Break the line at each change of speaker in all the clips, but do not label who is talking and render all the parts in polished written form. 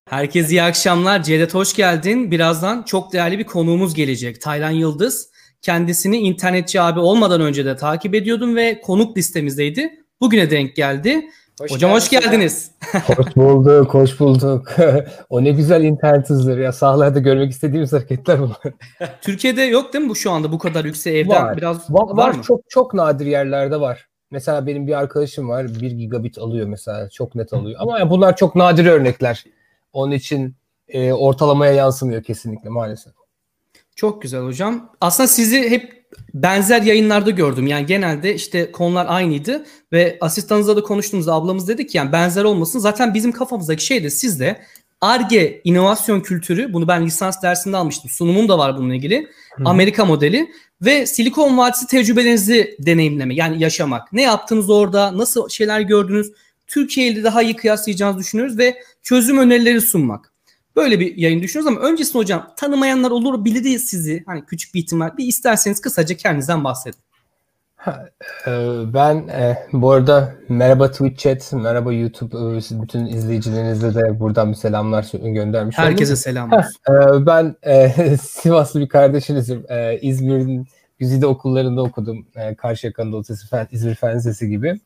Herkese iyi akşamlar. Cevdet hoş geldin. Birazdan çok değerli bir konuğumuz gelecek. Taylan Yıldız. Kendisini internetçi abi olmadan önce de takip ediyordum ve konuk listemizdeydi. Bugüne denk geldi.
Hoş
Hocam hoş
geldiniz hocam.
geldiniz.
Hoş bulduk, hoş bulduk. O ne güzel internet hızları ya. Sahalarda görmek istediğimiz hareketler bunlar.
Türkiye'de yok değil mi bu şu anda bu kadar yüksek evden
Var.
biraz
Var
mı?
çok çok nadir yerlerde var. Mesela benim bir arkadaşım var. 1 gigabit alıyor mesela. Çok net alıyor. Ama yani bunlar çok nadir örnekler. Onun için ortalamaya yansımıyor kesinlikle maalesef.
Çok güzel hocam. Aslında sizi hep benzer yayınlarda gördüm. Yani genelde işte konular aynıydı ve asistanınızla da konuştuğumuzda ablamız dedi ki yani benzer olmasın. Zaten bizim kafamızdaki şey de sizde Ar-Ge inovasyon kültürü, bunu ben lisans dersinde almıştım. Sunumum da var bununla ilgili. Amerika modeli ve Silikon Vadisi tecrübelerinizi deneyimleme, yani yaşamak. Ne yaptınız orada, nasıl şeyler gördünüz, Türkiye ile daha iyi kıyaslayacağınızı düşünüyoruz ve çözüm önerileri sunmak. Böyle bir yayın düşünüyoruz ama öncesinde hocam tanımayanlar olur bilir sizi. Hani küçük bir ihtimal. Bir isterseniz kısaca kendinizden bahsedin.
Ben bu arada merhaba Twitch chat, merhaba YouTube, bütün izleyicilerinize de buradan bir selamlar göndermiş oldum.
Herkese selam olsun.
Ben Sivaslı bir kardeşinizim. İzmir'in güzide okullarında okudum. Karşıyaka Anadolu Lisesi, İzmir Fen Lisesi gibi.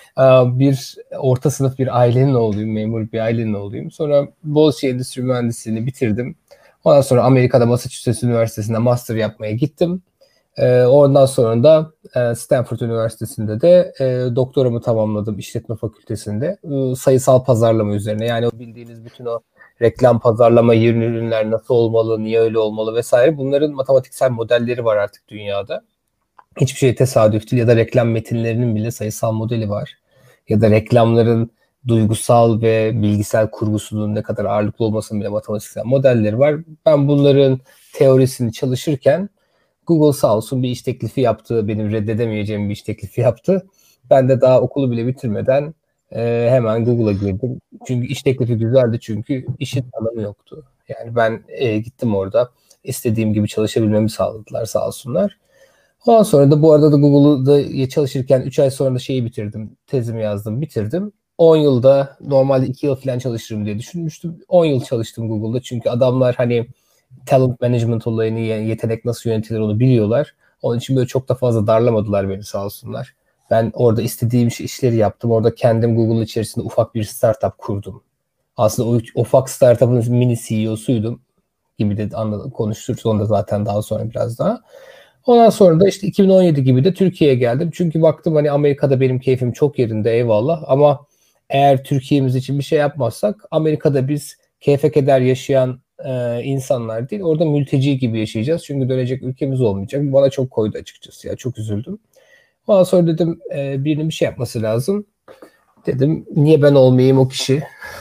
Bir orta sınıf bir ailenin oğluyum, memur bir ailenin oğluyum. Sonra Boğaziçi Endüstri Mühendisliğini bitirdim. Ondan sonra Amerika'da Massachusetts Üniversitesi'nde master yapmaya gittim. Ondan sonra da Stanford Üniversitesi'nde de doktoramı tamamladım işletme fakültesinde. Sayısal pazarlama üzerine. Yani bildiğiniz bütün o reklam, pazarlama, yeni ürünler nasıl olmalı, niye öyle olmalı vesaire. Bunların matematiksel modelleri var artık dünyada. Hiçbir şey tesadüf değil ya da reklam metinlerinin bile sayısal modeli var. Ya da reklamların duygusal ve bilgisel kurgusunun ne kadar ağırlıklı olmasının bile matematiksel modelleri var. Ben bunların teorisini çalışırken Google sağ olsun bir iş teklifi yaptı. Benim reddedemeyeceğim bir iş teklifi yaptı. Ben de daha okulu bile bitirmeden hemen Google'a girdim. Çünkü iş teklifi güzeldi çünkü işin tanımı yoktu. Yani ben gittim orada. İstediğim gibi çalışabilmemi sağladılar sağ olsunlar. Ondan sonra da bu arada da Google'da çalışırken 3 ay sonra da şeyi bitirdim. Tezimi yazdım, bitirdim. 10 yılda normalde 2 yıl falan çalışırım diye düşünmüştüm. 10 yıl çalıştım Google'da çünkü adamlar hani talent management olayını, yetenek nasıl yönetilir onu biliyorlar. Onun için böyle çok da fazla darlamadılar beni sağ olsunlar. Ben orada istediğim işleri yaptım. Orada kendim Google içerisinde ufak bir startup kurdum. Aslında o ufak startup'ın mini CEO'suydum gibi de konuştuk onda zaten daha sonra biraz daha. Ondan sonra da işte 2017 gibi de Türkiye'ye geldim. Çünkü baktım hani Amerika'da benim keyfim çok yerinde eyvallah ama eğer Türkiye'miz için bir şey yapmazsak Amerika'da biz keyfe keder yaşayan insanlar değil orada mülteci gibi yaşayacağız. Çünkü dönecek ülkemiz olmayacak. Bana çok koydu açıkçası ya çok üzüldüm. Ondan sonra dedim birinin bir şey yapması lazım. Dedim niye ben olmayayım o kişi?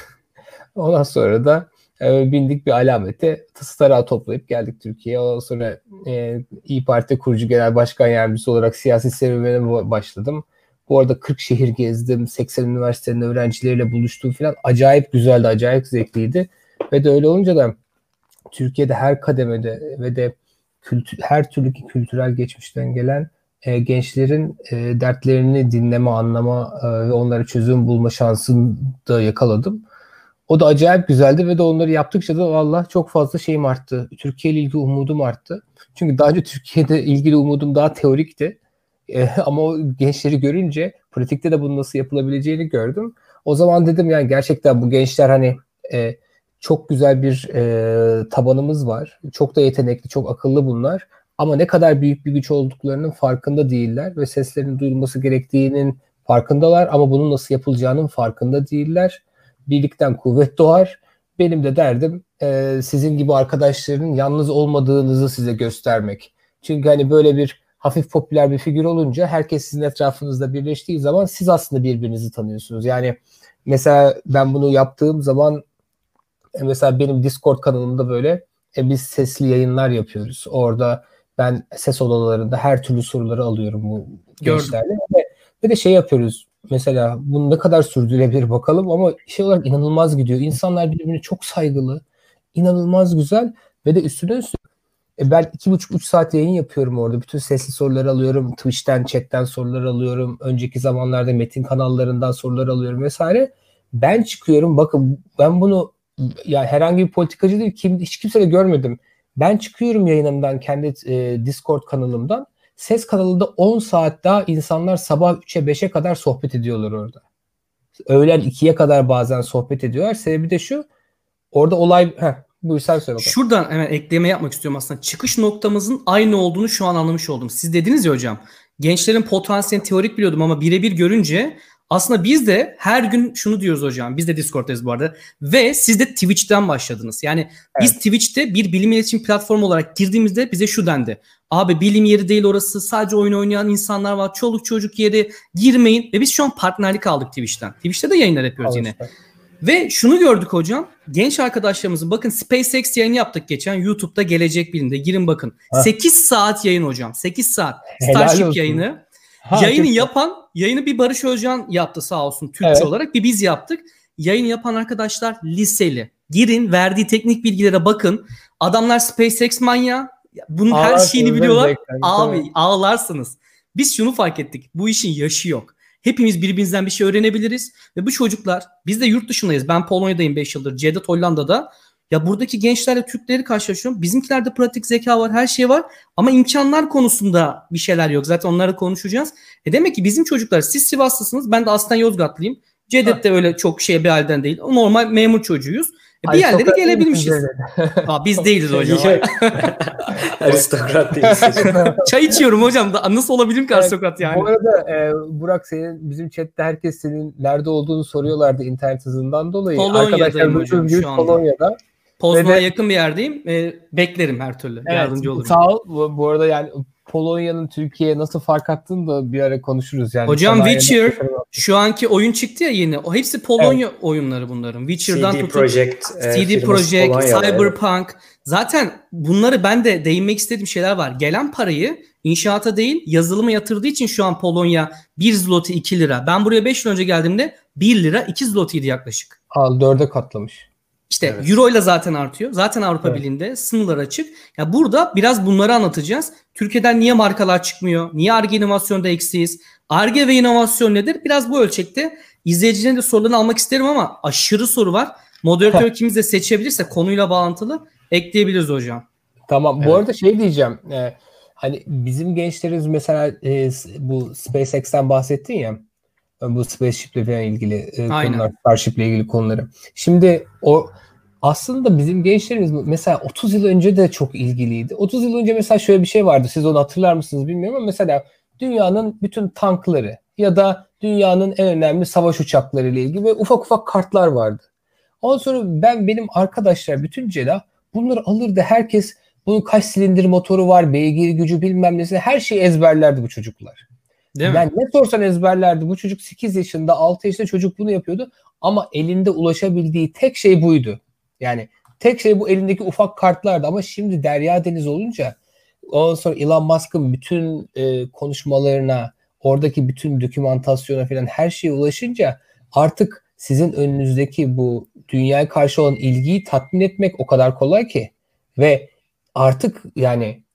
Ondan sonra da bindik bir alamete tarağı toplayıp geldik Türkiye'ye. Ondan sonra İYİ Parti kurucu genel başkan yardımcısı olarak siyasi serüvenime başladım. Bu arada 40 şehir gezdim, 80 üniversitenin öğrencileriyle buluştum falan. Acayip güzeldi, acayip zevkliydi. Ve de öyle olunca da Türkiye'de her kademede ve de her türlü kültürel geçmişten gelen gençlerin dertlerini dinleme, anlama ve onlara çözüm bulma şansını da yakaladım. O da acayip güzeldi ve de onları yaptıkça da vallahi çok fazla şeyim arttı. Türkiye ile ilgili umudum arttı. Çünkü daha önce Türkiye'de ilgili umudum daha teorikti. Ama o gençleri görünce pratikte de bunun nasıl yapılabileceğini gördüm. O zaman dedim yani gerçekten bu gençler hani çok güzel bir tabanımız var. Çok da yetenekli, çok akıllı bunlar. Ama ne kadar büyük bir güç olduklarının farkında değiller ve seslerinin duyulması gerektiğinin farkındalar ama bunun nasıl yapılacağının farkında değiller. Birlikten kuvvet doğar. Benim de derdim sizin gibi arkadaşların yalnız olmadığınızı size göstermek. Çünkü hani böyle bir hafif popüler bir figür olunca herkes sizin etrafınızda birleştiği zaman siz aslında birbirinizi tanıyorsunuz. Yani mesela ben bunu yaptığım zaman mesela benim Discord kanalımda böyle biz sesli yayınlar yapıyoruz. Orada ben ses odalarında her türlü soruları alıyorum bu gençlerle. Ve de şey yapıyoruz. Mesela bunu ne kadar sürdürebilir bakalım ama şey olarak inanılmaz gidiyor. İnsanlar birbirine çok saygılı, inanılmaz güzel ve de üstüne ben 2,5-3 saat yayın yapıyorum orada. Bütün sesli soruları alıyorum. Twitch'ten, chat'ten sorular alıyorum. Önceki zamanlarda metin kanallarından sorular alıyorum vesaire. Ben çıkıyorum. Bakın ben bunu ya herhangi bir politikacı değil, hiç kimse de görmedim. Ben çıkıyorum yayınımdan, kendi Discord kanalımdan. Ses kanalında 10 saat daha insanlar sabah 3'e 5'e kadar sohbet ediyorlar orada. Öğlen 2'ye kadar bazen sohbet ediyorlar. Sebebi de şu. Orada olay... Buyur sen söyle bakalım.
Şuradan hemen ekleme yapmak istiyorum aslında. Çıkış noktamızın aynı olduğunu şu an anlamış oldum. Siz dediniz ya hocam. Gençlerin potansiyelini teorik biliyordum ama birebir görünce aslında biz de her gün şunu diyoruz hocam. Biz de Discord'dayız bu arada. Ve siz de Twitch'ten başladınız. Yani biz Twitch'te bir bilim iletişim platformu olarak girdiğimizde bize şu dendi. Abi bilim yeri değil orası. Sadece oyun oynayan insanlar var. Çoluk çocuk yeri, girmeyin. Ve biz şu an partnerlik aldık Twitch'ten. Twitch'te de yayınlar yapıyoruz yine. Ve şunu gördük hocam. Genç arkadaşlarımızın, bakın SpaceX yayını yaptık geçen YouTube'da, Gelecek Bilim'de. Girin bakın. 8 saat yayın hocam. 8 saat. Starship yayını. Yayını bir Barış Özcan yaptı sağ olsun Türkçe olarak. Bir biz yaptık. Yayını yapan arkadaşlar liseli. Girin, verdiği teknik bilgilere bakın. Adamlar SpaceX manyağı. Bunun her şeyini biliyorlar. Abi ağlarsınız. Biz şunu fark ettik. Bu işin yaşı yok. Hepimiz birbirimizden bir şey öğrenebiliriz. Ve bu çocuklar, biz de yurt dışındayız. Ben Polonya'dayım 5 yıldır. Cevdet Hollanda'da. Ya buradaki gençlerle Türkleri karşılaşıyorum. Bizimkilerde pratik zeka var, her şey var. Ama imkanlar konusunda bir şeyler yok. Zaten onları konuşacağız. Demek ki bizim çocuklar, siz Sivaslısınız. Ben de aslen Yozgatlıyım. Cevdet de öyle çok bir halden değil. O normal memur çocuğuyuz. Bir yerlere gelebilmişiz. Biz değiliz hocam.
Aristokrat değiliz.
Çay içiyorum hocam. Nasıl olabilirim ki aristokrat yani?
Bu arada Burak, bizim chatte herkes senin nerede olduğunu soruyorlardı internet hızından dolayı.
Polonya'dayım hocam şu anda.
Polonya'da.
Poznan'a yakın bir yerdeyim. Beklerim her türlü. Yardımcı olurum.
Sağ ol. Bu arada yani Polonya'nın Türkiye'ye nasıl fark attığını da bir ara konuşuruz. Yani
hocam Witcher şu anki oyun çıktı ya yeni. O hepsi Polonya oyunları bunların. Witcher'dan
CD Projekt,
CD Projekt, Cyberpunk. Zaten bunları ben de değinmek istediğim şeyler var. Gelen parayı inşaata değil yazılıma yatırdığı için şu an Polonya 1 zloty 2 lira. Ben buraya 5 yıl önce geldiğimde 1 lira 2 zloty'ydi yaklaşık.
4'e katlamış.
İşte Euro ile zaten artıyor. Zaten Avrupa Birliği'nde sınırlar açık. Ya burada biraz bunları anlatacağız. Türkiye'den niye markalar çıkmıyor? Niye Ar-Ge inovasyonda eksiyiz? Ar-Ge ve inovasyon nedir? Biraz bu ölçekte izleyicilerin de sorularını almak isterim ama aşırı soru var. Moderatör ikimiz de seçebilirse konuyla bağlantılı ekleyebiliriz hocam.
Tamam. Bu arada şey diyeceğim. Hani bizim gençlerimiz mesela bu SpaceX'ten bahsettin ya. Bu Spaceship'le falan ilgili konular, Starship'le ilgili konuları. Şimdi o aslında bizim gençlerimiz mesela 30 yıl önce de çok ilgiliydi. 30 yıl önce mesela şöyle bir şey vardı. Siz onu hatırlar mısınız bilmiyorum ama mesela dünyanın bütün tankları ya da dünyanın en önemli savaş uçakları ile ilgili böyle ufak ufak kartlar vardı. Ondan sonra benim arkadaşlar bütün cela bunları alırdı. Herkes bunun kaç silindir motoru var, beygir gücü bilmem nesi, her şeyi ezberlerdi bu çocuklar. Yani ne sorsan ezberlerdi. Bu çocuk 8 yaşında, 6 yaşında çocuk bunu yapıyordu. Ama elinde ulaşabildiği tek şey buydu. Yani tek şey bu elindeki ufak kartlardı. Ama şimdi derya deniz olunca ondan sonra Elon Musk'ın bütün konuşmalarına, oradaki bütün dokümantasyona falan her şeye ulaşınca artık sizin önünüzdeki bu dünyaya karşı olan ilgiyi tatmin etmek o kadar kolay ki. Ve artık yani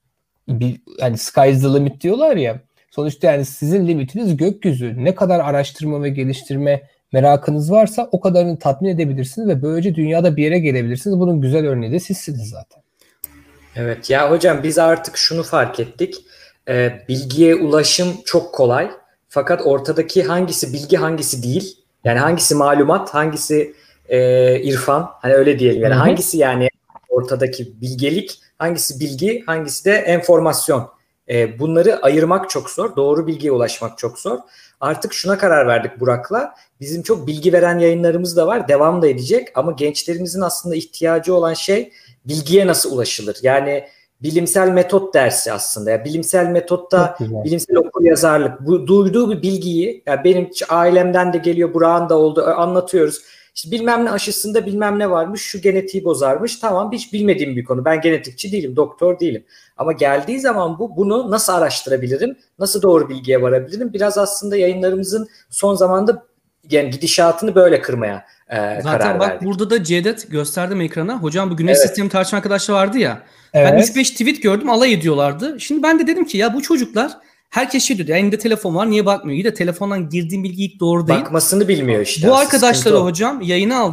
sky is the limit diyorlar ya. Sonuçta yani sizin limitiniz gökyüzü. Ne kadar araştırma ve geliştirme merakınız varsa o kadarını tatmin edebilirsiniz ve böylece dünyada bir yere gelebilirsiniz. Bunun güzel örneği de sizsiniz zaten.
Evet ya hocam biz artık şunu fark ettik. Bilgiye ulaşım çok kolay. Fakat ortadaki hangisi bilgi hangisi değil. Yani hangisi malumat hangisi irfan. Hani öyle diyelim. Yani hangisi yani ortadaki bilgelik, hangisi bilgi, hangisi de enformasyon. Bunları ayırmak çok zor. Doğru bilgiye ulaşmak çok zor. Artık şuna karar verdik Burak'la. Bizim çok bilgi veren yayınlarımız da var. Devam da edecek. Ama gençlerimizin aslında ihtiyacı olan şey bilgiye nasıl ulaşılır? Yani bilimsel metot dersi aslında. Yani bilimsel metotta bilimsel okuryazarlık. Bu duyduğu bir bilgiyi, yani benim ailemden de geliyor, Burak'ın da oldu, anlatıyoruz. İşte bilmem ne aşısında bilmem ne varmış, şu genetiği bozarmış. Tamam, hiç bilmediğim bir konu. Ben genetikçi değilim, doktor değilim. Ama geldiği zaman bunu nasıl araştırabilirim? Nasıl doğru bilgiye varabilirim? Biraz aslında yayınlarımızın son zamanda yani gidişatını böyle kırmaya karar verdik.
Zaten bak burada da Cevdet gösterdim ekrana. Hocam bu güneş sistemi tartışma arkadaşlar vardı ya. Ben 3-5 tweet gördüm, alay ediyorlardı. Şimdi ben de dedim ki ya bu çocuklar herkes şey diyor. Elinde telefon var, niye bakmıyor? İyi de telefondan girdiğim bilgi ilk doğru değil.
Bakmasını bilmiyor işte.
Bu arkadaşları hocam yayına aldık.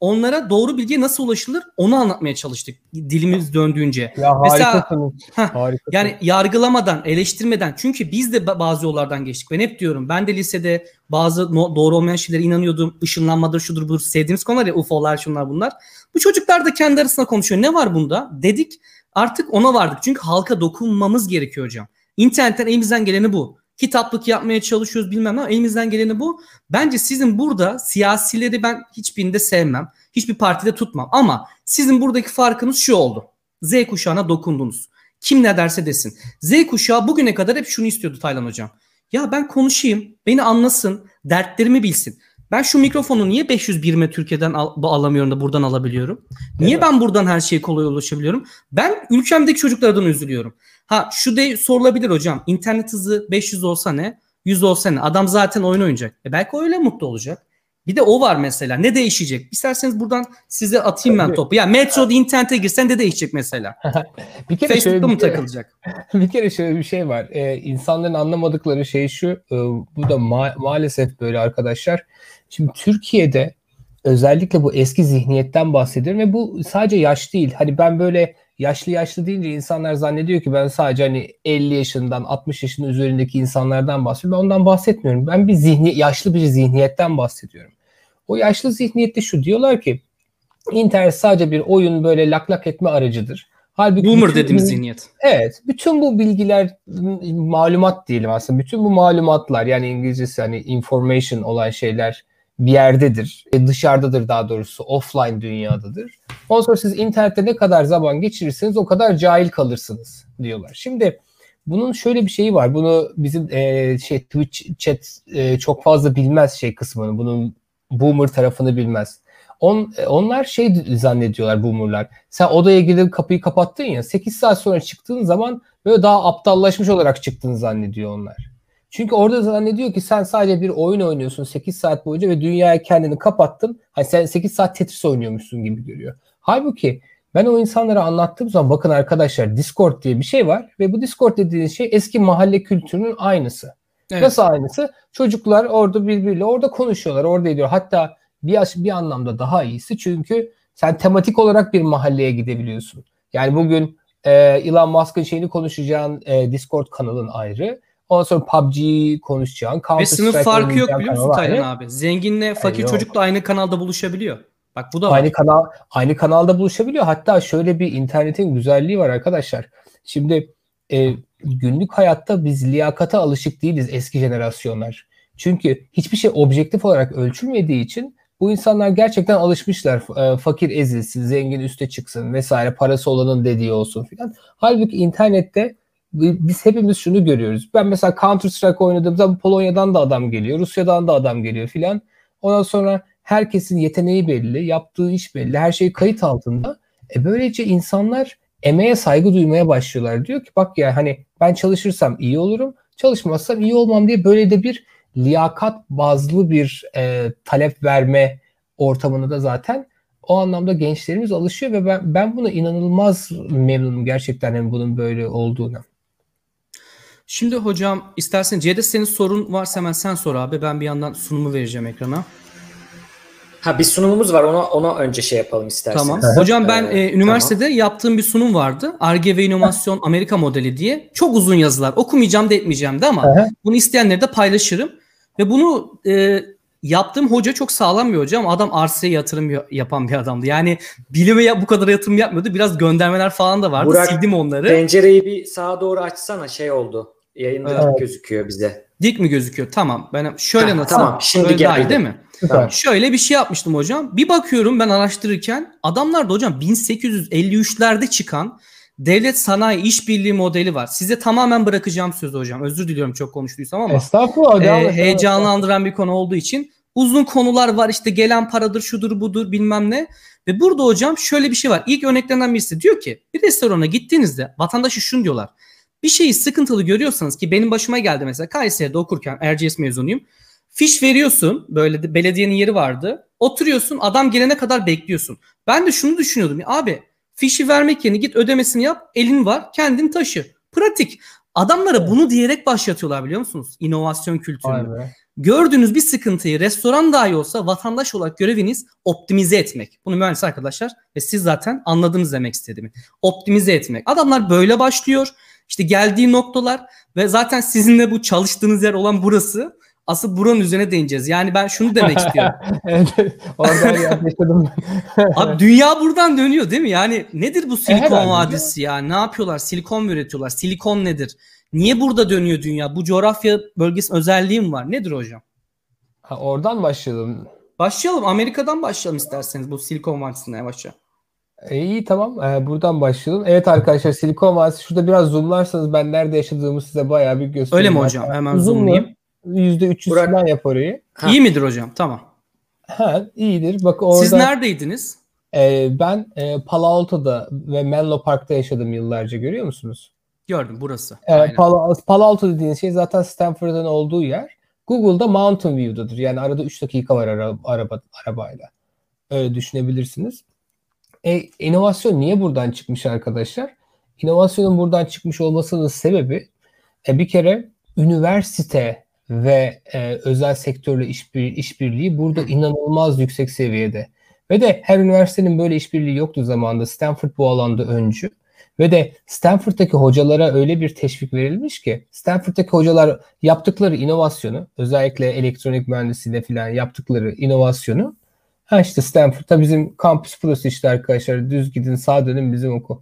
onlara doğru bilgiye nasıl ulaşılır onu anlatmaya çalıştık dilimiz döndüğünce.
Ya
Mesela
harikasınız. Harikasınız.
yani yargılamadan, eleştirmeden, çünkü biz de bazı yollardan geçtik. Ben hep diyorum, ben de lisede bazı doğru olmayan şeylere inanıyordum. Işınlanmadır, şudur budur, sevdiğimiz konular ya, UFO'lar, şunlar bunlar. Bu çocuklar da kendi arasında konuşuyor. Ne var bunda? Dedik, artık ona vardık. Çünkü halka dokunmamız gerekiyor hocam. İnternetten elimizden geleni bu. Kitaplık yapmaya çalışıyoruz bilmem ne, ama elimizden geleni bu. Bence sizin burada siyasileri ben hiçbirinde sevmem. Hiçbir partide tutmam. Ama sizin buradaki farkınız şu oldu. Z kuşağına dokundunuz. Kim ne derse desin. Z kuşağı bugüne kadar hep şunu istiyordu Taylan hocam. Ya ben konuşayım, beni anlasın, dertlerimi bilsin. Ben şu mikrofonu niye 501'me Türkiye'den alamıyorum da buradan alabiliyorum? Niye ben buradan her şeye kolay ulaşabiliyorum? Ben ülkemdeki çocuklardan üzülüyorum. Ha şu de sorulabilir hocam. İnternet hızı 500 olsa ne? 100 olsa ne? Adam zaten oyun oynayacak. Belki öyle mutlu olacak. Bir de o var mesela. Ne değişecek? İsterseniz buradan size atayım ben topu. Ya metroda internete girsen ne değişecek mesela?
Bir kere
Facebook'ta mı takılacak?
Bir kere şöyle bir şey var. İnsanların anlamadıkları şey şu. Bu da maalesef böyle arkadaşlar. Şimdi Türkiye'de özellikle bu eski zihniyetten bahsediyorum ve bu sadece yaş değil. Hani ben böyle yaşlı deyince insanlar zannediyor ki ben sadece hani 50 yaşından 60 yaşının üzerindeki insanlardan bahsediyorum. Ben ondan bahsetmiyorum. Ben yaşlı bir zihniyetten bahsediyorum. O yaşlı zihniyette şu diyorlar ki internet sadece bir oyun, böyle lak etme aracıdır. Halbuki
Boomer dediğimiz zihniyet.
Evet. Bütün bu bilgiler, malumat diyelim aslında. Bütün bu malumatlar, yani İngilizcesi hani information olan şeyler bir yerdedir. Dışarıdadır, daha doğrusu offline dünyadadır. Ondan sonra siz internette ne kadar zaman geçirirseniz o kadar cahil kalırsınız diyorlar. Şimdi bunun şöyle bir şeyi var. Bunu bizim Twitch chat çok fazla bilmez kısmını. Bunun boomer tarafını bilmez. Onlar zannediyorlar boomerlar. Sen odaya girip kapıyı kapattın ya, 8 saat sonra çıktığın zaman böyle daha aptallaşmış olarak çıktığını zannediyor onlar. Çünkü orada zannediyor ki sen sadece bir oyun oynuyorsun 8 saat boyunca ve dünyaya kendini kapattın. Hani sen 8 saat Tetris oynuyormuşsun gibi görüyor. Halbuki ben o insanlara anlattığım zaman, bakın arkadaşlar, Discord diye bir şey var ve bu Discord dediğiniz şey eski mahalle kültürünün aynısı. Evet. Nasıl aynısı? Çocuklar orada birbiriyle orada konuşuyorlar, orada ediyor. Hatta bir anlamda daha iyisi, çünkü sen tematik olarak bir mahalleye gidebiliyorsun. Yani bugün Elon Musk'ın şeyini konuşacağın Discord kanalın ayrı. Ondan sonra PUBG'yi konuşacağın.
Ve sınıf farkı yok biliyor musun Taylan abi? Zenginle fakir çocuk da aynı kanalda buluşabiliyor. Bak bu da var.
Aynı kanalda buluşabiliyor. Hatta şöyle bir internetin güzelliği var arkadaşlar. Şimdi günlük hayatta biz liyakata alışık değiliz, eski jenerasyonlar. Çünkü hiçbir şey objektif olarak ölçülmediği için bu insanlar gerçekten alışmışlar. Fakir ezilsin, zengin üste çıksın vesaire, parası olanın dediği olsun filan. Halbuki internette biz hepimiz şunu görüyoruz. Ben mesela Counter Strike oynadığım zaman Polonya'dan da adam geliyor, Rusya'dan da adam geliyor filan. Ondan sonra herkesin yeteneği belli, yaptığı iş belli, her şey kayıt altında. Böylece insanlar emeğe saygı duymaya başlıyorlar. Diyor ki bak ya, hani ben çalışırsam iyi olurum, çalışmazsam iyi olmam diye böyle de bir liyakat bazlı bir talep verme ortamını da zaten o anlamda gençlerimiz alışıyor ve ben buna inanılmaz memnunum gerçekten, hem bunun böyle olduğuna.
Şimdi hocam istersen Cede, senin sorun varsa hemen sen sor abi. Ben bir yandan sunumu vereceğim ekrana.
Bir sunumumuz var, ona önce yapalım isterseniz.
Tamam. Hocam ben üniversitede yaptığım bir sunum vardı. Ar-Ge ve İnovasyon Amerika modeli diye. Çok uzun yazılar. Okumayacağım da etmeyeceğim de ama bunu isteyenleri de paylaşırım. Ve bunu yaptığım hoca çok sağlam bir hoca ama adam arsaya yatırım yapan bir adamdı. Yani bilime bu kadar yatırım yapmıyordu. Biraz göndermeler falan da vardı.
Burak,
sildim onları.
Pencereyi bir sağa doğru açsana, oldu. Yayında gözüküyor bize.
Dik mi gözüküyor? Tamam. Ben şöyle nasıl?
Tamam. Şimdi geldi.
Değil mi? Tamam. Şöyle bir şey yapmıştım hocam. Bir bakıyorum ben araştırırken adamlar da hocam 1853'lerde çıkan devlet sanayi işbirliği modeli var. Size tamamen bırakacağım sözü hocam. Özür diliyorum çok konuştuysam ama.
Estağfurullah.
Heyecanlandıran bir konu olduğu için. Uzun konular var, işte gelen paradır, şudur budur bilmem ne. Ve burada hocam şöyle bir şey var. İlk örneklerinden birisi diyor ki bir restorana gittiğinizde vatandaşı şunu diyorlar. Bir şeyi sıkıntılı görüyorsanız, ki benim başıma geldi mesela Kayseri'de okurken, Erciyes mezunuyum. Fiş veriyorsun, böyle de belediyenin yeri vardı. Oturuyorsun, adam gelene kadar bekliyorsun. Ben de şunu düşünüyordum. Abi fişi vermek yerine git ödemesini yap, elin var, kendin taşı. Pratik. Adamlara bunu diyerek başlatıyorlar biliyor musunuz? İnovasyon kültürünü. Gördüğünüz bir sıkıntıyı restoran dahi olsa vatandaş olarak göreviniz optimize etmek. Bunu mühendis arkadaşlar ve siz zaten anladınız demek istediğimi. Optimize etmek. Adamlar böyle başlıyor. İşte geldiği noktalar ve zaten sizinle bu çalıştığınız yer olan burası. Asıl buranın üzerine değineceğiz. Yani ben şunu demek istiyorum.
Evet, oradan yaklaştım.
Abi dünya buradan dönüyor değil mi? Yani nedir bu Silikon
herhalde
Vadisi ya? Ne yapıyorlar? Silikon mu üretiyorlar? Silikon nedir? Niye burada dönüyor dünya? Bu coğrafya bölgesi özelliği mi var? Nedir hocam?
Oradan başlayalım.
Başlayalım. Amerika'dan başlayalım isterseniz bu Silikon Vadisi'ne yavaşça.
İyi tamam. Buradan başlayalım. Evet arkadaşlar, Silikon Vadisi, şurada biraz zoomlarsanız ben nerede yaşadığımı size bayağı bir göstereyim.
Öyle mi hocam? Hemen
Zoomla
zoomlayayım.
%300
Burak.
falan yap orayı.
İyi midir hocam? Tamam.
İyidir. Bak orada.
Siz neredeydiniz?
Ben Palo Alto'da ve Menlo Park'ta yaşadım yıllarca, görüyor musunuz?
Gördüm burası. Aynen.
Palo Alto dediğiniz şey zaten Stanford'ın olduğu yer. Google'da Mountain View'dadır. Yani arada 3 dakika var arabayla. Öyle düşünebilirsiniz. İnovasyon niye buradan çıkmış arkadaşlar? İnovasyonun buradan çıkmış olmasının sebebi bir kere üniversite ve özel sektörle işbirliği burada inanılmaz yüksek seviyede. Ve de her üniversitenin böyle işbirliği yoktu zamanında. Stanford bu alanda öncü. Ve de Stanford'daki hocalara öyle bir teşvik verilmiş ki Stanford'daki hocalar yaptıkları inovasyonu, özellikle elektronik mühendisliğinde falan yaptıkları inovasyonu, işte Stanford'da bizim kampüs burası işte arkadaşlar, düz gidin sağa dönün bizim okul.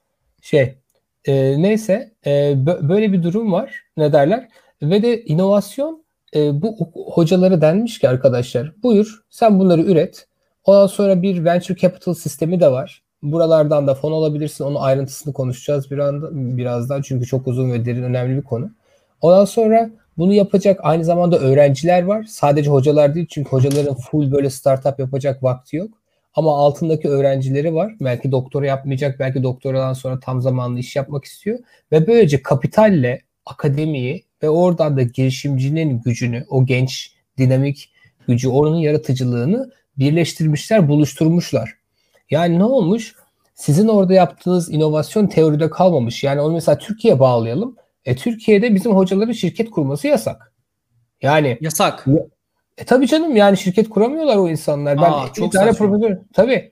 Neyse böyle bir durum var, ne derler, ve de inovasyon bu hocalara denmiş ki arkadaşlar buyur sen bunları üret. Ondan sonra bir venture capital sistemi de var. Buralardan da fon alabilirsin. Onun ayrıntısını konuşacağız birazdan. Çünkü çok uzun ve derin, önemli bir konu. Ondan sonra bunu yapacak aynı zamanda öğrenciler var. Sadece hocalar değil. Çünkü hocaların full böyle startup yapacak vakti yok. Ama altındaki öğrencileri var. Belki doktora yapmayacak. Belki doktoradan sonra tam zamanlı iş yapmak istiyor. Ve böylece kapitalle akademiyi ve oradan da girişimcinin gücünü, o genç dinamik gücü, onun yaratıcılığını birleştirmişler, buluşturmuşlar. Yani ne olmuş? Sizin orada yaptığınız inovasyon teoride kalmamış. Yani onu mesela Türkiye'ye bağlayalım. Türkiye'de bizim hocaların şirket kurması yasak. Yani
yasak.
Tabii canım, yani şirket kuramıyorlar o insanlar. Ben
çok saçma.
profesör. Tabii.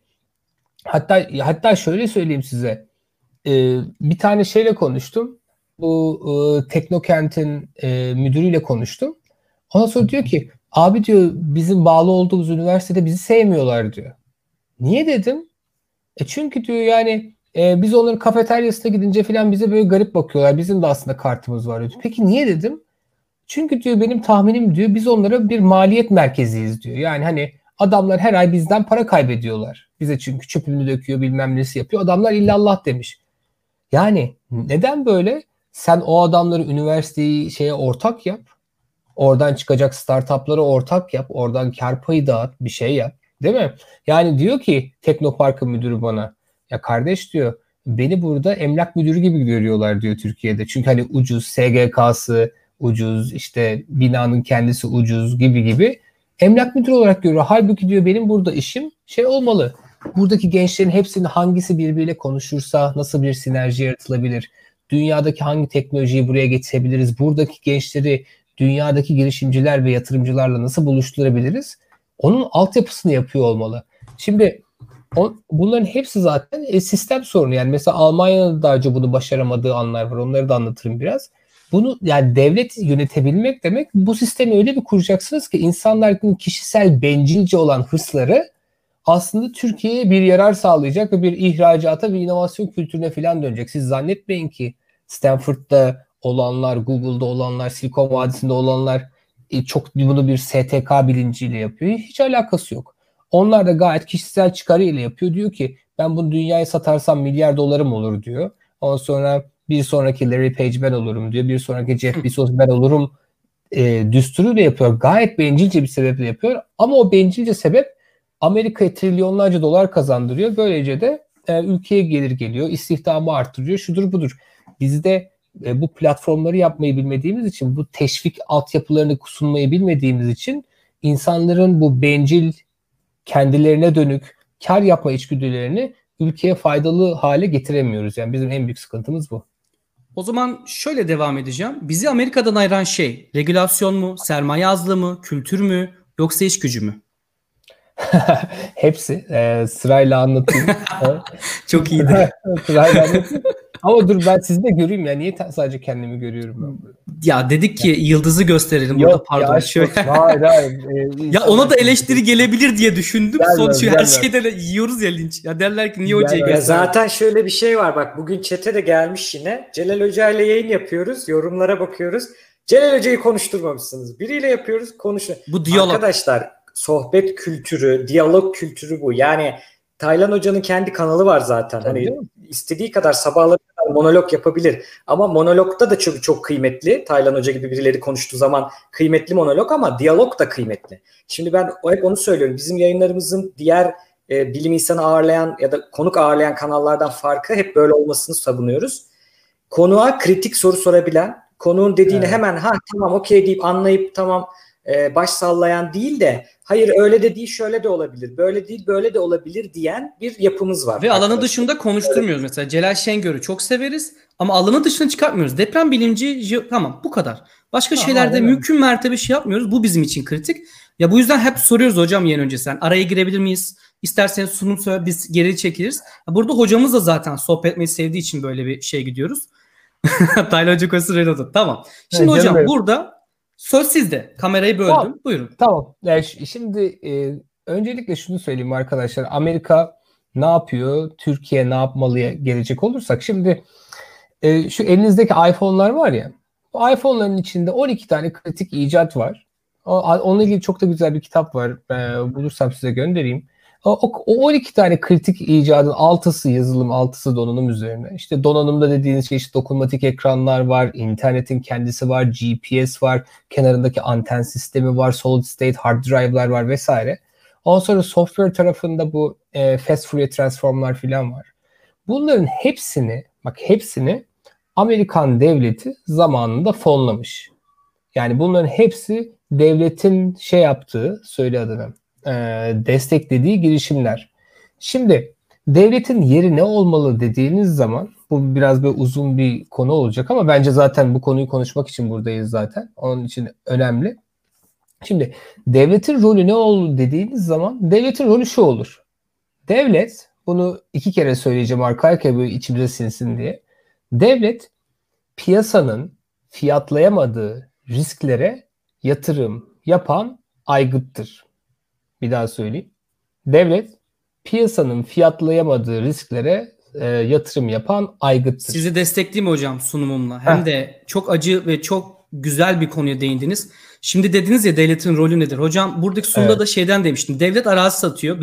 Hatta şöyle söyleyeyim size. Bir tane şeyle konuştum. Bu Teknokent'in müdürüyle konuştum. Ondan sonra diyor ki abi diyor bizim bağlı olduğumuz üniversitede bizi sevmiyorlar diyor. Niye dedim? Çünkü diyor yani biz onların kafeteryasına gidince falan bize böyle garip bakıyorlar. Bizim de aslında kartımız var diyor. Peki niye dedim? Çünkü diyor benim tahminim diyor biz onlara bir maliyet merkeziyiz diyor. Yani hani adamlar her ay bizden para kaybediyorlar. Bize çünkü çöpünü döküyor, bilmem nesi yapıyor. Adamlar illallah demiş. Yani neden böyle? Sen o adamları üniversiteyi ortak yap. Oradan çıkacak startupları ortak yap. Oradan kar payı dağıt, bir şey yap. Değil mi? Yani diyor ki Teknopark'ın müdürü bana, ya kardeş diyor beni burada emlak müdürü gibi görüyorlar diyor Türkiye'de. Çünkü hani ucuz, SGK'sı ucuz, işte binanın kendisi ucuz gibi emlak müdürü olarak görüyor. Halbuki diyor benim burada işim olmalı. Buradaki gençlerin hepsinin hangisi birbiriyle konuşursa nasıl bir sinerji yaratılabilir? Dünyadaki hangi teknolojiyi buraya getirebiliriz? Buradaki gençleri dünyadaki girişimciler ve yatırımcılarla nasıl buluşturabiliriz? Onun altyapısını yapıyor olmalı. Şimdi bunların hepsi zaten sistem sorunu. Yani mesela Almanya'da daha önce bunu başaramadığı anlar var. Onları da anlatırım biraz. Bunu yani devlet yönetebilmek demek, bu sistemi öyle bir kuracaksınız ki insanların kişisel bencilce olan hırsları aslında Türkiye'ye bir yarar sağlayacak ve bir ihracata ve inovasyon kültürüne falan dönecek. Siz zannetmeyin ki Stanford'da olanlar, Google'da olanlar, Silikon Vadisi'nde olanlar çok bunu bir STK bilinciyle yapıyor. Hiç alakası yok. Onlar da gayet kişisel çıkarıyla yapıyor. Diyor ki ben bunu dünyaya satarsam milyar dolarım olur diyor. Ondan sonra bir sonraki Larry Page ben olurum diyor. Bir sonraki Jeff Bezos ben olurum düsturuyla yapıyor. Gayet bencilce bir sebeple yapıyor. Ama o bencilce sebep Amerika'ya trilyonlarca dolar kazandırıyor. Böylece de ülkeye geliyor. İstihdamı arttırıyor. Şudur budur. Bizde bu platformları yapmayı bilmediğimiz için, bu teşvik altyapılarını sunmayı bilmediğimiz için insanların bu bencil, kendilerine dönük kar yapma içgüdülerini ülkeye faydalı hale getiremiyoruz. Yani bizim en büyük sıkıntımız bu.
O zaman şöyle devam edeceğim. Bizi Amerika'dan ayıran şey regülasyon mu, sermaye azlığı mı, kültür mü yoksa iş gücü mü?
Hepsi. Sırayla anlatayım.
Çok iyiydi.
Sırayla anlatayım. Ama dur ben sizi de göreyim ya. Niye sadece kendimi görüyorum ben böyle?
Ya dedik ki yıldızı gösterelim burada,
Yok
pardon.
ya
Şöyle.
hayır.
Ya ona da eleştiri gelebilir diye düşündüm. Son
Gelmez,
her
gelmez.
şeyde de yiyoruz ya linç. Ya derler ki niye hocayı
Gelmez.
Ya
gösterdin?
zaten şöyle bir şey var, bak bugün chat'e de gelmiş yine. Celal Hoca ile yayın yapıyoruz. Yorumlara bakıyoruz. Celal Hoca'yı konuşturmamışsınız. Biriyle yapıyoruz, konuşuyor.
Bu diyalog.
Arkadaşlar sohbet kültürü, diyalog kültürü bu. Yani Taylan Hoca'nın kendi kanalı var zaten.
Tabii
Hani
canım.
istediği kadar sabahlara kadar monolog yapabilir. Ama monologda da çok kıymetli. Taylan Hoca gibi birileri konuştuğu zaman kıymetli monolog, ama diyalog da kıymetli. Şimdi ben hep onu söylüyorum. Bizim yayınlarımızın diğer bilim insanı ağırlayan ya da konuk ağırlayan kanallardan farkı hep böyle olmasını savunuyoruz. Konuğa kritik soru sorabilen, konuğun dediğini hemen tamam okey deyip anlayıp tamam baş sallayan değil de hayır öyle de değil şöyle de olabilir, böyle değil böyle de olabilir diyen bir yapımız var.
Ve alanı dışında konuşturmuyoruz. Mesela Celal Şengör'ü çok severiz ama alanı dışına çıkartmıyoruz. Deprem bilimci tamam, bu kadar. Başka şeylerde mümkün mertebe şey yapmıyoruz. Bu bizim için kritik. Ya bu yüzden hep soruyoruz hocam yayın öncesinden. Araya girebilir miyiz? İsterseniz sunum söyle, biz geri çekiliriz. Burada hocamız da zaten sohbet etmeyi sevdiği için böyle bir şey gidiyoruz. Taylan Hoca konusu Renato. Tamam. Şimdi
Evet,
hocam
canım
burada söz sizde. Kamerayı böldüm.
Tamam.
Buyurun.
Tamam. Yani şimdi öncelikle şunu söyleyeyim arkadaşlar. Amerika ne yapıyor? Türkiye ne yapmalıya gelecek olursak. Şimdi şu elinizdeki iPhone'lar var ya. Bu iPhone'ların içinde 12 tane kritik icat var. Onunla ilgili çok da güzel bir kitap var. Bulursam size göndereyim. O 12 tane kritik icadın 6'sı yazılım, 6'sı donanım üzerine. İşte donanımda dediğiniz şey işte dokunmatik ekranlar var, internetin kendisi var, GPS var, kenarındaki anten sistemi var, solid state hard drive'lar var vesaire. Ondan sonra software tarafında bu fast Fourier transformlar falan var. Bunların hepsini Amerikan devleti zamanında fonlamış. Yani bunların hepsi devletin yaptığı, söyle adını, desteklediği girişimler. Şimdi devletin yeri ne olmalı dediğiniz zaman bu biraz böyle uzun bir konu olacak ama bence zaten bu konuyu konuşmak için buradayız zaten. Onun için önemli. Şimdi devletin rolü ne olur dediğiniz zaman devletin rolü şu olur. Devlet, bunu 2 kere söyleyeceğim arka arkaya böyle içimize sinsin diye. Devlet piyasanın fiyatlayamadığı risklere yatırım yapan aygıttır. Bir daha söyleyeyim. Devlet piyasanın fiyatlayamadığı risklere yatırım yapan aygıttır.
Sizi destekleyeyim hocam sunumumla. Hem de çok acı ve çok güzel bir konuya değindiniz. Şimdi dediniz ya devletin rolü nedir? Hocam buradaki sunumda da şeyden demiştim. Devlet arazi satıyor.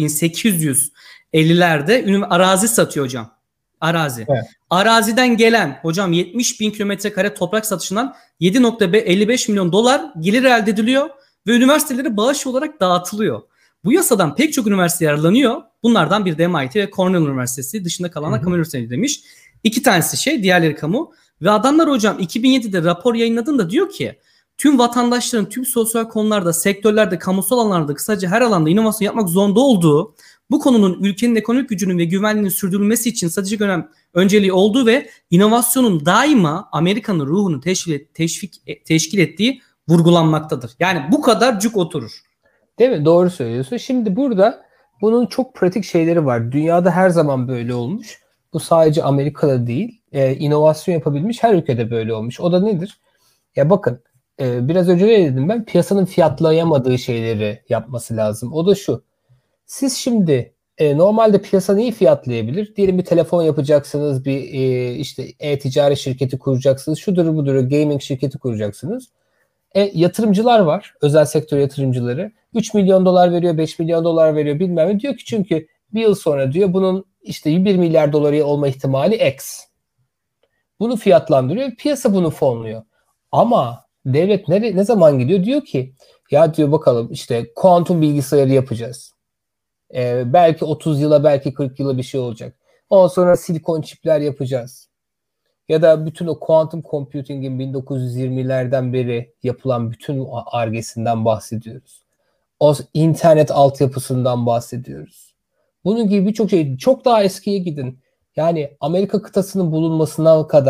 1850'lerde arazi satıyor hocam. Arazi.
Evet.
Araziden gelen hocam 70 bin kilometre kare toprak satışından 7,55 milyon dolar gelir elde ediliyor ve üniversitelere bağış olarak dağıtılıyor. Bu yasadan pek çok üniversite yararlanıyor. Bunlardan biri de MIT ve Cornell Üniversitesi, dışında kalanlar kamu üniversiteleri demiş. 2 tanesi diğerleri kamu. Ve adamlar hocam 2007'de rapor yayınladığında diyor ki tüm vatandaşların tüm sosyal konularda, sektörlerde, kamusal alanlarda, kısaca her alanda inovasyon yapmak zorunda olduğu, bu konunun ülkenin ekonomik gücünün ve güvenliğinin sürdürülmesi için stratejik önceliği olduğu ve inovasyonun daima Amerika'nın ruhunu teşkil ettiği vurgulanmaktadır. Yani bu kadar cuk oturur.
Değil mi? Doğru söylüyorsun. Şimdi burada bunun çok pratik şeyleri var. Dünyada her zaman böyle olmuş. Bu sadece Amerika'da değil. İnovasyon yapabilmiş her ülkede böyle olmuş. O da nedir? Ya bakın biraz önce ne dedim ben? Piyasanın fiyatlayamadığı şeyleri yapması lazım. O da şu. Siz şimdi normalde piyasa neyi fiyatlayabilir? Diyelim bir telefon yapacaksınız, bir işte e-ticaret şirketi kuracaksınız, şudur budur gaming şirketi kuracaksınız. Yatırımcılar var, özel sektör yatırımcıları. 3 milyon dolar veriyor, 5 milyon dolar veriyor bilmem ne. Diyor ki çünkü bir yıl sonra diyor bunun işte 1 milyar doları olma ihtimali X. Bunu fiyatlandırıyor, piyasa bunu fonluyor. Ama devlet ne zaman gidiyor? Diyor ki ya diyor bakalım işte kuantum bilgisayarı yapacağız. Belki 30 yıla belki 40 yıla bir şey olacak. Ondan sonra silikon çipler yapacağız. Ya da bütün o quantum computing'in 1920'lerden beri yapılan bütün Ar-Ge'sinden bahsediyoruz. O internet altyapısından bahsediyoruz. Bunun gibi birçok şey, çok daha eskiye gidin. Yani Amerika kıtasının bulunmasına kadar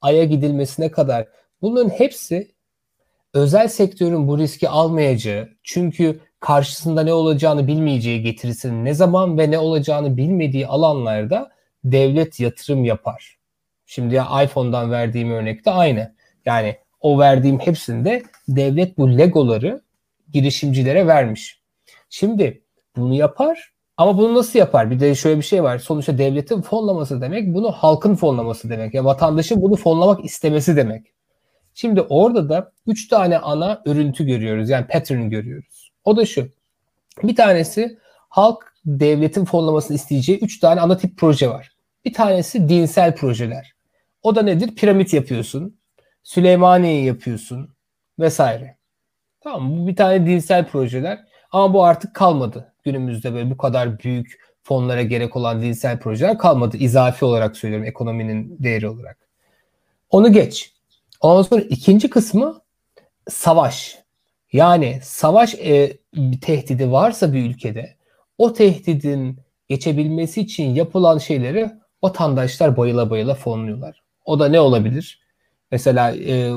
Ay'a gidilmesine kadar bunların hepsi özel sektörün bu riski almayacağı, çünkü karşısında ne olacağını bilmeyeceği getirisinin ne zaman ve ne olacağını bilmediği alanlarda devlet yatırım yapar. Şimdi ya iPhone'dan verdiğim örnekte aynı. Yani o verdiğim hepsinde devlet bu legoları girişimcilere vermiş. Şimdi bunu yapar ama bunu nasıl yapar? Bir de şöyle bir şey var. Sonuçta devletin fonlaması demek, bunu halkın fonlaması demek. Ya vatandaşın bunu fonlamak istemesi demek. Şimdi orada da 3 tane ana örüntü görüyoruz. Yani pattern görüyoruz. O da şu. Bir tanesi halk devletin fonlamasını isteyeceği 3 tane ana tip proje var. Bir tanesi dinsel projeler. O da nedir? Piramit yapıyorsun. Süleymaniye yapıyorsun. Vesaire. Tamam mı? Bu bir tane dinsel projeler. Ama bu artık kalmadı. Günümüzde böyle bu kadar büyük fonlara gerek olan dinsel projeler kalmadı. İzafi olarak söylüyorum, ekonominin değeri olarak. Onu geç. Ondan sonra ikinci kısmı savaş. Yani savaş bir tehdidi varsa bir ülkede, o tehdidin geçebilmesi için yapılan şeyleri vatandaşlar bayıla bayıla fonluyorlar. O da ne olabilir? Mesela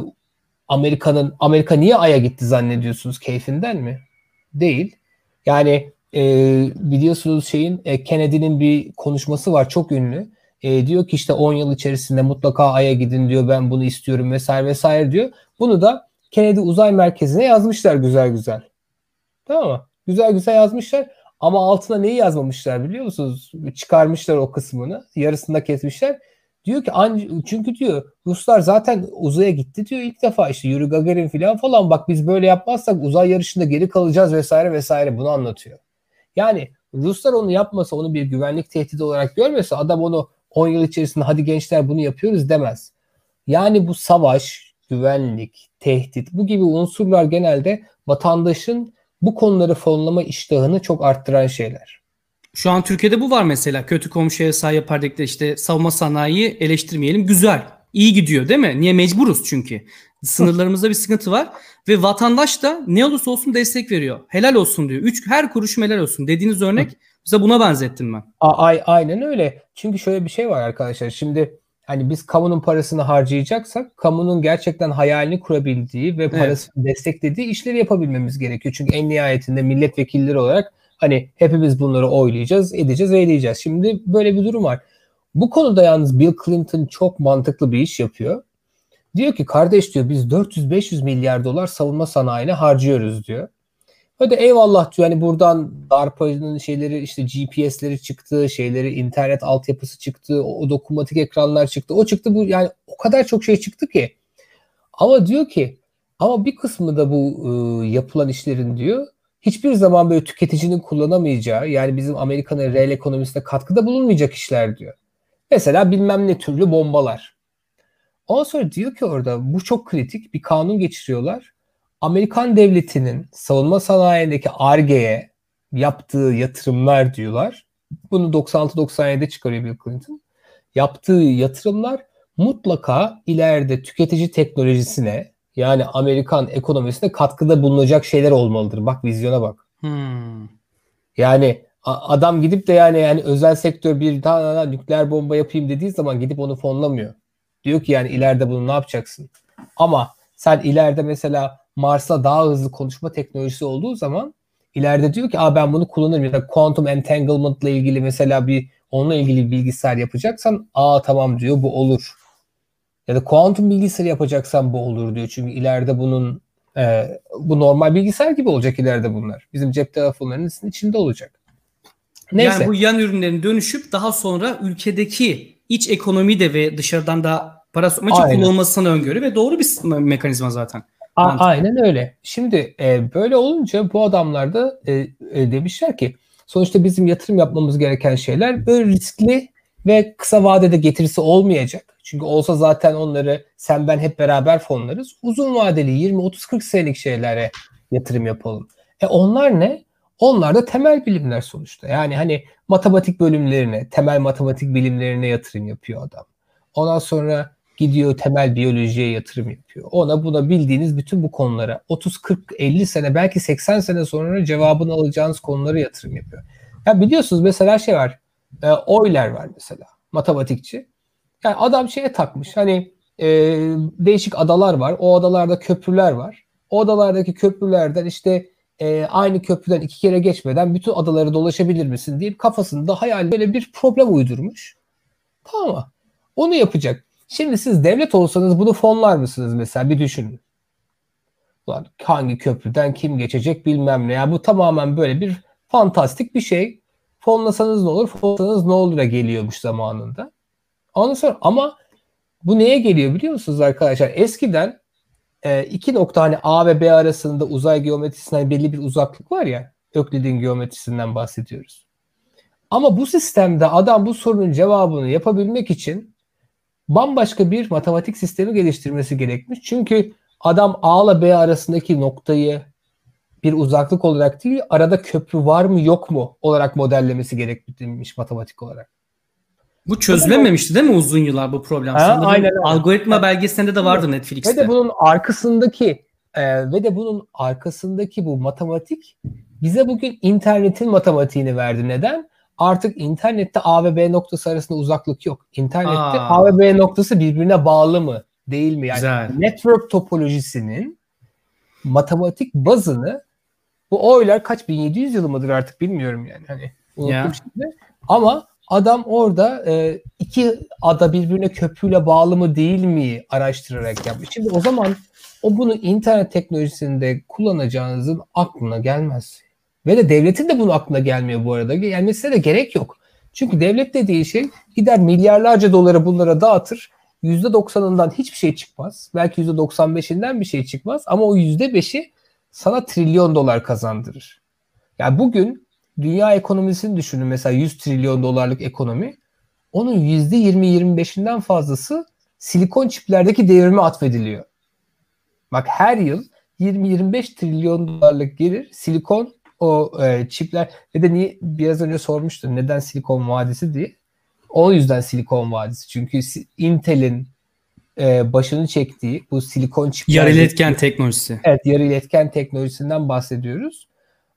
Amerika niye Ay'a gitti zannediyorsunuz? Keyfinden mi? Değil. Yani biliyorsunuz Kennedy'nin bir konuşması var, çok ünlü. Diyor ki işte 10 yıl içerisinde mutlaka Ay'a gidin diyor, ben bunu istiyorum vesaire vesaire diyor. Bunu da Kennedy Uzay Merkezi'ne yazmışlar güzel güzel. Tamam mı? Güzel güzel yazmışlar ama altına neyi yazmamışlar biliyor musunuz? Çıkarmışlar o kısmını, yarısında kesmişler. Diyor ki çünkü diyor Ruslar zaten uzaya gitti diyor ilk defa, işte Yuri Gagarin falan, bak biz böyle yapmazsak uzay yarışında geri kalacağız vesaire vesaire, bunu anlatıyor. Yani Ruslar onu yapmasa, onu bir güvenlik tehdidi olarak görmese, adam onu 10 yıl içerisinde hadi gençler bunu yapıyoruz demez. Yani bu savaş, güvenlik, tehdit, bu gibi unsurlar genelde vatandaşın bu konuları fonlama iştahını çok arttıran şeyler.
Şu an Türkiye'de bu var mesela. Kötü komşuya sahip yapar dedikleri, işte savunma sanayiyi eleştirmeyelim. Güzel. İyi gidiyor değil mi? Niye? Mecburuz çünkü. Sınırlarımızda bir sıkıntı var. Ve vatandaş da ne olursa olsun destek veriyor. Helal olsun diyor. Her kuruşum helal olsun. Dediğiniz örnek bize buna benzettim ben.
Aynen öyle. Çünkü şöyle bir şey var arkadaşlar. Şimdi hani biz kamunun parasını harcayacaksak, kamunun gerçekten hayalini kurabildiği ve parasını desteklediği işleri yapabilmemiz gerekiyor. Çünkü en nihayetinde milletvekilleri olarak hani hepimiz bunları oylayacağız, edeceğiz ve edeceğiz. Şimdi böyle bir durum var. Bu konuda yalnız Bill Clinton çok mantıklı bir iş yapıyor. Diyor ki kardeş diyor, biz 400-500 milyar dolar savunma sanayine harcıyoruz diyor. Hadi eyvallah diyor, hani buradan DARPA'nın şeyleri, işte GPS'leri çıktı, internet altyapısı çıktı, o dokunmatik ekranlar çıktı, o çıktı, bu yani o kadar çok şey çıktı ki. Ama diyor ki ama bir kısmı da bu yapılan işlerin diyor hiçbir zaman böyle tüketicinin kullanamayacağı, yani bizim Amerika'nın reel ekonomisine katkıda bulunmayacak işler diyor. Mesela bilmem ne türlü bombalar. Ondan sonra diyor ki orada bu çok kritik, bir kanun geçiriyorlar. Amerikan devletinin savunma sanayindeki Ar-Ge'ye yaptığı yatırımlar diyorlar. Bunu 96-97'de çıkarıyor Bill Clinton. Yaptığı yatırımlar mutlaka ileride tüketici teknolojisine, yani Amerikan ekonomisine katkıda bulunacak şeyler olmalıdır. Bak vizyona bak. Yani adam gidip de yani özel sektör bir daha nükleer bomba yapayım dediği zaman gidip onu fonlamıyor. Diyor ki yani ileride bunu ne yapacaksın? Ama sen ileride mesela Mars'la daha hızlı konuşma teknolojisi olduğu zaman ileride diyor ki ben bunu kullanırım. Ya da quantum entanglement ile ilgili mesela onunla ilgili bir bilgisayar yapacaksan tamam diyor, bu olur. Ya da kuantum bilgisayar yapacaksan bu olur diyor. Çünkü ileride bunun bu normal bilgisayar gibi olacak ileride bunlar. Bizim cep telefonlarının içinde olacak. Neyse.
Yani bu yan ürünlerin dönüşüp daha sonra ülkedeki iç ekonomi de ve dışarıdan da para sokmak için kullanılmasını öngörüyor ve doğru bir mekanizma zaten.
Aynen öyle. Şimdi böyle olunca bu adamlar da demişler ki sonuçta bizim yatırım yapmamız gereken şeyler böyle riskli ve kısa vadede getirisi olmayacak. Çünkü olsa zaten onları sen ben hep beraber fonlarız. Uzun vadeli 20-30-40 senelik şeylere yatırım yapalım. Onlar ne? Onlar da temel bilimler sonuçta. Yani hani matematik bölümlerine, temel matematik bilimlerine yatırım yapıyor adam. Ondan sonra gidiyor temel biyolojiye yatırım yapıyor. Ona buna bildiğiniz bütün bu konulara 30, 40, 50 sene belki 80 sene sonra cevabını alacağınız konulara yatırım yapıyor. Ya biliyorsunuz mesela var. Euler var mesela, matematikçi. Yani adam takmış. Hani değişik adalar var. O adalarda köprüler var. O adalardaki köprülerden işte aynı köprüden 2 kere geçmeden bütün adaları dolaşabilir misin deyip kafasında hayal böyle bir problem uydurmuş. Tamam mı? Onu yapacak. Şimdi siz devlet olsanız bunu fonlar mısınız mesela, bir düşünün. Ulan hangi köprüden kim geçecek bilmem ne. Ya bu tamamen böyle bir fantastik bir şey. Fonlasanız ne olur, fonlasanız ne olur'a geliyormuş zamanında. Ondan sonra ama bu neye geliyor biliyor musunuz arkadaşlar? Eskiden iki nokta, hani A ve B arasında uzay geometrisinden belli bir uzaklık var ya. Öklid'in geometrisinden bahsediyoruz. Ama bu sistemde adam bu sorunun cevabını yapabilmek için bambaşka bir matematik sistemi geliştirmesi gerekmiş. Çünkü adam A ile B arasındaki noktayı bir uzaklık olarak değil, arada köprü var mı yok mu olarak modellemesi gerekmiş matematik olarak.
Bu çözülememişti değil mi uzun yıllar bu problem? Sanırım
aynen öyle.
algoritma belgeselinde de vardı Netflix'te.
Ve de bunun arkasındaki bu matematik bize bugün internetin matematiğini verdi. Neden? Artık internette A ve B noktası arasında uzaklık yok. İnternette A ve B noktası birbirine bağlı mı? Değil mi? Yani
güzel.
network topolojisinin matematik bazını, bu oylar kaç 1700 yılı mıdır artık bilmiyorum yani. Hani unuttum şimdi. Ama adam orada iki ada birbirine köprüyle bağlı mı değil mi araştırarak yapmış. Şimdi o zaman bunu internet teknolojisinde kullanacağınızın aklına gelmez. Ve de devletin de bunun aklına gelmiyor bu arada. Gelmesine de gerek yok. Çünkü devlet dediği şey gider milyarlarca doları bunlara dağıtır. %90'ından hiçbir şey çıkmaz. Belki %95'inden bir şey çıkmaz. Ama o %5'i sana trilyon dolar kazandırır. Yani bugün dünya ekonomisini düşünün, mesela 100 trilyon dolarlık ekonomi. Onun %20-25'inden fazlası silikon çiplerdeki devrime atfediliyor. Bak her yıl 20-25 trilyon dolarlık gelir silikon çipler. Ve de niye, biraz önce sormuştum neden Silikon Vadisi diye. O yüzden Silikon Vadisi. Çünkü Intel'in başını çektiği bu silikon çipler.
Yarı iletken teknolojisi.
Evet, yarı iletken teknolojisinden bahsediyoruz.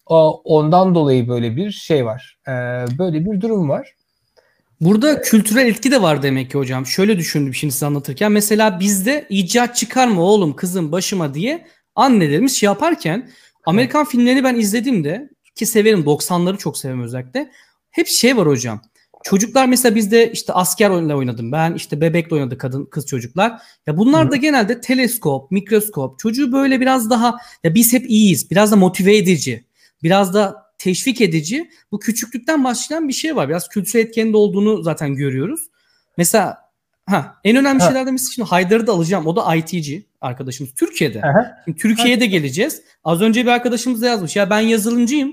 Ondan dolayı böyle bir şey var. Böyle bir durum var.
Burada kültürel etki de var demek ki hocam. Şöyle düşündüm şimdi size anlatırken. Mesela bizde icat çıkarma oğlum kızım başıma diye annelerimiz şey yaparken Amerikan filmlerini ben izlediğimde, ki severim 90'ları çok severim özellikle. Hep şey var hocam. Çocuklar mesela bizde işte askerle oynadım ben, işte bebekle oynadı kız çocuklar. Ya bunlar da genelde teleskop, mikroskop, çocuğu böyle biraz daha, ya biz hep iyiyiz, biraz da motive edici, biraz da teşvik edici. Bu küçüklükten başlayan bir şey var. Biraz kültürel etkenin de olduğunu zaten görüyoruz. Mesela en önemli şeylerden birisi, şimdi Haydar'ı da alacağım. O da IT'ci arkadaşımız Türkiye'de. Şimdi Türkiye'ye de geleceğiz. Az önce bir arkadaşımız da yazmış. Ya ben yazılımcıyım.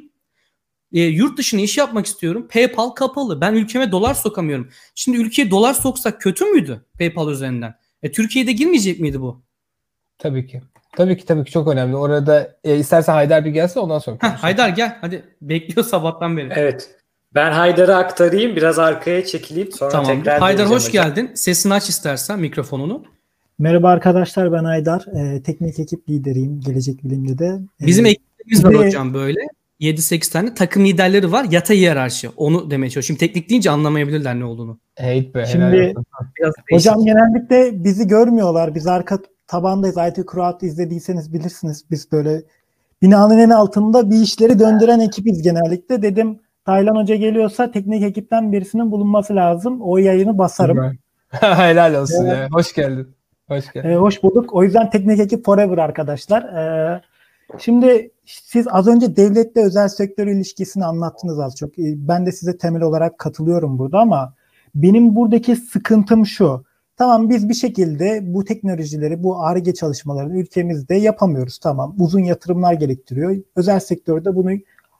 Yurt dışına iş yapmak istiyorum. PayPal kapalı. Ben ülkeme dolar sokamıyorum. Şimdi ülkeye dolar soksak kötü müydü PayPal üzerinden? Türkiye'de girmeyecek miydi bu?
Tabii ki. Tabii ki çok önemli. Orada istersen Haydar bir gelsin, ondan sonra konuşalım.
Haydar gel. Hadi bekliyor sabahtan beri.
Evet. Ben Haydar'ı aktarayım. Biraz arkaya çekileyim. Sonra tekrar
Haydar hoş
hocam.
geldin. Sesini aç istersen, mikrofonunu.
Merhaba arkadaşlar, ben Haydar. Teknik ekip lideriyim Gelecek Bilim'de de.
Bizim ekibimiz var hocam böyle. 7-8 tane takım liderleri var. Yatay hiyerarşi. Onu demeye çalışıyorum. Şimdi teknik deyince anlamayabilirler ne olduğunu.
Şimdi hocam genellikle bizi görmüyorlar. Biz arka tabandayız. IT Crowd izlediyseniz bilirsiniz. Biz böyle binanın en altında bir işleri döndüren ekibiz genellikle. Dedim Taylan Hoca geliyorsa teknik ekipten birisinin bulunması lazım. O yayını basarım.
Helal olsun ya. Hoş geldin.
Hoş bulduk. O yüzden teknik ekip forever arkadaşlar. Şimdi siz az önce devletle özel sektör ilişkisini anlattınız az çok. Ben de size temel olarak katılıyorum burada ama benim buradaki sıkıntım şu. Tamam, biz bir şekilde bu teknolojileri, bu Ar-Ge çalışmalarını ülkemizde yapamıyoruz. Tamam, uzun yatırımlar gerektiriyor. Özel sektörde bunu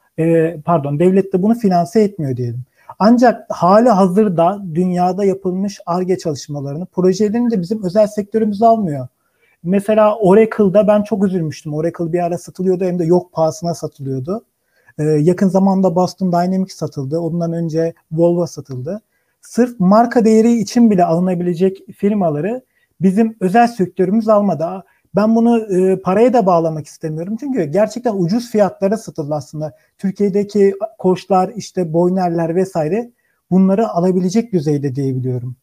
devlet de bunu finanse etmiyor diyelim. Ancak hali hazırda dünyada yapılmış Ar-Ge çalışmalarını, projelerini de bizim özel sektörümüz almıyor. Mesela Oracle'da ben çok üzülmüştüm. Oracle bir ara satılıyordu, hem de yok pahasına satılıyordu. Yakın zamanda Boston Dynamics satıldı. Ondan önce Volvo satıldı. Sırf marka değeri için bile alınabilecek firmaları bizim özel sektörümüz almadı. Ben bunu paraya da bağlamak istemiyorum. Çünkü gerçekten ucuz fiyatlara satıldı aslında. Türkiye'deki Koçlar, işte Boyner'ler vesaire bunları alabilecek düzeyde diyebiliyorum.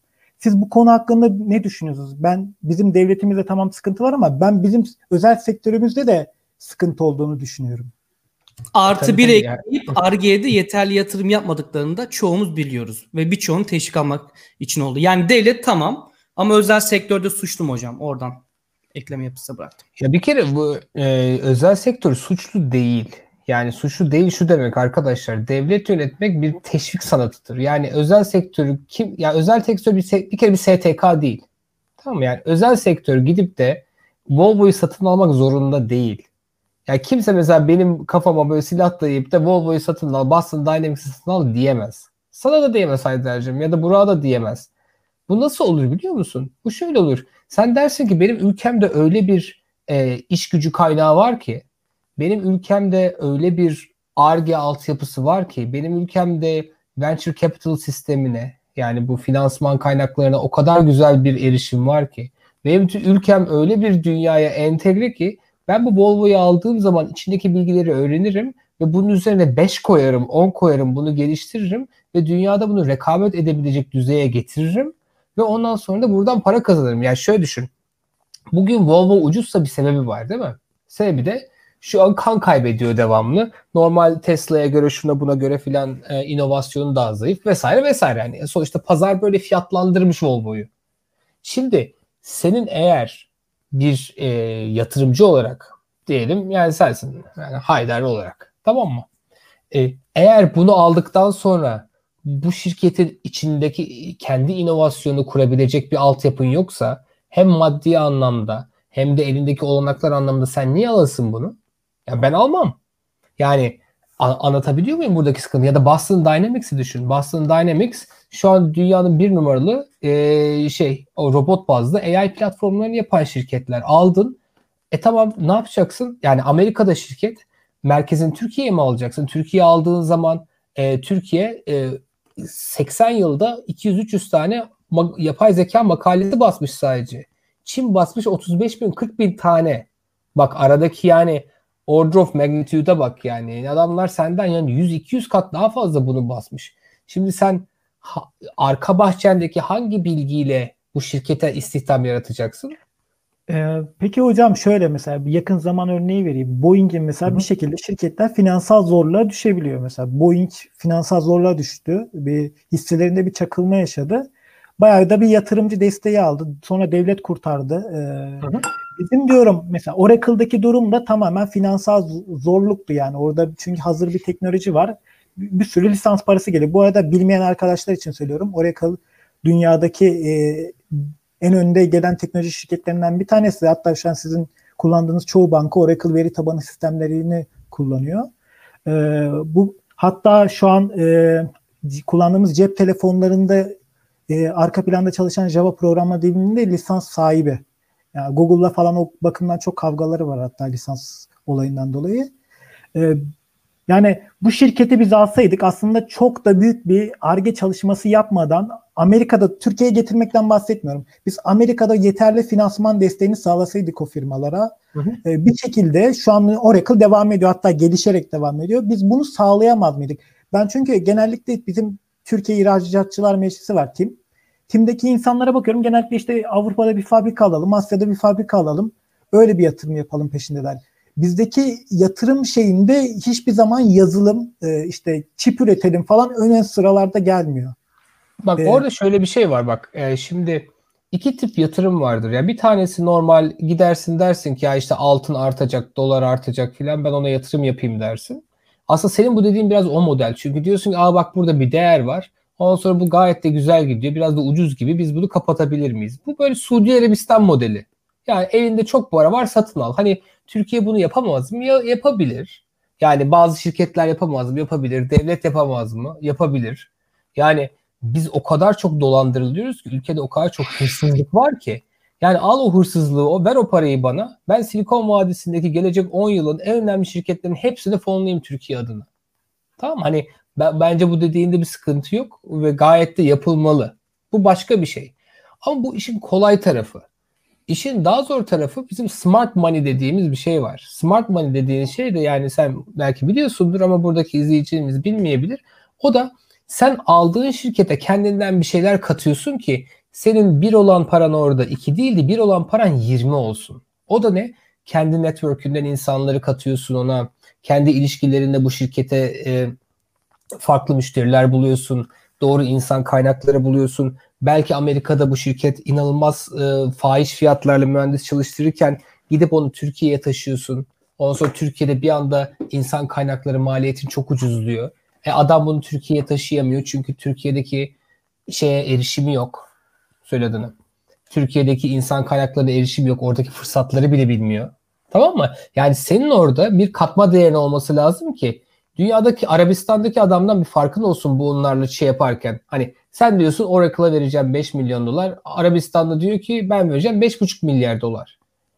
Siz bu konu hakkında ne düşünüyorsunuz? Bizim devletimizde tamam sıkıntı var ama ben bizim özel sektörümüzde de sıkıntı olduğunu düşünüyorum.
Artı bir
tabii
ekleyip Ar-Ge'de yeterli yatırım yapmadıklarını da çoğumuz biliyoruz. Ve birçoğunu teşvik almak için oldu. Yani devlet tamam ama özel sektörde suçlu mu hocam? Oradan ekleme yapısı bıraktım.
Ya bir kere bu özel sektör suçlu değil. Yani suçlu değil şu demek arkadaşlar. Devlet yönetmek bir teşvik sanatıdır. Yani özel sektörü özel sektör bir kere bir STK değil. Tamam mı? Yani özel sektör gidip de Volvo'yu satın almak zorunda değil. Yani kimse mesela benim kafama böyle silah dayayıp da Volvo'yu satın al, Boston Dynamics'i satın al diyemez. Sana da diyemez Haydar'cığım ya da Burak'a da diyemez. Bu nasıl olur biliyor musun? Bu şöyle olur. Sen dersin ki benim ülkemde öyle bir iş gücü kaynağı var ki, benim ülkemde öyle bir Ar-Ge altyapısı var ki, benim ülkemde venture capital sistemine yani bu finansman kaynaklarına o kadar güzel bir erişim var ki, benim ülkem öyle bir dünyaya entegre ki ben bu Volvo'yu aldığım zaman içindeki bilgileri öğrenirim ve bunun üzerine 5 koyarım, 10 koyarım, bunu geliştiririm ve dünyada bunu rekabet edebilecek düzeye getiririm ve ondan sonra da buradan para kazanırım. Yani şöyle düşün. Bugün Volvo ucuzsa bir sebebi var değil mi? Sebebi de şu an kan kaybediyor devamlı. Normal Tesla'ya göre şuna buna göre filan inovasyonu daha zayıf vesaire vesaire. Yani sonuçta pazar böyle fiyatlandırmış Volvo'yu. Şimdi senin eğer bir yatırımcı olarak diyelim yani sensin yani Haydar olarak tamam mı? Eğer bunu aldıktan sonra bu şirketin içindeki kendi inovasyonu kurabilecek bir altyapın yoksa hem maddi anlamda hem de elindeki olanaklar anlamında sen niye alasın bunu? Ya ben almam. Yani anlatabiliyor muyum buradaki sıkıntı? Ya da Boston Dynamics'i düşün. Boston Dynamics şu an dünyanın bir numaralı o robot bazlı AI platformlarını yapan şirketler. Aldın. Tamam ne yapacaksın? Yani Amerika'da şirket merkezini Türkiye'ye mi alacaksın? Türkiye aldığın zaman Türkiye 80 yılda 200-300 tane yapay zeka makalesi basmış sadece. Çin basmış 35 bin 40 bin tane. Bak aradaki yani order of magnitude'a bak yani. Adamlar senden yani 100-200 kat daha fazla bunu basmış. Şimdi sen arka bahçendeki hangi bilgiyle bu şirkete istihdam yaratacaksın?
Peki hocam şöyle mesela bir yakın zaman örneği vereyim. Boeing'in mesela bir şekilde şirketler finansal zorluğa düşebiliyor. Mesela Boeing finansal zorluğa düştü. Bir hisselerinde bir çakılma yaşadı. Bayağı da bir yatırımcı desteği aldı. Sonra devlet kurtardı. Bizim diyorum mesela Oracle'daki durum da tamamen finansal zorluktu yani. Orada çünkü hazır bir teknoloji var. Bir sürü lisans parası geliyor. Bu arada bilmeyen arkadaşlar için söylüyorum. Oracle dünyadaki en önde gelen teknoloji şirketlerinden bir tanesi. Hatta şu an sizin kullandığınız çoğu banka Oracle veri tabanı sistemlerini kullanıyor. Bu hatta şu an kullandığımız cep telefonlarında arka planda çalışan Java programlama dilinde lisans sahibi. Yani Google'la falan o bakımdan çok kavgaları var hatta lisans olayından dolayı. Yani bu şirketi biz alsaydık aslında çok da büyük bir Ar-Ge çalışması yapmadan Amerika'da Türkiye'ye getirmekten bahsetmiyorum. Biz Amerika'da yeterli finansman desteğini sağlasaydık o firmalara bir şekilde şu an Oracle devam ediyor hatta gelişerek devam ediyor. Biz bunu sağlayamaz mıydık? Ben çünkü genellikle bizim Türkiye İhracatçılar Meclisi var TİM. TİM'deki insanlara bakıyorum genellikle işte Avrupa'da bir fabrika alalım, Asya'da bir fabrika alalım. Öyle bir yatırım yapalım peşindeler. Bizdeki yatırım şeyinde hiçbir zaman yazılım, işte çip üretelim falan ön sıralarda gelmiyor.
Bak orada şöyle bir şey var bak. Şimdi iki tip yatırım vardır. Ya bir tanesi normal gidersin dersin ki ya işte altın artacak, dolar artacak filan ben ona yatırım yapayım dersin. Aslında senin bu dediğin biraz o model. Çünkü diyorsun ki bak burada bir değer var. Ondan sonra bu gayet de güzel gidiyor. Biraz da ucuz gibi. Biz bunu kapatabilir miyiz? Bu böyle Suudi Arabistan modeli. Yani elinde çok para var satın al. Hani Türkiye bunu yapamaz mı? Yapabilir. Yani bazı şirketler yapamaz mı? Yapabilir. Devlet yapamaz mı? Yapabilir. Yani biz o kadar çok dolandırılıyoruz ki ülkede o kadar çok hırsızlık var ki. Yani al o hırsızlığı, ver o parayı bana. Ben Silikon Vadisi'ndeki gelecek 10 yılın en önemli şirketlerin hepsini fonlayayım Türkiye adına. Tamam hani bence bu dediğinde bir sıkıntı yok ve gayet de yapılmalı. Bu başka bir şey. Ama bu işin kolay tarafı. İşin daha zor tarafı bizim smart money dediğimiz bir şey var. Smart money dediğin şey de yani sen belki biliyorsundur ama buradaki izleyicilerimiz bilmeyebilir. O da sen aldığın şirkete kendinden bir şeyler katıyorsun ki Senin bir olan paran orada 2 değil de bir olan paran 20 olsun. O da ne? Kendi network'ünden insanları katıyorsun ona. Kendi ilişkilerinde bu şirkete farklı müşteriler buluyorsun. Doğru insan kaynakları buluyorsun. Belki Amerika'da bu şirket inanılmaz fahiş fiyatlarla mühendis çalıştırırken gidip onu Türkiye'ye taşıyorsun. Ondan sonra Türkiye'de bir anda insan kaynakları maliyetin çok ucuzluyor. Adam bunu Türkiye'ye taşıyamıyor çünkü Türkiye'deki şeye erişimi yok. Söylediğini. Türkiye'deki insan kaynaklarına erişim yok. Oradaki fırsatları bile bilmiyor. Tamam mı? Yani senin orada bir katma değerin olması lazım ki dünyadaki Arabistan'daki adamdan bir farkın olsun bunlarla şey yaparken. Hani sen diyorsun Oracle'a vereceğim 5 milyon dolar. Arabistan'da diyor ki ben vereceğim 5,5 milyar dolar.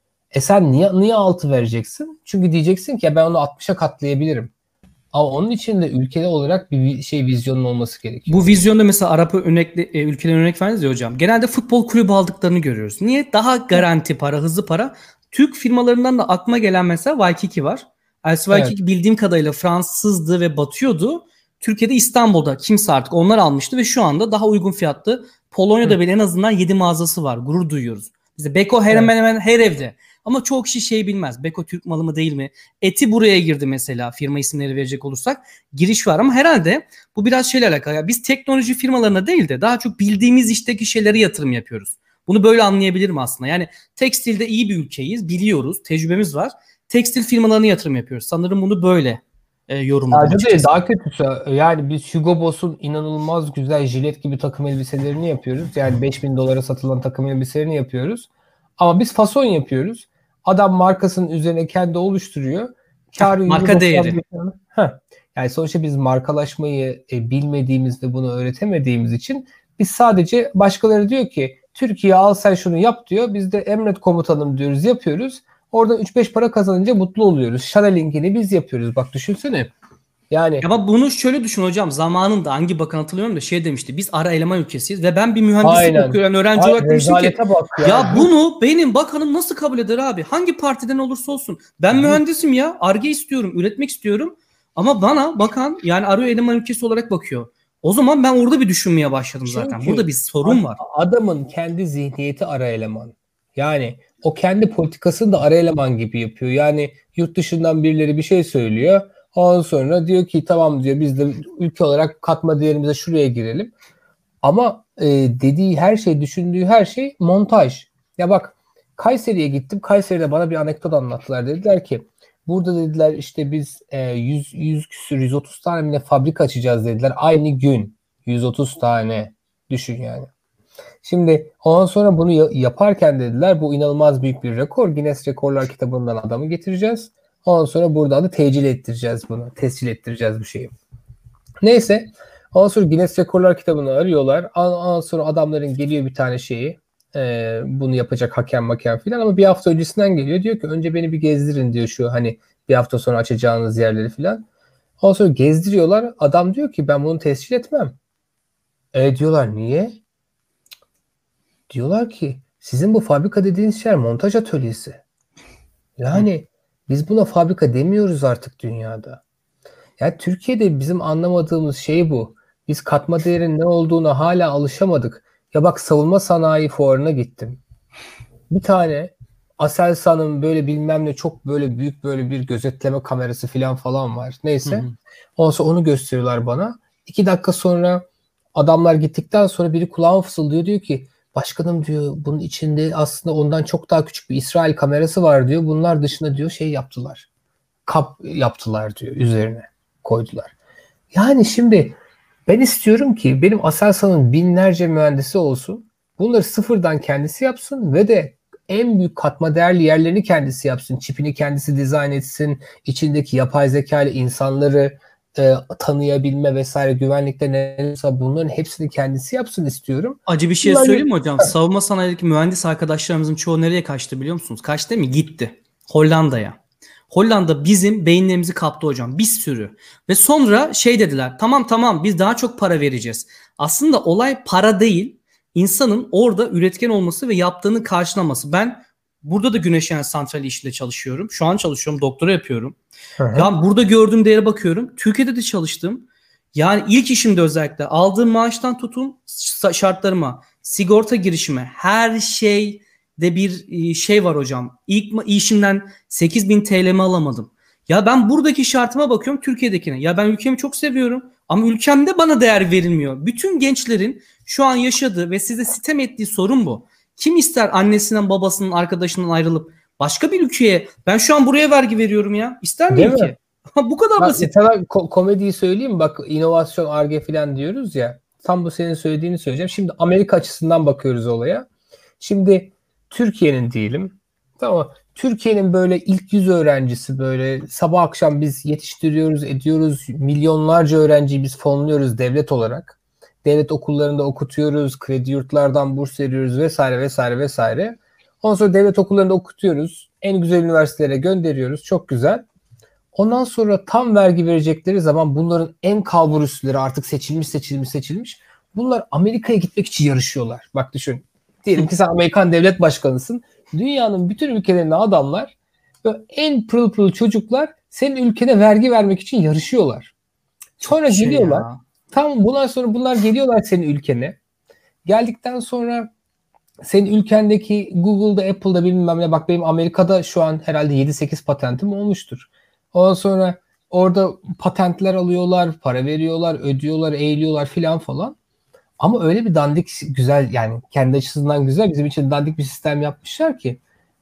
Sen niye 6 vereceksin? Çünkü diyeceksin ki ya ben onu 60'a katlayabilirim. Ama onun için de ülkeli olarak bir vizyonun olması gerekiyor.
Bu vizyonda mesela Arap ülkelerin örnek verdiniz ya hocam. Genelde futbol kulübü aldıklarını görüyoruz. Niye? Daha garanti para, hızlı para. Türk firmalarından da aklıma gelen mesela Waikiki var. Waikiki bildiğim kadarıyla Fransızdı ve batıyordu. Türkiye'de İstanbul'da kimse artık onlar almıştı ve şu anda daha uygun fiyatlı. Polonya'da bile en azından 7 mağazası var. Gurur duyuyoruz. Bize Beko hemen her evde. Ama çoğu kişi şey bilmez. Beko Türk malı mı değil mi? Eti buraya girdi mesela. Firma isimleri verecek olursak. Giriş var ama herhalde bu biraz şeyle alakalı. Yani biz teknoloji firmalarına değil de daha çok bildiğimiz işteki şeylere yatırım yapıyoruz. Bunu böyle anlayabilirim aslında. Yani tekstilde iyi bir ülkeyiz. Biliyoruz. Tecrübemiz var. Tekstil firmalarına yatırım yapıyoruz. Sanırım bunu böyle yorumladım.
Sadece değil, daha kötüsü. Yani biz Hugo Boss'un inanılmaz güzel jilet gibi takım elbiselerini yapıyoruz. Yani 5.000 dolara satılan takım elbiselerini yapıyoruz. Ama biz fason yapıyoruz. Adam markasının üzerine kendi oluşturuyor. Kârı
marka değeri.
Yani sonuçta biz markalaşmayı bilmediğimiz ve bunu öğretemediğimiz için biz sadece başkaları diyor ki Türkiye al sen şunu yap diyor. Biz de emret komutanım diyoruz, yapıyoruz. Oradan 3-5 para kazanınca mutlu oluyoruz. Chanel'inkini biz yapıyoruz. Bak düşünsene. Yani
ama bunu şöyle düşün hocam. Zamanında hangi bakan hatırlıyorum da şey demişti. Biz ara eleman ülkesiyiz ve ben bir mühendislik okuyan öğrenci olarak demiştim ki ya bunu benim bakanım nasıl kabul eder abi? Hangi partiden olursa olsun. Ben mühendisim ya. Ar-Ge istiyorum. Üretmek istiyorum. Ama bana bakan yani arıyor eleman ülkesi olarak bakıyor. O zaman ben orada bir düşünmeye başladım zaten.
Çünkü
burada bir sorun var.
Adamın kendi zihniyeti ara eleman. Yani o kendi politikasını da ara eleman gibi yapıyor. Yani yurt dışından birileri bir şey söylüyor. Ondan sonra diyor ki tamam diyor biz de ülke olarak katma değerimize şuraya girelim. Ama dediği her şey, düşündüğü her şey montaj. Ya bak Kayseri'ye gittim. Kayseri'de bana bir anekdot anlattılar. Dediler ki burada dediler işte biz 100 küsür 130 tane bile fabrika açacağız dediler. Aynı gün 130 tane düşün yani. Şimdi ondan sonra bunu yaparken dediler bu inanılmaz büyük bir rekor. Guinness Rekorlar kitabından adamı getireceğiz. Ondan sonra buradan da tescil ettireceğiz bunu. Tescil ettireceğiz bu şeyi. Neyse. Ondan sonra Guinness Rekorlar kitabını arıyorlar. Ondan sonra adamların geliyor bir tane şeyi. Bunu yapacak hakem filan ama bir hafta öncesinden geliyor. Diyor ki önce beni bir gezdirin diyor şu hani bir hafta sonra açacağınız yerleri filan. Ondan sonra gezdiriyorlar. Adam diyor ki ben bunu tescil etmem. Diyorlar niye? Diyorlar ki sizin bu fabrika dediğiniz yer montaj atölyesi. Yani biz buna fabrika demiyoruz artık dünyada. Yani Türkiye'de bizim anlamadığımız şey bu. Biz katma değerin ne olduğuna hala alışamadık. Ya bak savunma sanayi fuarına gittim. Bir tane Aselsan'ın böyle bilmem ne çok böyle büyük böyle bir gözetleme kamerası falan var. Neyse. Ondan sonra onu gösteriyorlar bana. 2 dakika sonra adamlar gittikten sonra biri kulağıma fısıldıyor diyor ki başkanım diyor bunun içinde aslında ondan çok daha küçük bir İsrail kamerası var diyor. Bunlar dışında diyor şey yaptılar. Kap yaptılar diyor üzerine koydular. Yani şimdi ben istiyorum ki benim Aselsan'ın binlerce mühendisi olsun. Bunları sıfırdan kendisi yapsın ve de en büyük katma değerli yerlerini kendisi yapsın. Çipini kendisi dizayn etsin. İçindeki yapay zeka ile insanları tanıyabilme vesaire güvenlikte neyse bunların hepsini kendisi yapsın istiyorum.
Acı bir şey söyleyeyim mi hocam? Savunma sanayideki mühendis arkadaşlarımızın çoğu nereye kaçtı biliyor musunuz? Kaçtı mı? Gitti. Hollanda'ya. Hollanda bizim beyinlerimizi kaptı hocam. Bir sürü. Ve sonra şey dediler. Tamam biz daha çok para vereceğiz. Aslında olay para değil. İnsanın orada üretken olması ve yaptığını karşılaması. Ben burada da güneş enerji santrali işinde çalışıyorum. Şu an çalışıyorum. Doktora yapıyorum. Ya burada gördüğüm değere bakıyorum. Türkiye'de de çalıştım. Yani ilk işimde özellikle aldığım maaştan tutun şartlarıma. sigorta girişimi, her şeyde bir şey var hocam. İlk işimden 8.000 TL'mi alamadım. Ya ben buradaki şartıma bakıyorum, Türkiye'dekine. Ya ben ülkemi çok seviyorum ama ülkemde bana değer verilmiyor. Bütün gençlerin şu an yaşadığı ve size sitem ettiği sorun bu. Kim ister annesinden, babasının, arkadaşından ayrılıp başka bir ülkeye, ben şu an buraya vergi veriyorum ya. İster miyim ki? Bu kadar basit.
Sana komediyi söyleyeyim, bak inovasyon, Ar-Ge falan diyoruz ya. Tam bu senin söylediğini söyleyeceğim. Şimdi Amerika açısından bakıyoruz olaya. Şimdi Türkiye'nin diyelim. Tamam. Türkiye'nin böyle ilk 100 öğrencisi, böyle sabah akşam biz yetiştiriyoruz, ediyoruz. Milyonlarca öğrenciyi biz fonluyoruz devlet olarak. Devlet okullarında okutuyoruz, kredi yurtlardan burs veriyoruz vesaire vesaire vesaire. Ondan sonra devlet okullarında okutuyoruz. En güzel üniversitelere gönderiyoruz. Çok güzel. Ondan sonra tam vergi verecekleri zaman bunların en kalbur üstleri artık seçilmiş. Bunlar Amerika'ya gitmek için yarışıyorlar. Bak düşün. Diyelim ki sen Amerikan devlet başkanısın. Dünyanın bütün ülkelerinde adamlar ve en pırıl pırıl çocuklar senin ülkene vergi vermek için yarışıyorlar. Sonra geliyorlar. Tam bundan sonra bunlar geliyorlar senin ülkene. Geldikten sonra senin ülkendeki Google'da, Apple'da bilmem ne, bak benim Amerika'da şu an herhalde 7-8 patentim olmuştur. Ondan sonra orada patentler alıyorlar, para veriyorlar, ödüyorlar, eğiliyorlar filan falan. Ama öyle bir dandik güzel, yani kendi açısından güzel, bizim için dandik bir sistem yapmışlar ki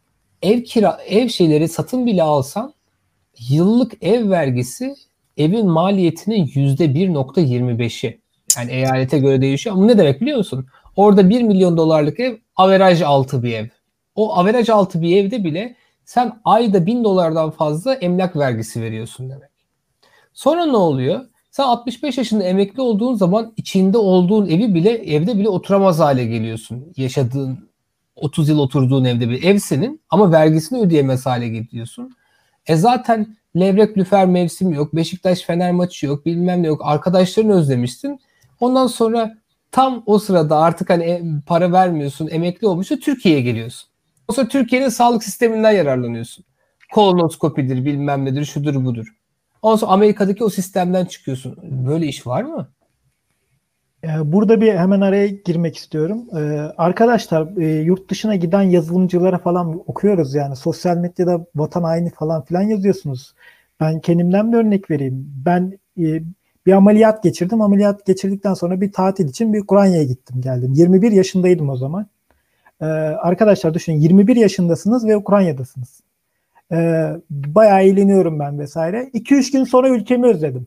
ev şeyleri satın bile alsan yıllık ev vergisi evin maliyetinin %1.25'i. Yani eyalete göre değişiyor. Ama ne demek biliyor musun? Orada 1 milyon dolarlık ev averaj altı bir ev. O averaj altı bir evde bile sen ayda $1.000 fazla emlak vergisi veriyorsun demek. Sonra ne oluyor? Sen 65 yaşında emekli olduğun zaman içinde olduğun evde bile oturamaz hale geliyorsun. Yaşadığın 30 yıl oturduğun evde bir ev senin ama vergisini ödeyemez hale geliyorsun. Zaten levrek lüfer mevsimi yok. Beşiktaş Fener maçı yok. Bilmem ne yok. Arkadaşlarını özlemişsin. Ondan sonra tam o sırada artık hani para vermiyorsun. Emekli olmuşsun. Türkiye'ye geliyorsun. O sonra Türkiye'nin sağlık sisteminden yararlanıyorsun. Kolonoskopidir, bilmem nedir, şudur budur. Ondan sonra Amerika'daki o sistemden çıkıyorsun. Böyle iş var mı?
Burada bir hemen araya girmek istiyorum. Arkadaşlar, yurt dışına giden yazılımcılara falan okuyoruz yani. Sosyal medyada vatan haini falan filan yazıyorsunuz. Ben kendimden bir örnek vereyim. Ben bir ameliyat geçirdim. Ameliyat geçirdikten sonra bir tatil için bir Ukrayna'ya gittim geldim. 21 yaşındaydım o zaman. Arkadaşlar düşünün, 21 yaşındasınız ve Ukrayna'dasınız. Bayağı eğleniyorum ben vesaire. 2-3 gün sonra ülkemi özledim.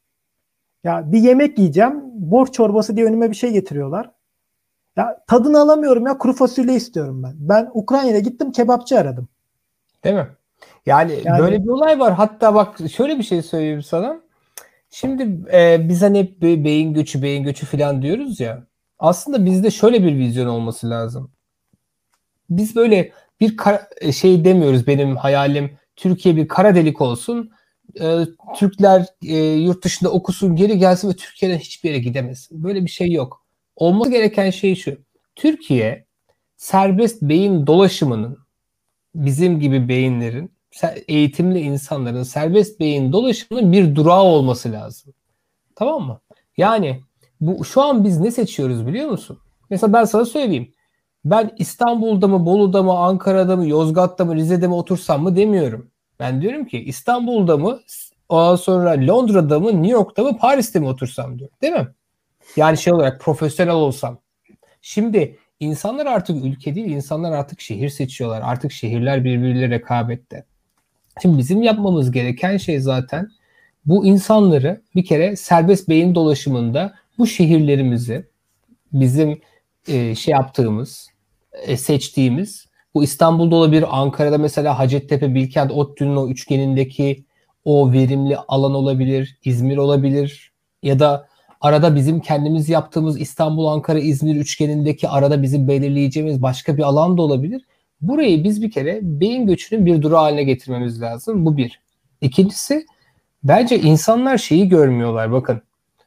Ya bir yemek yiyeceğim. Borç çorbası diye önüme bir şey getiriyorlar. Ya tadını alamıyorum ya. Kuru fasulye istiyorum ben. Ben Ukrayna'ya gittim, kebapçı aradım.
Değil mi? Yani böyle bir olay var. Hatta bak şöyle bir şey söyleyeyim sana. Şimdi biz hani hep beyin göçü falan diyoruz ya. Aslında bizde şöyle bir vizyon olması lazım. Biz böyle bir şey demiyoruz, benim hayalim Türkiye bir kara delik olsun. Türkler yurt dışında okusun, geri gelsin ve Türkiye'den hiçbir yere gidemesin. Böyle bir şey yok. Olması gereken şey şu. Türkiye serbest beyin dolaşımının, bizim gibi beyinlerin, eğitimli insanların serbest beyin dolaşımının bir durağı olması lazım. Tamam mı? Yani şu an biz ne seçiyoruz biliyor musun? Mesela ben sana söyleyeyim. Ben İstanbul'da mı, Bolu'da mı, Ankara'da mı, Yozgat'ta mı, Rize'de mi otursam mı demiyorum. Ben diyorum ki İstanbul'da mı, ondan sonra Londra'da mı, New York'ta mı, Paris'te mi otursam diyorum. Değil mi? Yani şey olarak profesyonel olsam. Şimdi insanlar artık ülke değil, insanlar artık şehir seçiyorlar. Artık şehirler birbiriyle rekabette. Şimdi bizim yapmamız gereken şey zaten bu insanları bir kere serbest beyin dolaşımında bu şehirlerimizi, bizim şey yaptığımız, seçtiğimiz, bu İstanbul'da olabilir, Ankara'da mesela Hacettepe, Bilkent, ODTÜ'nün o üçgenindeki o verimli alan olabilir, İzmir olabilir ya da arada bizim kendimiz yaptığımız İstanbul, Ankara, İzmir üçgenindeki arada bizim belirleyeceğimiz başka bir alan da olabilir. Burayı biz bir kere beyin göçünün bir durağı haline getirmemiz lazım. Bu bir. İkincisi, bence insanlar şeyi görmüyorlar. Bakın.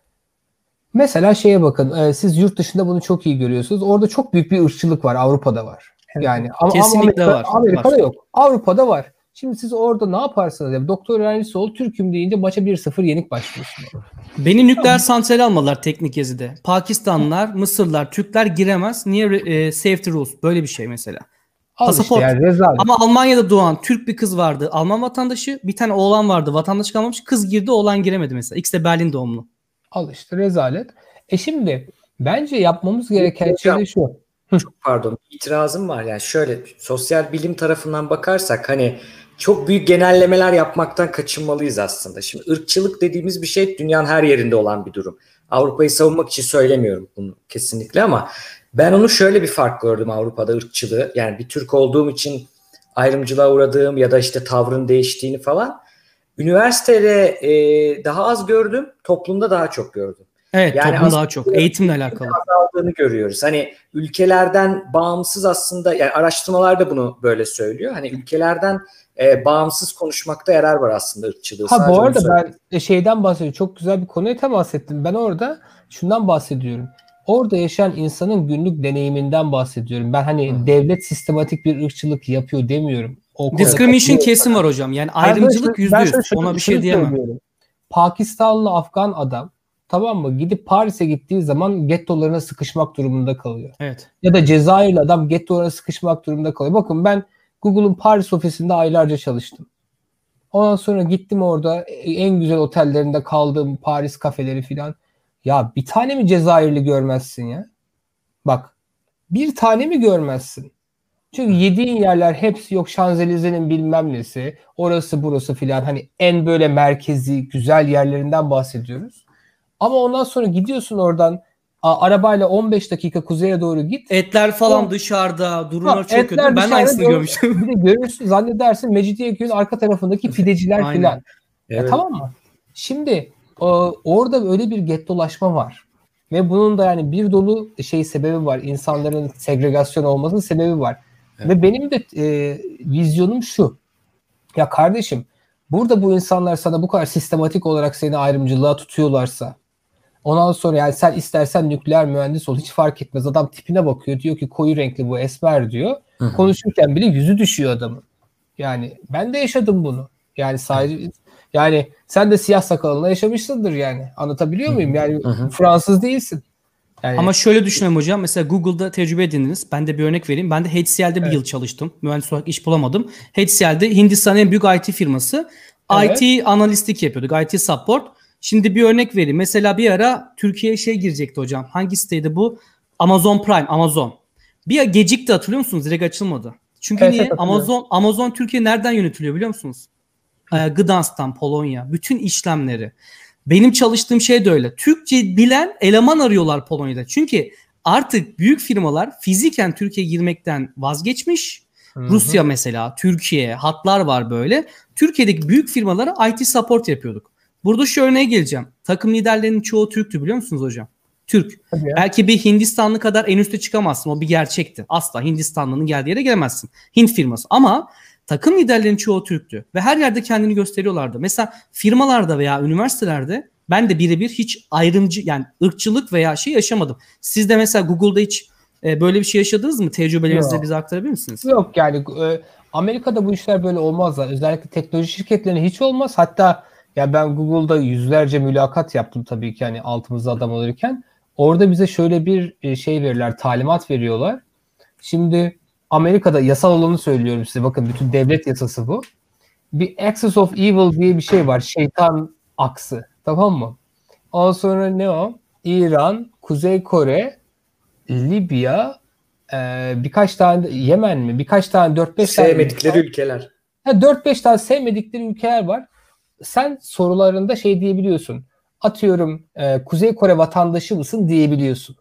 Mesela şeye bakın. Siz yurt dışında bunu çok iyi görüyorsunuz. Orada çok büyük bir ırkçılık var. Avrupa'da var.
Evet.
Yani
Kesinlikle var.
Amerika'da yok. Avrupa'da var. Şimdi siz orada ne yaparsanız, yani doktor öğrencisi ol, Türk'üm deyince maça 1-0 yenik başlıyorsun.
Beni nükleer santrali almalılar teknik gezide. Pakistanlılar, Mısırlılar, Türkler giremez. Niye? Safety rules. Böyle bir şey mesela. Pasaport.
Yani rezalet.
Ama Almanya'da doğan Türk bir kız vardı. Alman vatandaşı. Bir tane oğlan vardı. Vatandaşlık almamış. Kız girdi, oğlan giremedi mesela. İkisi de Berlin doğumlu.
Al işte rezalet. Şimdi bence yapmamız gereken şey de şu.
Çok pardon, itirazım var. Yani şöyle, sosyal bilim tarafından bakarsak hani çok büyük genellemeler yapmaktan kaçınmalıyız aslında. Şimdi ırkçılık dediğimiz bir şey dünyanın her yerinde olan bir durum. Avrupa'yı savunmak için söylemiyorum bunu kesinlikle, ama ben onu şöyle bir fark gördüm Avrupa'da, ırkçılığı. Yani bir Türk olduğum için ayrımcılığa uğradığım ya da işte tavrın değiştiğini falan. Üniversitede daha az gördüm, toplumda daha çok gördüm.
Evet,
Yani
toplum daha çok. Eğitimle alakalı.
Azaldığını görüyoruz. Hani ülkelerden bağımsız aslında, yani araştırmalar da bunu böyle söylüyor. Hani ülkelerden bağımsız konuşmakta yarar var aslında ırkçılığı.
Ha
Sadece
bu
onu
arada
söyleyeyim.
ben şeyden bahsediyorum. Çok güzel bir konuya temas ettim. Ben orada şundan bahsediyorum. Orada yaşayan insanın günlük deneyiminden bahsediyorum. Ben hani devlet sistematik bir ırkçılık yapıyor demiyorum. O konuda
Discrimination
katılıyorum.
kesim var hocam. Yani
Ben sana
ayrımcılık
şu- ben sana
%100.
şunu-
Ona bir
şunu
şey diyemem.
söylüyorum. Pakistanlı Afgan adam, tamam mı, gidip Paris'e gittiği zaman gettolarına sıkışmak durumunda kalıyor.
Evet.
Ya da Cezayirli adam gettolarına sıkışmak durumunda kalıyor. Bakın ben Google'un Paris ofisinde aylarca çalıştım. Ondan sonra gittim, orada en güzel otellerinde kaldım, Paris kafeleri filan. Ya bir tane mi Cezayirli görmezsin ya? Bak, bir tane mi görmezsin? Çünkü yediğin yerler hepsi yok Şanzelize'nin bilmem nesi, orası burası filan, hani en böyle merkezi güzel yerlerinden bahsediyoruz. Ama ondan sonra gidiyorsun oradan arabayla 15 dakika kuzeye doğru git.
Etler falan dışarıda. Durumlar çok kötü.
Etler
Ben de
dışarıda
aynısını
doğru-
görmüştüm.
Bir de görürsün, zannedersin Mecidiyeköy'ün arka tarafındaki pideciler
Aynen.
filan.
Evet.
Tamam mı? Şimdi orada öyle bir gettolaşma var. Ve bunun da yani bir dolu sebebi var. İnsanların segregasyon olmasının sebebi var.
Evet.
Ve benim de vizyonum şu. Ya kardeşim, burada bu insanlar sana bu kadar sistematik olarak seni ayrımcılığa tutuyorlarsa, ondan sonra yani sen istersen nükleer mühendis ol, hiç fark etmez. Adam tipine bakıyor, diyor ki koyu renkli bu, esmer diyor.
Hı-hı.
Konuşurken bile yüzü düşüyor adamın. Yani ben de yaşadım bunu. Yani sadece yani sen de siyah sakalınla yaşamışsındır yani. Anlatabiliyor muyum? Yani Fransız değilsin. Yani,
Ama şöyle düşünelim hocam. Mesela Google'da tecrübe edindiniz. Ben de bir örnek vereyim. Ben de HCL'de bir yıl çalıştım. Mühendis olarak iş bulamadım. HCL'de Hindistan'ın en büyük IT firması.
Evet.
IT analistlik yapıyorduk. IT support. Şimdi bir örnek vereyim. Mesela bir ara Türkiye'ye girecekti hocam. Hangi siteydi bu? Amazon Prime. Amazon. Bir gecikti, hatırlıyor musunuz? Direkt açılmadı. Çünkü
Evet,
niye?
hatırlıyorum.
Amazon Türkiye nereden yönetiliyor biliyor musunuz? Gdansk'tan, Polonya. Bütün işlemleri. Benim çalıştığım şey de öyle. Türkçe bilen eleman arıyorlar Polonya'da. Çünkü artık büyük firmalar fiziken Türkiye'ye girmekten vazgeçmiş.
Hı-hı.
Rusya mesela, Türkiye, hatlar var böyle. Türkiye'deki büyük firmalara IT support yapıyorduk. Burada şu örneğe geleceğim. Takım liderlerinin çoğu Türktü, biliyor musunuz hocam? Türk. Belki bir Hindistanlı kadar en üste çıkamazsın. O bir gerçekti. Asla Hindistanlı'nın geldiği yere gelemezsin. Hint firması. Ama takım liderlerinin çoğu Türktü. Ve her yerde kendini gösteriyorlardı. Mesela firmalarda veya üniversitelerde ben de birebir hiç ayrımcı, yani ırkçılık veya şey yaşamadım. Siz de mesela Google'da hiç böyle bir şey yaşadınız mı? Tecrübelerinizi de bize aktarabilir misiniz?
Yok yani Amerika'da bu işler böyle olmaz. Özellikle teknoloji şirketlerine hiç olmaz. Hatta ya ben Google'da yüzlerce mülakat yaptım tabii ki, hani altımızda adam alırken. Orada bize şöyle bir şey verirler, talimat veriyorlar. Şimdi Amerika'da yasal olanı söylüyorum size. Bakın, bütün devlet yasası bu. Bir axis of evil diye bir şey var. Şeytan aksı. Tamam mı? Ondan sonra ne o? İran, Kuzey Kore, Libya, birkaç tane Yemen mi? Birkaç tane 4-5 tane
Sevmedikleri ülkeler.
4-5 tane sevmedikleri ülkeler var. Sen sorularında şey diyebiliyorsun. Atıyorum Kuzey Kore vatandaşı mısın diyebiliyorsun.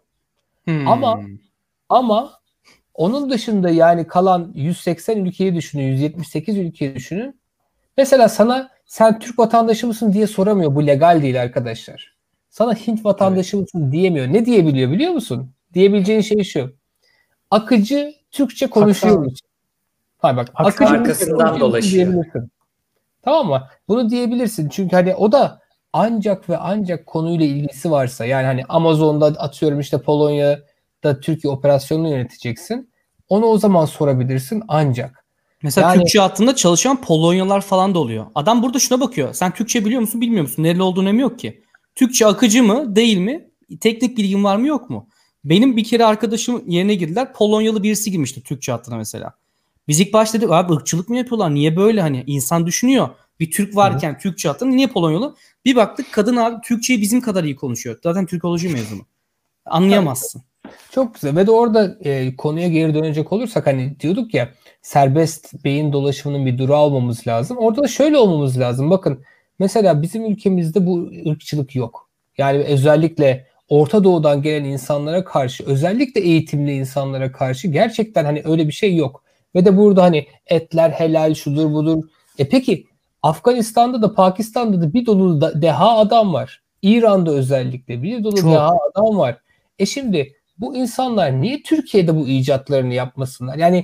Ama onun dışında yani kalan 180 ülkeyi düşünün, 178 ülkeyi düşünün. Mesela sana sen Türk vatandaşı mısın diye soramıyor. Bu legal değil arkadaşlar. Sana Hint vatandaşı mısın diyemiyor. Ne diyebiliyor biliyor musun? Diyebileceğin şey şu. Akıcı Türkçe konuşuyoruz. Hayır bak, akıcı
arkasından dolaşıyor.
Tamam mı? Bunu diyebilirsin. Çünkü hani o da ancak ve ancak konuyla ilgisi varsa, yani hani Amazon'da atıyorum işte Polonya'da Türkiye operasyonunu yöneteceksin. Onu o zaman sorabilirsin ancak.
Mesela
yani,
Türkçe hattında çalışan Polonyalar falan da oluyor. Adam burada şuna bakıyor. Sen Türkçe biliyor musun, bilmiyor musun? Nereli olduğunu önemi yok ki. Türkçe akıcı mı değil mi? Teknik bilgin var mı yok mu? Benim bir kere arkadaşım yerine girdiler. Polonyalı birisi girmişti Türkçe hattına mesela. Biz ilk başta dedik abi ırkçılık mı yapıyorlar? Niye böyle hani insan düşünüyor. Bir Türk varken Türkçe hattına niye Polonyalı? Bir baktık kadın abi Türkçeyi bizim kadar iyi konuşuyor. Zaten Türkoloji mezunu. Anlayamazsın.
Çok güzel ve de orada konuya geri dönecek olursak hani diyorduk ya serbest beyin dolaşımının bir durağı olmamız lazım. Orada da şöyle olmamız lazım. Bakın mesela bizim ülkemizde bu ırkçılık yok. Yani özellikle Orta Doğu'dan gelen insanlara karşı özellikle eğitimli insanlara karşı gerçekten hani öyle bir şey yok. Ve de burada hani etler helal şudur budur. Peki Afganistan'da da Pakistan'da da bir dolu deha adam var. İran'da özellikle bir dolu
Çok.
deha adam var. Şimdi bu insanlar niye Türkiye'de bu icatlarını yapmasınlar? Yani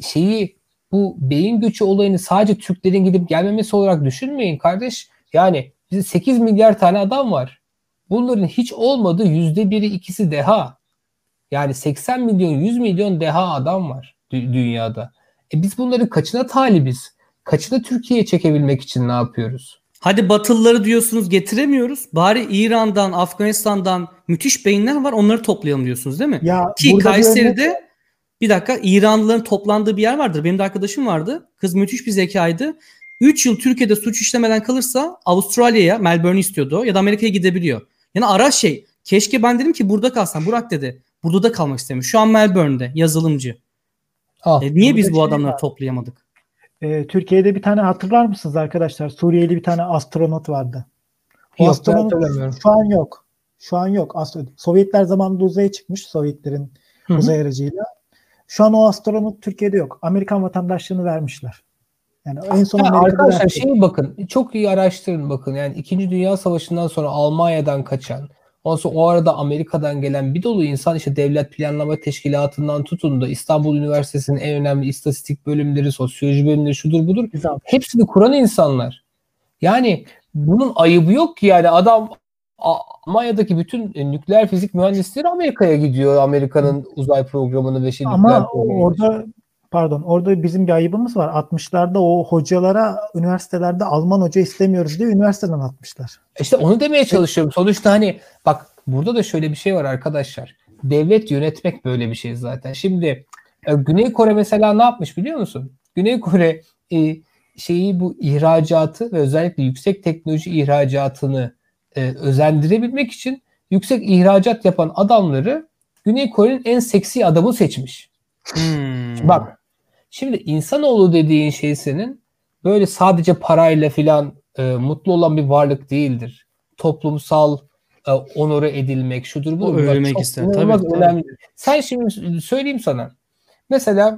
bu beyin göçü olayını sadece Türklerin gidip gelmemesi olarak düşünmeyin kardeş. Yani bizde 8 milyar tane adam var. Bunların hiç olmadığı %1'i 2'si deha. Yani 80 milyon 100 milyon deha adam var dünyada. Biz bunların kaçına talibiz? Kaçına Türkiye'ye çekebilmek için ne yapıyoruz?
Hadi Batılıları diyorsunuz getiremiyoruz. Bari İran'dan, Afganistan'dan müthiş beyinler var. Onları toplayalım diyorsunuz değil mi?
Ya
Ki
burada
Kayseri'de bir dakika İranlıların toplandığı bir yer vardır. Benim de arkadaşım vardı. Kız müthiş bir zekaydı. 3 yıl Türkiye'de suç işlemeden kalırsa Avustralya'ya, Melbourne istiyordu ya da Amerika'ya gidebiliyor. Yani ara keşke ben dedim ki burada kalsam. Burak dedi. Burada da kalmak istemiyor. Şu an Melbourne'de yazılımcı. Niye biz bu adamları toplayamadık?
Türkiye'de bir tane hatırlar mısınız arkadaşlar? Suriyeli bir tane astronot vardı. O
Yok,
astronot şu an yok. Şu an yok. Sovyetler zamanında uzaya çıkmış. Sovyetlerin uzay aracıyla. Şu an o astronot Türkiye'de yok. Amerikan vatandaşlığını vermişler. Yani en son
arkadaşlar bakın çok iyi araştırın bakın. Yani 2. Dünya Savaşı'ndan sonra Almanya'dan kaçan, ondan sonra o arada Amerika'dan gelen bir dolu insan işte Devlet Planlama Teşkilatı'ndan tutun da İstanbul Üniversitesi'nin en önemli istatistik bölümleri, sosyoloji bölümleri şudur budur. Hepsini kuran insanlar. Yani bunun ayıbı yok ki yani adam Almanya'daki bütün nükleer fizik mühendisleri Amerika'ya gidiyor. Amerika'nın uzay programını ve
ama orada bizim bir ayıbımız var. 60'larda o hocalara üniversitelerde Alman hoca istemiyoruz diye üniversiteden atmışlar.
İşte onu demeye çalışıyorum. Sonuçta hani bak burada da şöyle bir şey var arkadaşlar. Devlet yönetmek böyle bir şey zaten. Şimdi Güney Kore mesela ne yapmış biliyor musun? Güney Kore bu ihracatı ve özellikle yüksek teknoloji ihracatını özendirebilmek için yüksek ihracat yapan adamları Güney Kore'nin en seksi adamı seçmiş. Bak şimdi insanoğlu dediğin şey senin böyle sadece parayla filan mutlu olan bir varlık değildir. Toplumsal onore edilmek şudur bu.
Övülmek ister. Tabii.
Önemli. Sen şimdi söyleyeyim sana. Mesela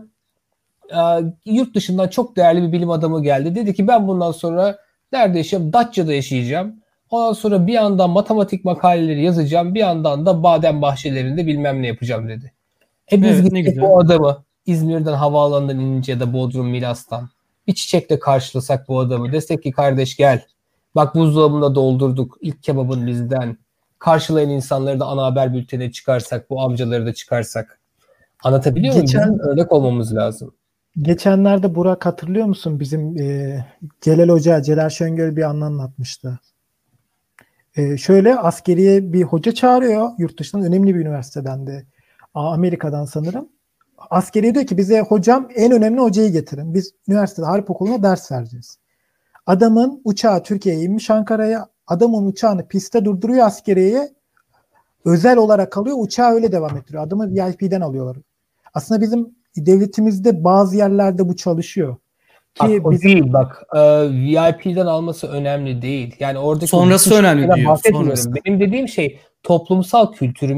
yurt dışından çok değerli bir bilim adamı geldi. Dedi ki ben bundan sonra nerede yaşayacağım? Datça'da yaşayacağım. Ondan sonra bir yandan matematik makaleleri yazacağım. Bir yandan da badem bahçelerinde bilmem ne yapacağım dedi. Biz gittik bu adamı İzmir'den havaalanından inince ya da Bodrum Milas'tan bir çiçekle karşılasak bu adamı. Desek ki kardeş gel. Bak buzdolabını doldurduk. İlk kebabın bizden. Karşılayan insanları da ana haber bültenine çıkarsak. Bu amcaları da çıkarsak. Anlatabiliyor muyum? Bizim örnek olmamız lazım.
Geçenlerde Burak hatırlıyor musun? Bizim Celal Hoca, Celal Şengör bir anı anlatmıştı. Şöyle askeriye bir hoca çağırıyor. Yurt dışından önemli bir üniversiteden de. Amerika'dan sanırım. Askeriye diyor ki bize hocam en önemli hocayı getirin. Biz üniversitede Harp Okulu'na ders vereceğiz. Adamın uçağı Türkiye'ye inmiş Ankara'ya. Adamın uçağını pistte durduruyor askeriyeye. Özel olarak alıyor. Uçağı öyle devam ettiriyor. Adamı VIP'den alıyorlar. Aslında bizim devletimizde bazı yerlerde bu çalışıyor. Ki
VIP'den alması önemli değil. Yani oradaki
sonrası önemli diyor. Sonrası.
Benim dediğim şey toplumsal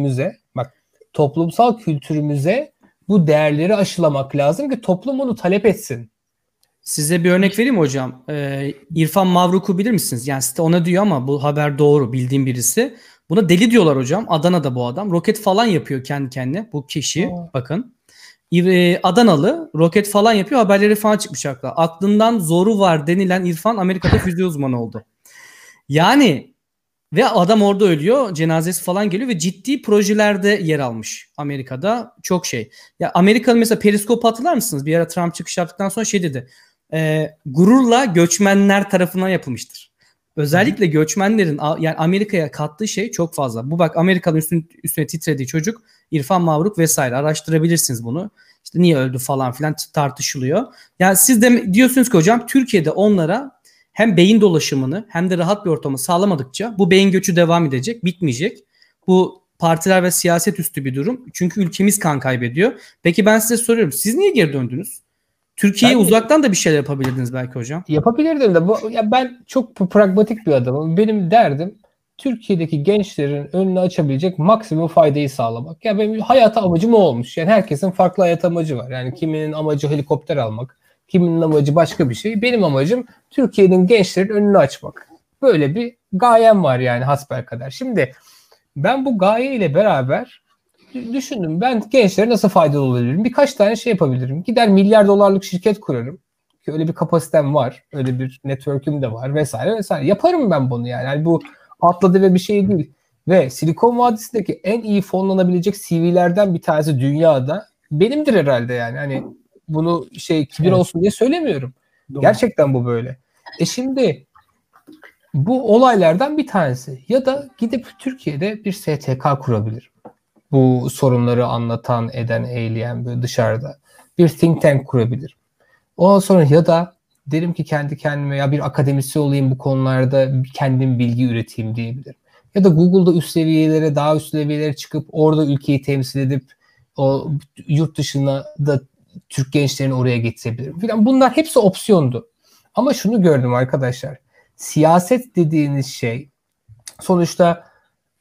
kültürümüze bu değerleri aşılamak lazım ki toplum bunu talep etsin.
Size bir örnek vereyim mi hocam? İrfan Mavruk'u bilir misiniz? Yani size ona diyor ama bu haber doğru, bildiğim birisi. Buna deli diyorlar hocam. Adana'da bu adam. Roket falan yapıyor kendi kendine. Bu kişi bakın. Adanalı roket falan yapıyor. Haberleri falan çıkmış akla. Aklından zoru var denilen İrfan Amerika'da füze uzmanı oldu. Yani ve adam orada ölüyor. Cenazesi falan geliyor ve ciddi projelerde yer almış Amerika'da. Çok şey. Ya Amerika'nın mesela periskop hatırlar mısınız? Bir ara Trump çıkış yaptıktan sonra şey dedi. Gururla göçmenler tarafından yapılmıştır. Özellikle göçmenlerin yani Amerika'ya kattığı şey çok fazla. Bu bak Amerika'nın üstüne titrediği çocuk İrfan Mavruk vesaire, araştırabilirsiniz bunu. İşte niye öldü falan filan tartışılıyor. Yani siz de diyorsunuz ki hocam Türkiye'de onlara hem beyin dolaşımını hem de rahat bir ortamı sağlamadıkça bu beyin göçü devam edecek, bitmeyecek. Bu partiler ve siyaset üstü bir durum. Çünkü ülkemiz kan kaybediyor. Peki ben size soruyorum. Siz niye geri döndünüz? Türkiye'ye uzaktan da bir şeyler yapabilirdiniz belki hocam.
Yapabilirdim de ya ben çok pragmatik bir adamım. Benim derdim Türkiye'deki gençlerin önünü açabilecek maksimum faydayı sağlamak. Ya benim hayat amacım o olmuş. Yani herkesin farklı hayat amacı var. Yani kiminin amacı helikopter almak, kiminin amacı başka bir şey. Benim amacım Türkiye'nin gençlerin önünü açmak. Böyle bir gayem var yani hasbelkader. Şimdi ben bu gaye ile beraber düşündüm. Ben gençlere nasıl faydalı olabilirim? Birkaç tane şey yapabilirim. Gider milyar dolarlık şirket kurarım. Ki öyle bir kapasitem var. Öyle bir network'üm de var vesaire vesaire. Yaparım ben bunu yani. Yani bu atladı ve bir şey değil. Ve Silikon Vadisi'ndeki en iyi fonlanabilecek CV'lerden bir tanesi dünyada benimdir herhalde yani. Hani bunu kibir olsun diye söylemiyorum. Doğru. Gerçekten bu böyle. Şimdi bu olaylardan bir tanesi. Ya da gidip Türkiye'de bir STK kurabilirim. Bu sorunları anlatan, eden, eğleyen böyle dışarıda. Bir think tank kurabilirim. Ondan sonra ya da derim ki kendi kendime ya bir akademisyen olayım bu konularda, kendim bilgi üreteyim diyebilirim. Ya da Google'da üst seviyelere, daha üst seviyelere çıkıp orada ülkeyi temsil edip o yurt dışına da Türk gençlerini oraya getirebilirim falan. Bunlar hepsi opsiyondu. Ama şunu gördüm arkadaşlar. Siyaset dediğiniz şey sonuçta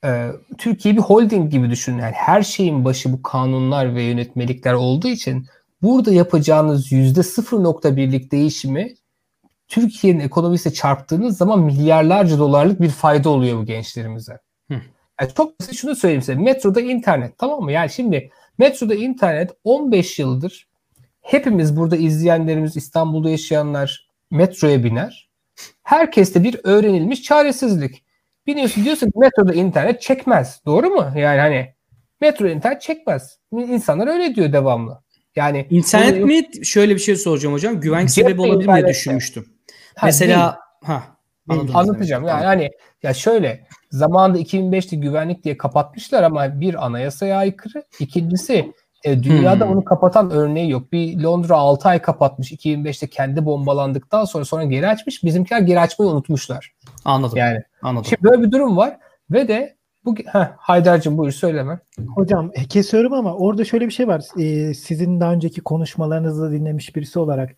Türkiye bir holding gibi düşünün. Yani her şeyin başı bu kanunlar ve yönetmelikler olduğu için burada yapacağınız %0.1'lik değişimi Türkiye'nin ekonomisiyle çarptığınız zaman milyarlarca dolarlık bir fayda oluyor bu gençlerimize. Yani çok basit şunu söyleyeyim size. Metroda internet, tamam mı? Yani şimdi metroda internet 15 yıldır hepimiz burada izleyenlerimiz, İstanbul'da yaşayanlar metroya biner. Herkeste bir öğrenilmiş çaresizlik. Biliyorsun diyorsun ki metroda internet çekmez. Doğru mu? Yani hani metro internet çekmez. İnsanlar öyle diyor devamlı. Yani
İnternet mi? Şöyle bir şey soracağım hocam. Güvenlik sebebi olabilir mi diye düşünmüştüm. Mesela
anlatacağım. Yani hani ya şöyle zamanında 2005'te güvenlik diye kapatmışlar ama bir anayasaya aykırı. İkincisi dünyada onu kapatan örneği yok. Bir Londra 6 ay kapatmış. 2005'te kendi bombalandıktan sonra geri açmış. Bizimkiler geri açmayı unutmuşlar.
Anladım.
Yani
anladım.
Şimdi böyle bir durum var ve de Haydar'cığım buyur söyleme.
Hocam kesiyorum ama orada şöyle bir şey var. Sizin daha önceki konuşmalarınızı dinlemiş birisi olarak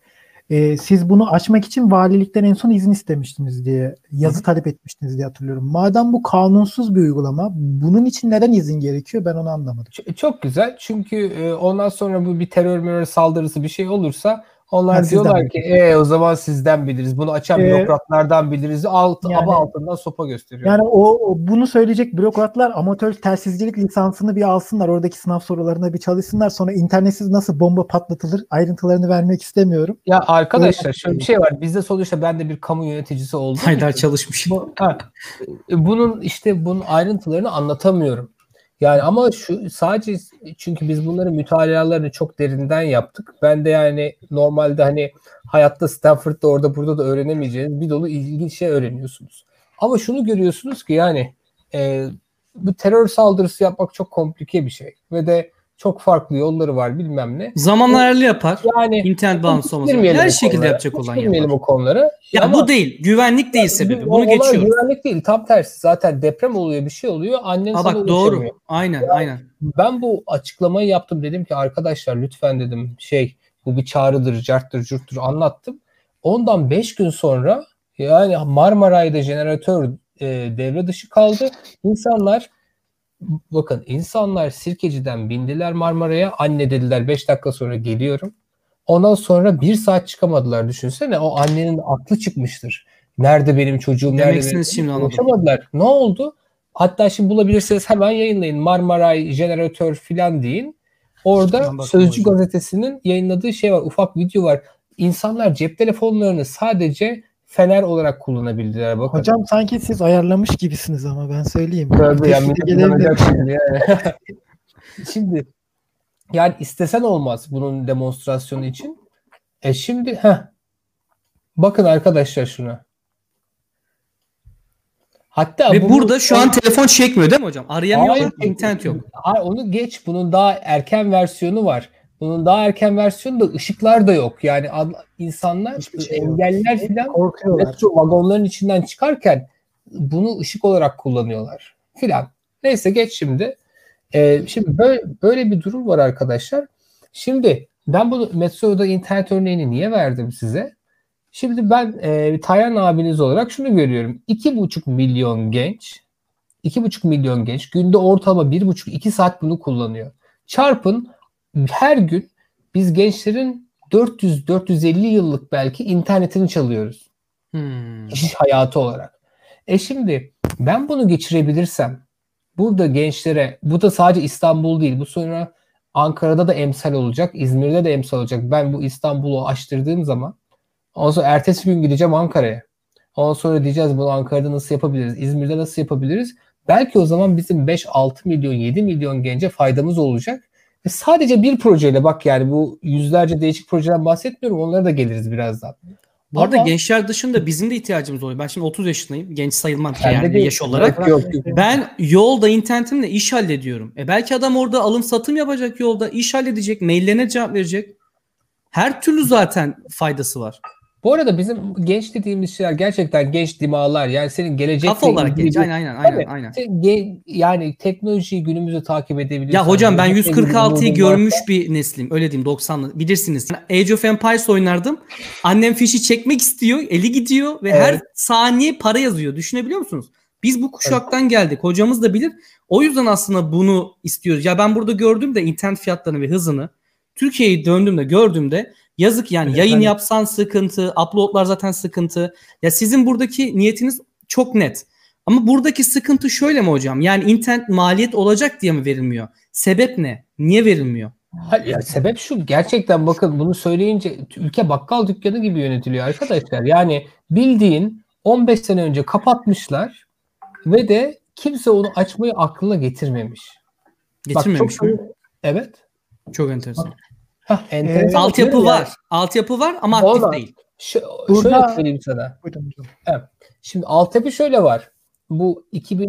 siz bunu açmak için valilikten en son izin istemiştiniz diye yazı talep etmiştiniz diye hatırlıyorum. Madem bu kanunsuz bir uygulama, bunun için neden izin gerekiyor? Ben onu anlamadım.
Çok güzel. Çünkü ondan sonra bu bir terör saldırısı bir şey olursa onlar diyorlar ki o zaman sizden biliriz. Bunu açan bürokratlardan biliriz. Aba altından sopa gösteriyor.
Yani bunu söyleyecek bürokratlar amatör telsizcilik lisansını bir alsınlar. Oradaki sınav sorularına bir çalışsınlar. Sonra internetsiz nasıl bomba patlatılır ayrıntılarını vermek istemiyorum.
Ya arkadaşlar şöyle bir şey var. Bizde sonuçta ben de bir kamu yöneticisi oldum.
Haydar çalışmış.
Bunun ayrıntılarını anlatamıyorum. Yani ama sadece çünkü biz bunların mütalalarını çok derinden yaptık. Ben de yani normalde hani hayatta Stanford'da orada burada da öğrenemeyeceğiniz bir dolu ilginç şey öğreniyorsunuz. Ama şunu görüyorsunuz ki yani bu terör saldırısı yapmak çok komplike bir şey. Ve de çok farklı yolları var bilmem ne.
Zaman ayarlı yapar.
Yani
internet bağımsız olmaz. Her şekilde yapacak olan yapar.
O konuları.
Ya ama bu değil. Güvenlik değil sebebi. Bunu geçiyoruz.
Güvenlik değil. Tam tersi. Zaten deprem oluyor bir şey oluyor. Annen sana
bak doğru. Aynen.
Ben bu açıklamayı yaptım. Dedim ki arkadaşlar lütfen dedim bu bir çağrıdır, carttır, curttur anlattım. Ondan 5 gün sonra yani Marmaray'da jeneratör devre dışı kaldı. İnsanlar Sirkeci'den bindiler Marmara'ya. Anne dediler 5 dakika sonra geliyorum. Ondan sonra 1 saat çıkamadılar. Düşünsene o annenin aklı çıkmıştır. Nerede benim çocuğum?
Demeksiniz şimdi anladım.
Ne oldu? Hatta şimdi bulabilirseniz hemen yayınlayın. Marmaray jeneratör filan deyin. Orada Sözcü gazetesinin yayınladığı şey var. Ufak video var. İnsanlar cep telefonlarını sadece fener olarak kullanabildiler. Bakın.
Hocam sanki siz ayarlamış gibisiniz ama ben söyleyeyim.
Tabii şimdi yani istesen olmaz bunun demonstrasyonu için. Şimdi bakın arkadaşlar şuna. Hatta
Ve burada şu an telefon çekmiyor değil mi hocam? Arayamıyorlar,
Hayır,
internet yok.
Hayır, onu geç. Bunun daha erken versiyonu var. Bunun daha erken versiyonu da ışıklar da yok. Yani insanlar,
Hiçbir şey yok.
engelliler falan
Korkuyorlar.
metro vagonların içinden çıkarken bunu ışık olarak kullanıyorlar filan. Neyse geç şimdi. Şimdi böyle bir durum var arkadaşlar. Şimdi ben bunu metroda internet örneğini niye verdim size? Şimdi ben Taylan abiniz olarak şunu görüyorum. 2,5 milyon genç 2,5 milyon genç günde ortalama 1,5-2 saat bunu kullanıyor. Çarpın her gün biz gençlerin 400-450 yıllık belki internetini çalıyoruz. İş hayatı olarak. Şimdi ben bunu geçirebilirsem burada gençlere, bu da sadece İstanbul değil, bu sonra Ankara'da da emsal olacak, İzmir'de de emsal olacak. Ben bu İstanbul'u açtırdığım zaman ondan sonra ertesi gün gideceğim Ankara'ya. Ondan sonra diyeceğiz bunu Ankara'da nasıl yapabiliriz, İzmir'de nasıl yapabiliriz? Belki o zaman bizim 5-6 milyon, 7 milyon gence faydamız olacak. Ve sadece bir projeyle, bak yani bu yüzlerce değişik projeden bahsetmiyorum. Onlara da geliriz birazdan.
Bu arada gençler dışında bizim de ihtiyacımız oluyor. Ben şimdi 30 yaşındayım. Genç sayılmam ki yani yaş olarak.
Yok.
Ben yolda internetimle iş hallediyorum. Belki adam orada alım satım yapacak, yolda iş halledecek, maillerine cevap verecek. Her türlü zaten faydası var.
Bu arada bizim genç dediğimiz şeyler gerçekten genç dimağlar. Yani senin gelecekle
kafa olarak genç. Aynen.
Yani teknolojiyi günümüzü takip edebiliyorsun.
Ya hocam ben 146'yı görmüş bir neslim. Öyle diyeyim, 90'lı. Bilirsiniz. Age of Empires oynardım. Annem fişi çekmek istiyor. Eli gidiyor ve her saniye para yazıyor. Düşünebiliyor musunuz? Biz bu kuşaktan geldik. Hocamız da bilir. O yüzden aslında bunu istiyoruz. Ya ben burada gördüm de internet fiyatlarını ve hızını. Türkiye'yi döndüğümde gördüğümde yazık yani, yayın yapsan sıkıntı, uploadlar zaten sıkıntı. Ya sizin buradaki niyetiniz çok net. Ama buradaki sıkıntı şöyle mi hocam? Yani internet maliyet olacak diye mi verilmiyor? Sebep ne? Niye verilmiyor?
Ya sebep şu, gerçekten bakın bunu söyleyince ülke bakkal dükkanı gibi yönetiliyor arkadaşlar. Yani bildiğin 15 sene önce kapatmışlar ve de kimse onu açmayı aklına getirmemiş.
Getirmemiş mi?
Evet.
Çok enteresan.
Altyapı
var. Altyapı var ama aktif değil.
Şöyle söyleyeyim sana. Evet. Şimdi altyapı şöyle var. Bu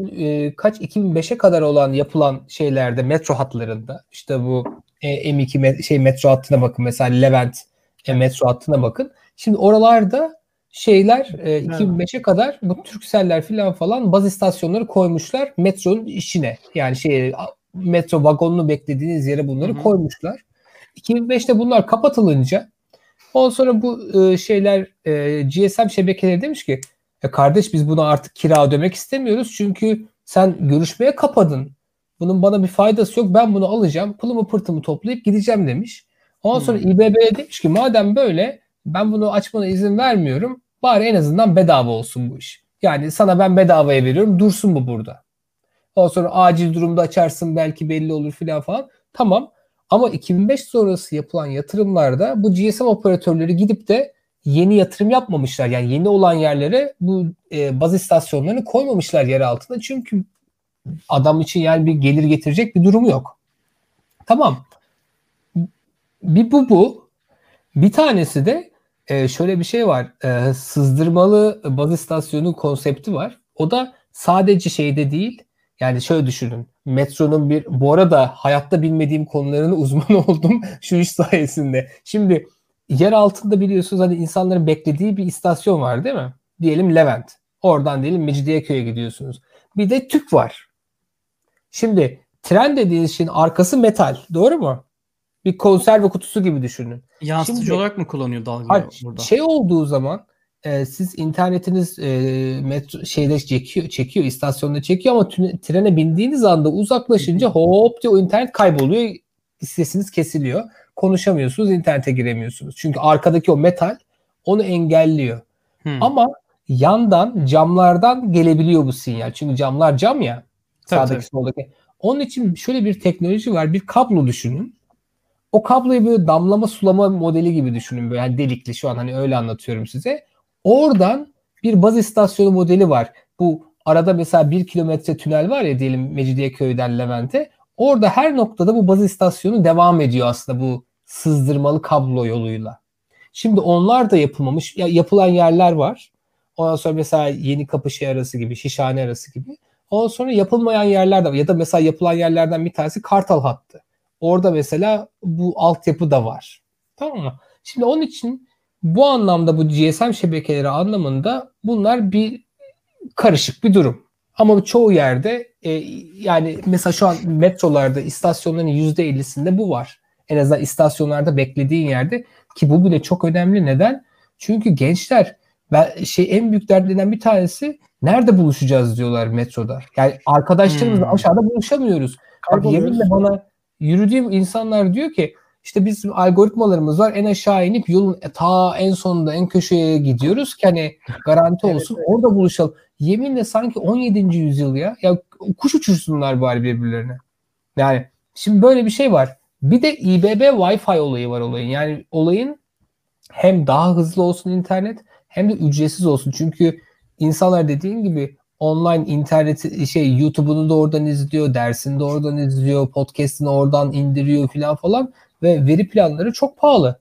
2005'e kadar olan yapılan şeylerde, metro hatlarında, işte bu M2 metro hattına bakın mesela, Levent metro hattına bakın. Şimdi oralarda şeyler 2005'e kadar bu Turkcell'ler falan baz istasyonları koymuşlar metronun içine. Yani metro vagonunu beklediğiniz yere bunları koymuşlar. 2005'te bunlar kapatılınca ondan sonra bu GSM şebekeleri demiş ki kardeş biz buna artık kira ödemek istemiyoruz çünkü sen görüşmeye kapadın. Bunun bana bir faydası yok. Ben bunu alacağım. Pılımı pırtımı toplayıp gideceğim demiş. Ondan sonra İBB'ye demiş ki madem böyle ben bunu açmana izin vermiyorum. Bari en azından bedava olsun bu iş. Yani sana ben bedavaya veriyorum. Dursun bu burada. Ondan sonra acil durumda açarsın belki belli olur falan. Tamam. Ama 2005 sonrası yapılan yatırımlarda bu GSM operatörleri gidip de yeni yatırım yapmamışlar. Yani yeni olan yerlere bu baz istasyonlarını koymamışlar yer altında. Çünkü adam için yani bir gelir getirecek bir durumu yok. Tamam. Bir bu. Bir tanesi de şöyle bir şey var. Sızdırmalı baz istasyonu konsepti var. O da sadece şeyde değil. Yani şöyle düşünün. Metronun bu arada hayatta bilmediğim konuların uzmanı oldum şu iş sayesinde. Şimdi yer altında biliyorsunuz hani insanların beklediği bir istasyon var değil mi? Diyelim Levent. Oradan diyelim Mecidiyeköy'e gidiyorsunuz. Bir de tüp var. Şimdi tren dediğiniz şeyin arkası metal. Doğru mu? Bir konserve kutusu gibi düşünün.
Yansıtıcı olarak mı kullanıyor dalgayı burada?
Şey olduğu zaman siz internetiniz çekiyor, istasyonda çekiyor ama trene bindiğiniz anda uzaklaşınca hop diye o internet kayboluyor. Sesiniz kesiliyor. Konuşamıyorsunuz, internete giremiyorsunuz. Çünkü arkadaki o metal onu engelliyor. Ama yandan camlardan gelebiliyor bu sinyal. Çünkü camlar cam ya. Sağdaki soldaki. Onun için şöyle bir teknoloji var. Bir kablo düşünün. O kabloyu böyle damlama sulama modeli gibi düşünün. Böyle yani delikli, şu an hani öyle anlatıyorum size. Oradan bir baz istasyonu modeli var. Bu arada mesela 1 kilometre tünel var ya diyelim Mecidiyeköy'den Levent'e. Orada her noktada bu baz istasyonu devam ediyor aslında bu sızdırmalı kablo yoluyla. Şimdi onlar da yapılmamış. Yapılan yerler var. Ondan sonra mesela Yenikapı arası gibi, Şişhane arası gibi. Ondan sonra yapılmayan yerler de var. Ya da mesela yapılan yerlerden bir tanesi Kartal hattı. Orada mesela bu altyapı da var. Tamam mı? Şimdi onun için bu anlamda bu GSM şebekeleri anlamında bunlar bir karışık bir durum. Ama çoğu yerde yani mesela şu an metrolarda istasyonların %50'sinde bu var. En azından istasyonlarda beklediğin yerde, ki bu bile çok önemli. Neden? Çünkü gençler en büyük dertlerinden bir tanesi nerede buluşacağız diyorlar metroda. Yani arkadaşlarımızla aşağıda buluşamıyoruz. Bak yeminle bana yürüdüğüm insanlar diyor ki işte bizim algoritmalarımız var, en aşağı inip yolun ta en sonunda en köşeye gidiyoruz ki hani garanti olsun orada buluşalım. Yeminle sanki 17. yüzyıl ya. Ya kuş uçursunlar bari birbirlerine. Yani şimdi böyle bir şey var. Bir de İBB Wi-Fi olayı var olayın. Yani olayın hem daha hızlı olsun internet hem de ücretsiz olsun. Çünkü insanlar dediğin gibi online interneti YouTube'unu da oradan izliyor, dersini de oradan izliyor, podcast'ini oradan indiriyor falan ve veri planları çok pahalı.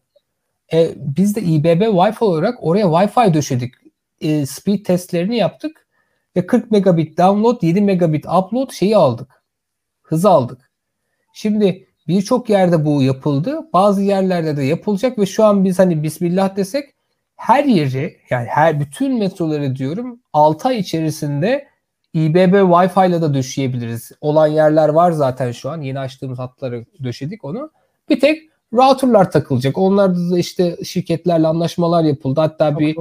Biz de İBB Wi-Fi olarak oraya Wi-Fi döşedik. Speed testlerini yaptık ve 40 megabit download, 7 megabit upload şeyi aldık. Hızı aldık. Şimdi birçok yerde bu yapıldı. Bazı yerlerde de yapılacak ve şu an biz hani bismillah desek her yeri, yani bütün metroları diyorum 6 ay içerisinde İBB Wi-Fi ile de döşeyebiliriz. Olan yerler var zaten şu an. Yeni açtığımız hatları döşedik onu. Bir tek routerlar takılacak. Onlarda da işte şirketlerle anlaşmalar yapıldı. Hatta bir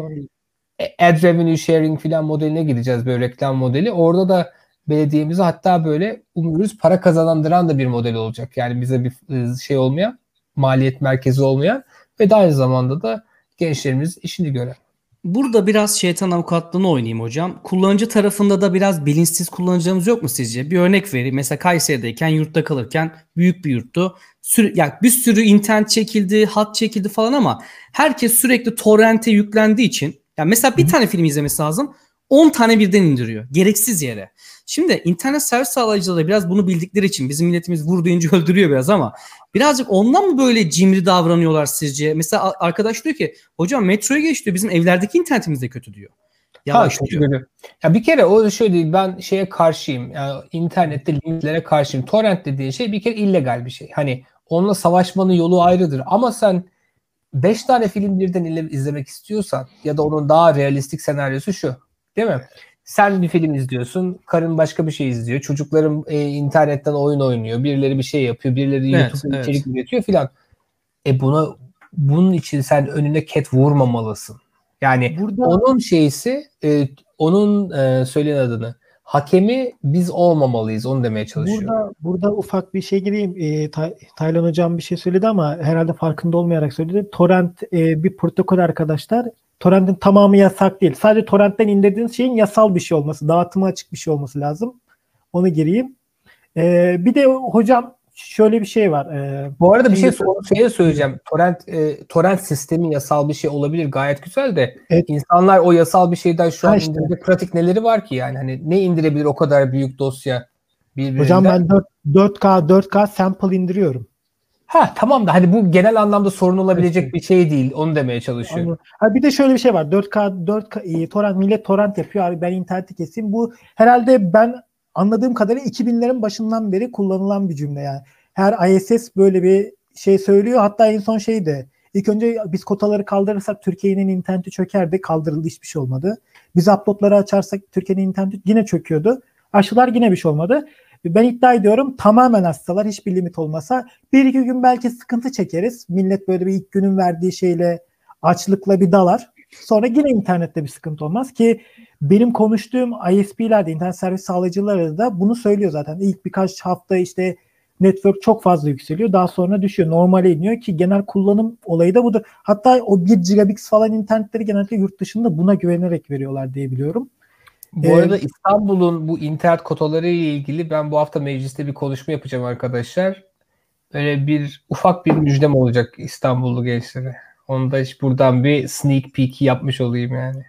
ad revenue sharing filan modeline gideceğiz, böyle reklam modeli. Orada da belediyemize hatta böyle umuyoruz para kazandıran da bir model olacak. Yani bize bir şey olmayan, maliyet merkezi olmayan ve de aynı zamanda da gençlerimiz işini gören.
Burada biraz şeytan avukatlığını oynayayım hocam. Kullanıcı tarafında da biraz bilinçsiz kullanıcımız yok mu sizce? Bir örnek vereyim. Mesela Kayseri'deyken yurtta kalırken, büyük bir yurttu. Yani bir sürü internet çekildi, hat çekildi falan ama herkes sürekli torrente yüklendiği için, yani mesela bir tane film izlemesi lazım, 10 tane birden indiriyor. Gereksiz yere. Şimdi internet servis sağlayıcıları da biraz bunu bildikleri için, bizim milletimiz vur deyince öldürüyor biraz ama birazcık ondan mı böyle cimri davranıyorlar sizce? Mesela arkadaş diyor ki hocam metroya geç diyor, bizim evlerdeki internetimiz de kötü diyor. Yavaş diyor.
Ya bir kere o şöyle değil, ben şeye karşıyım. Yani internette limitlere karşıyım. Torrent dediğin şey bir kere illegal bir şey. Hani onunla savaşmanın yolu ayrıdır. Ama sen 5 tane film birden izlemek istiyorsan ya da onun daha realistik senaryosu şu. Değil mi? Sen bir film izliyorsun, karın başka bir şey izliyor, çocukların internetten oyun oynuyor, birileri bir şey yapıyor, birileri YouTube'da içerik üretiyor filan. Bunun için sen önüne ket vurmamalısın. Yani burada, onun onun söyleyen adını, hakemi biz olmamalıyız, onu demeye çalışıyorum.
Burada ufak bir şey gireyim. Taylan hocam bir şey söyledi ama herhalde farkında olmayarak söyledi. Torrent bir protokol arkadaşlar. Torrent'in tamamı yasak değil. Sadece torrentten indirdiğiniz şeyin yasal bir şey olması, dağıtıma açık bir şey olması lazım. Onu gireyim. Bir de hocam şöyle bir şey var.
Bu arada bir şey söyleyeceğim. Torrent sistemi yasal bir şey olabilir, gayet güzel de insanlar o yasal bir şeyden şu an indirdiği pratik neleri var ki yani? Hani ne indirebilir o kadar büyük dosya birbirinden?
Hocam ben 4K sample indiriyorum.
Tamam da hani bu genel anlamda sorun olabilecek bir şey değil. Onu demeye çalışıyorum.
Bir de şöyle bir şey var. 4K torrent, millet torrent yapıyor. Abi ben interneti keseyim. Bu herhalde ben anladığım kadarıyla 2000'lerin başından beri kullanılan bir cümle yani. Her ISS böyle bir şey söylüyor. Hatta en son ilk önce biz kotaları kaldırırsak Türkiye'nin interneti çökerdi. Kaldırıldı, hiçbir şey olmadı. Biz uploadları açarsak Türkiye'nin interneti yine çöküyordu. Aşılar yine bir şey olmadı. Ben iddia ediyorum tamamen açsalar, hiçbir limit olmasa 1-2 gün belki sıkıntı çekeriz. Millet böyle bir ilk günün verdiği şeyle, açlıkla bir dalar. Sonra yine internette bir sıkıntı olmaz ki benim konuştuğum ISP'lerde, internet servis sağlayıcıları da bunu söylüyor zaten. İlk birkaç hafta network çok fazla yükseliyor. Daha sonra düşüyor. Normale iniyor ki genel kullanım olayı da budur. Hatta o 1 gigabit falan internetleri genellikle yurt dışında buna güvenerek veriyorlar diye biliyorum.
Bu arada İstanbul'un bu internet kotaları ile ilgili ben bu hafta mecliste bir konuşma yapacağım arkadaşlar. Böyle ufak bir müjdem olacak İstanbullu gençlere. Onu da buradan bir sneak peek yapmış olayım yani.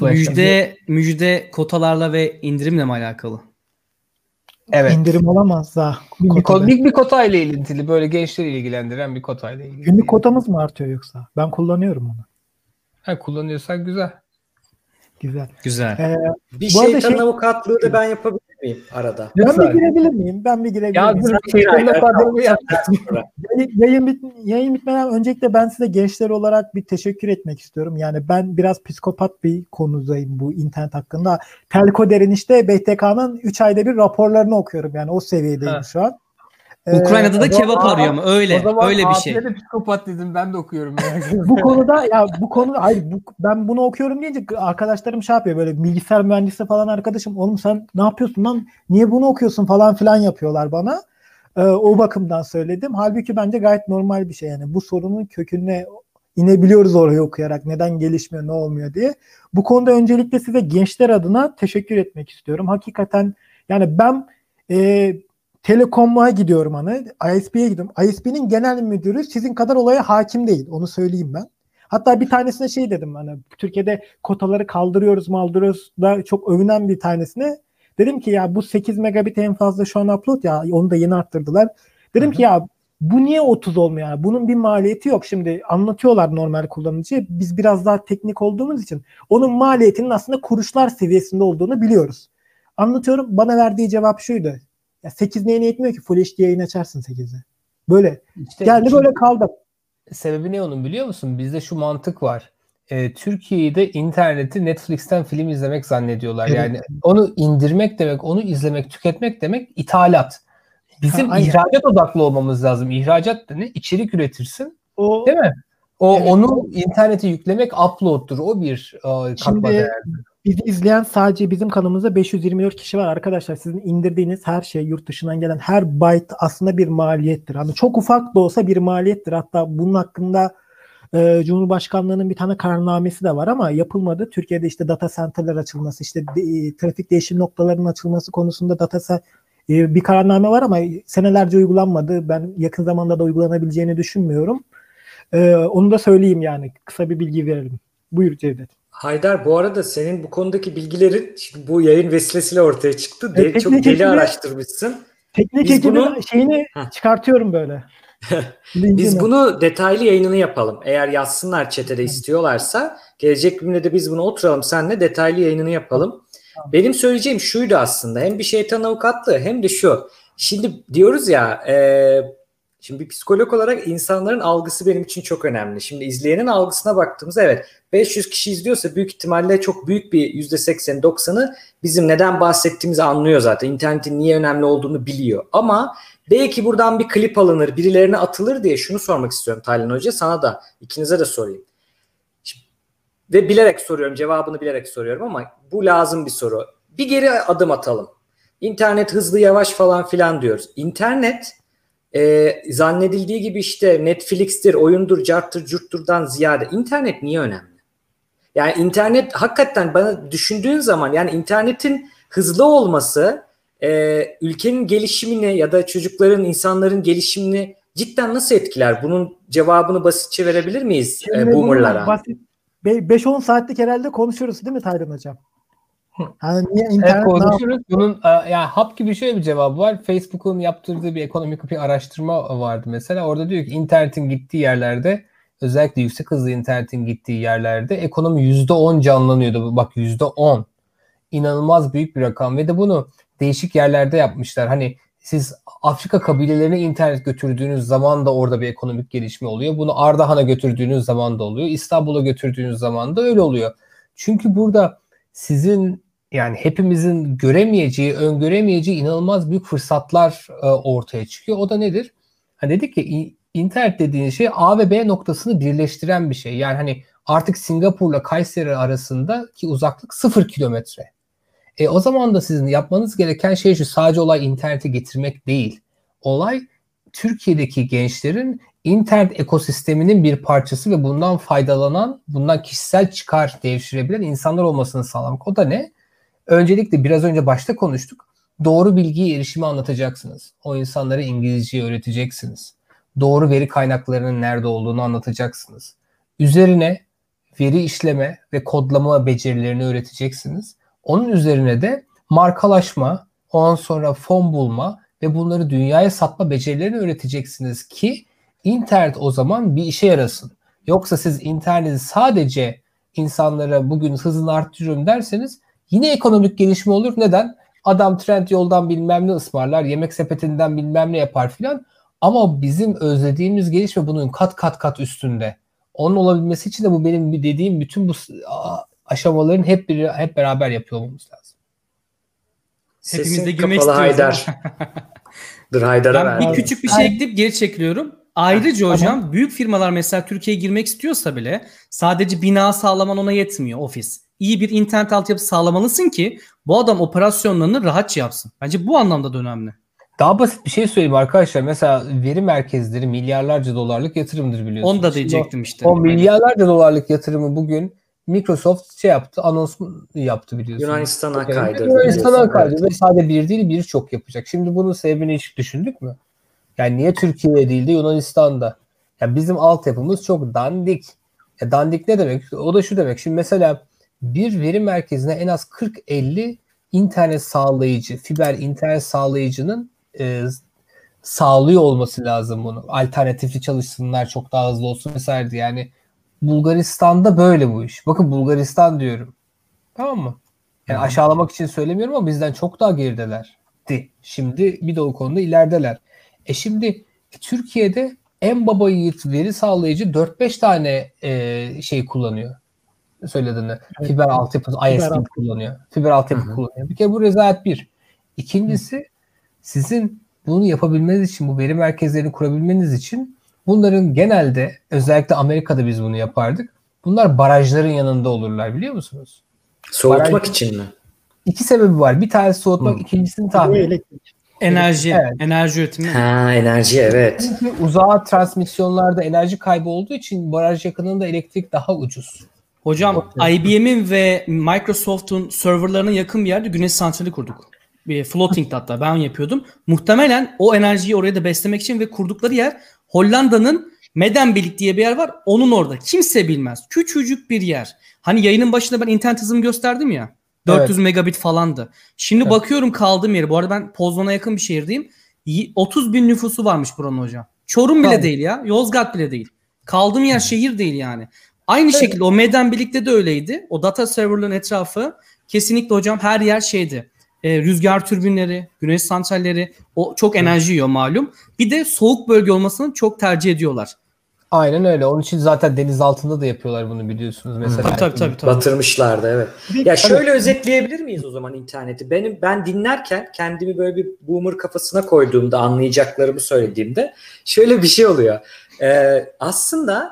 Müjde kotalarla ve indirimle mi alakalı?
Evet.
İndirim olamaz da.
Bir kota ile ilintili, böyle gençleri ilgilendiren bir kota ile ilgili.
Günlük kotamız mı artıyor yoksa? Ben kullanıyorum onu.
Kullanıyorsan güzel.
Güzel.
Güzel.
Bir
Bu arada
şeytan avukatlığı da ben yapabilir miyim arada?
Ben
Lütfen.
bir girebilir miyim? Ben bir girebilir
Ya
miyim?
dur, şeytanın avukatlığı yap.
Yayın bitmeden öncelikle ben size gençler olarak bir teşekkür etmek istiyorum. Yani ben biraz psikopat bir konudayım bu internet hakkında. Telkoder'in işte BTK'nın 3 ayda bir raporlarını okuyorum. Yani o seviyedeyim şu an.
Ukrayna'da da
o zaman-
kebap arıyor mu?
O
Öyle.
zaman
Öyle bir şey.
abine de psikopat dedim, ben de okuyorum.
Bu konuda hayır ben bunu okuyorum deyince arkadaşlarım şey yapıyor, böyle bilgisayar mühendisi falan arkadaşım, oğlum sen ne yapıyorsun lan, niye bunu okuyorsun falan filan yapıyorlar bana. O bakımdan söyledim. Halbuki bence gayet normal bir şey, yani bu sorunun köküne inebiliyoruz orayı okuyarak, neden gelişmiyor, ne olmuyor diye. Bu konuda öncelikle size gençler adına teşekkür etmek istiyorum. Hakikaten yani ben Telekom'a gidiyorum, hani ISP'ye gidiyorum. ISP'nin genel müdürü sizin kadar olaya hakim değil. Onu söyleyeyim ben. Hatta bir tanesine şey dedim, hani Türkiye'de kotaları kaldırıyoruz da çok övünen bir tanesine. Dedim ki ya bu 8 megabit en fazla şu an upload, ya onu da yeni arttırdılar. Dedim ki ya bu niye 30 olmuyor? Yani bunun bir maliyeti yok. Şimdi anlatıyorlar normal kullanıcıya. Biz biraz daha teknik olduğumuz için onun maliyetinin aslında kuruşlar seviyesinde olduğunu biliyoruz. Anlatıyorum. Bana verdiği cevap şuydu. Ya 8 neyine yetmiyor ki? Full HD yayın açarsın 8'e. Böyle.
İşte
Geldi böyle kaldım.
sebebi ne onun biliyor musun? Bizde şu mantık var. Türkiye'de interneti Netflix'ten film izlemek zannediyorlar.
Evet.
Yani onu indirmek demek, onu izlemek, tüketmek demek ithalat. Bizim
Aynen.
ihracat odaklı olmamız lazım. İhracat da ne? İçerik üretirsin.
O
Değil mi? O
Evet.
onu internete yüklemek upload'dur. O bir katma
Şimdi
değer.
bizi izleyen sadece bizim kanalımızda 524 kişi var arkadaşlar. Sizin indirdiğiniz her şey, yurt dışından gelen her byte aslında bir maliyettir. Hani çok ufak da olsa bir maliyettir. Hatta bunun hakkında Cumhurbaşkanlığı'nın bir tane kararnamesi de var ama yapılmadı. Türkiye'de işte data center'lar açılması, işte trafik değişim noktalarının açılması konusunda bir kararname var ama senelerce uygulanmadı. Ben yakın zamanda da uygulanabileceğini düşünmüyorum. Onu da söyleyeyim, yani kısa bir bilgi verelim. Buyur Cevdet.
Haydar, bu arada senin bu konudaki bilgilerin şimdi bu yayın vesilesiyle ortaya çıktı.
Teknik
Çok deli
ekibi-
araştırmışsın.
Teknik
Biz
ekibin
bunu-
şeyini çıkartıyorum böyle. Linkini.
Biz bunu detaylı yayınını yapalım. Eğer yazsınlar chat'e istiyorlarsa, gelecek günde de biz bunu oturalım seninle detaylı yayınını yapalım. Benim söyleyeceğim şuydu aslında. Hem bir şeytan avukatlığı hem de şu. Şimdi diyoruz ya, şimdi bir psikolog olarak insanların algısı benim için çok önemli. Şimdi izleyenin algısına baktığımızda evet 500 kişi izliyorsa büyük ihtimalle çok büyük bir %80'i 90'ı bizim neden bahsettiğimizi anlıyor zaten. İnternetin niye önemli olduğunu biliyor. Ama belki buradan bir klip alınır, birilerine atılır diye şunu sormak istiyorum Taylan Hoca. Sana da, ikinize de sorayım. Ve bilerek soruyorum, cevabını bilerek soruyorum ama bu lazım bir soru. Bir geri adım atalım. İnternet hızlı yavaş falan filan diyoruz. İnternet zannedildiği gibi işte Netflix'tir, oyundur, carttır, curtturdan ziyade internet niye önemli? Yani internet hakikaten bana düşündüğün zaman, yani internetin hızlı olması ülkenin gelişimini ya da çocukların, insanların gelişimini cidden nasıl etkiler? Bunun cevabını basitçe verebilir miyiz boomerlara?
5-10 saatlik herhalde konuşuruz değil mi Taylan Hocam? Yani niye
Evet,
internet
konuşuruz. Bunun yani hap gibi şöyle bir cevabı var. Facebook'un yaptırdığı bir ekonomik bir araştırma vardı mesela. Orada diyor ki internetin gittiği yerlerde, özellikle yüksek hızlı internetin gittiği yerlerde ekonomi %10 canlanıyordu. Bak %10. İnanılmaz büyük bir rakam ve de bunu değişik yerlerde yapmışlar. Hani siz Afrika kabilelerine internet götürdüğünüz zaman da orada bir ekonomik gelişme oluyor. Bunu Ardahan'a götürdüğünüz zaman da oluyor. İstanbul'a götürdüğünüz zaman da öyle oluyor. Çünkü burada sizin, yani hepimizin göremeyeceği, öngöremeyeceği inanılmaz büyük fırsatlar ortaya çıkıyor. O da nedir? Hani dedik ki internet dediğiniz şey A ve B noktasını birleştiren bir şey. Yani hani artık Singapur'la Kayseri arasındaki uzaklık 0 kilometre. O zaman da sizin yapmanız gereken şey şu: sadece olay interneti getirmek değil. Olay Türkiye'deki gençlerin internet ekosisteminin bir parçası ve bundan faydalanan, bundan kişisel çıkar devşirebilen insanlar olmasını sağlamak. O da ne? Öncelikle biraz önce başta konuştuk. Doğru bilgiye erişimi anlatacaksınız. O insanlara İngilizceyi öğreteceksiniz. Doğru veri kaynaklarının nerede olduğunu anlatacaksınız. Üzerine veri işleme ve kodlama becerilerini öğreteceksiniz. Onun üzerine de markalaşma, ondan sonra fon bulma ve bunları dünyaya satma becerilerini öğreteceksiniz ki internet o zaman bir işe yarasın. Yoksa siz interneti sadece insanlara bugün hızını arttırıyorum derseniz yine ekonomik gelişme olur. Neden? Adam trend yoldan bilmem ne ısmarlar, yemek sepetinden bilmem ne yapar filan. Ama bizim özlediğimiz gelişme bunun kat kat kat üstünde. Onun olabilmesi için de bu benim dediğim bütün bu aşamaların hep beraber yapıyor olmamız lazım.
Hepimiz de
Sesin
girmek
kapalı
istiyoruz
Haydar. Dur Haydar'a
Ben
ver.
bir küçük bir şey ekleyip geri çekiliyorum. Ayrıca hocam büyük firmalar mesela Türkiye'ye girmek istiyorsa bile sadece bina sağlaman ona yetmiyor, ofis. İyi bir internet altyapısı sağlamalısın ki bu adam operasyonlarını rahatça yapsın. Bence bu anlamda da önemli.
Daha basit bir şey söyleyeyim arkadaşlar. Mesela veri merkezleri milyarlarca dolarlık yatırımdır biliyorsunuz.
Onu da diyecektim işte.
O milyarlarca dolarlık yatırımı bugün Microsoft yaptı, anons yaptı biliyorsunuz.
Yunanistan'a kaydırdı.
Yunanistan'a kaydırdı
Evet.
ve sadece bir değil birçok yapacak. Şimdi bunun sebebini hiç düşündük mü? Yani niye Türkiye değil de Yunanistan'da? Ya bizim altyapımız çok dandik. Dandik ne demek? O da şu demek. Şimdi mesela bir veri merkezine en az 40-50 internet sağlayıcı, fiber internet sağlayıcının sağlıyor olması lazım bunu. Alternatifli çalışsınlar, çok daha hızlı olsun vesaire. Yani Bulgaristan'da böyle bu iş. Bakın Bulgaristan diyorum. Tamam mı? Yani aşağılamak için söylemiyorum ama bizden çok daha geridelerdi. Şimdi bir de o konuda ilerideler. Şimdi Türkiye'de en baba yiğit veri sağlayıcı 4-5 tane şey kullanıyor. Söylediğinde. Evet. Fiber altyapı, ISP kullanıyor. Fiber altyapı kullanıyor. Bir kere bu rezalet bir. İkincisi sizin bunu yapabilmeniz için, bu veri merkezlerini kurabilmeniz için bunların genelde, özellikle Amerika'da biz bunu yapardık. Bunlar barajların yanında olurlar biliyor musunuz?
Soğutmak için mi?
İki sebebi var. Bir tanesi soğutmak, ikincisini tahmin.
Enerji,
evet.
Enerji üretimi.
Enerji evet.
Çünkü uzağa transmisyonlarda enerji kaybı olduğu için baraj yakınında elektrik daha ucuz.
Hocam IBM'in ve Microsoft'un serverlarına yakın bir yerde güneş santrali kurduk. Bir floating hatta ben yapıyordum. Muhtemelen o enerjiyi oraya da beslemek için ve kurdukları yer Hollanda'nın Medemblik diye bir yer var. Onun orada. Kimse bilmez. Küçücük bir yer. Hani yayının başında ben internet hızımı gösterdim ya. 400 megabit falandı. Şimdi bakıyorum kaldığım yeri. Bu arada ben Poznan'a yakın bir şehirdeyim. 30 bin nüfusu varmış buranın hocam. Çorum bile değil ya. Yozgat bile değil. Kaldığım yer şehir değil yani. Aynı şekilde o Medemblik'te de öyleydi. O data server'ların etrafı kesinlikle hocam her yer şeydi. Rüzgar türbinleri, güneş santralleri, o çok enerji yiyor malum. Bir de soğuk bölge olmasını çok tercih ediyorlar.
Aynen öyle. Onun için zaten deniz altında da yapıyorlar bunu biliyorsunuz mesela.
Tabii.
Batırmışlardı evet. Ya şöyle özetleyebilir miyiz o zaman interneti? Ben dinlerken kendimi böyle bir boomer kafasına koyduğumda, anlayacaklarımı söylediğimde şöyle bir şey oluyor. Aslında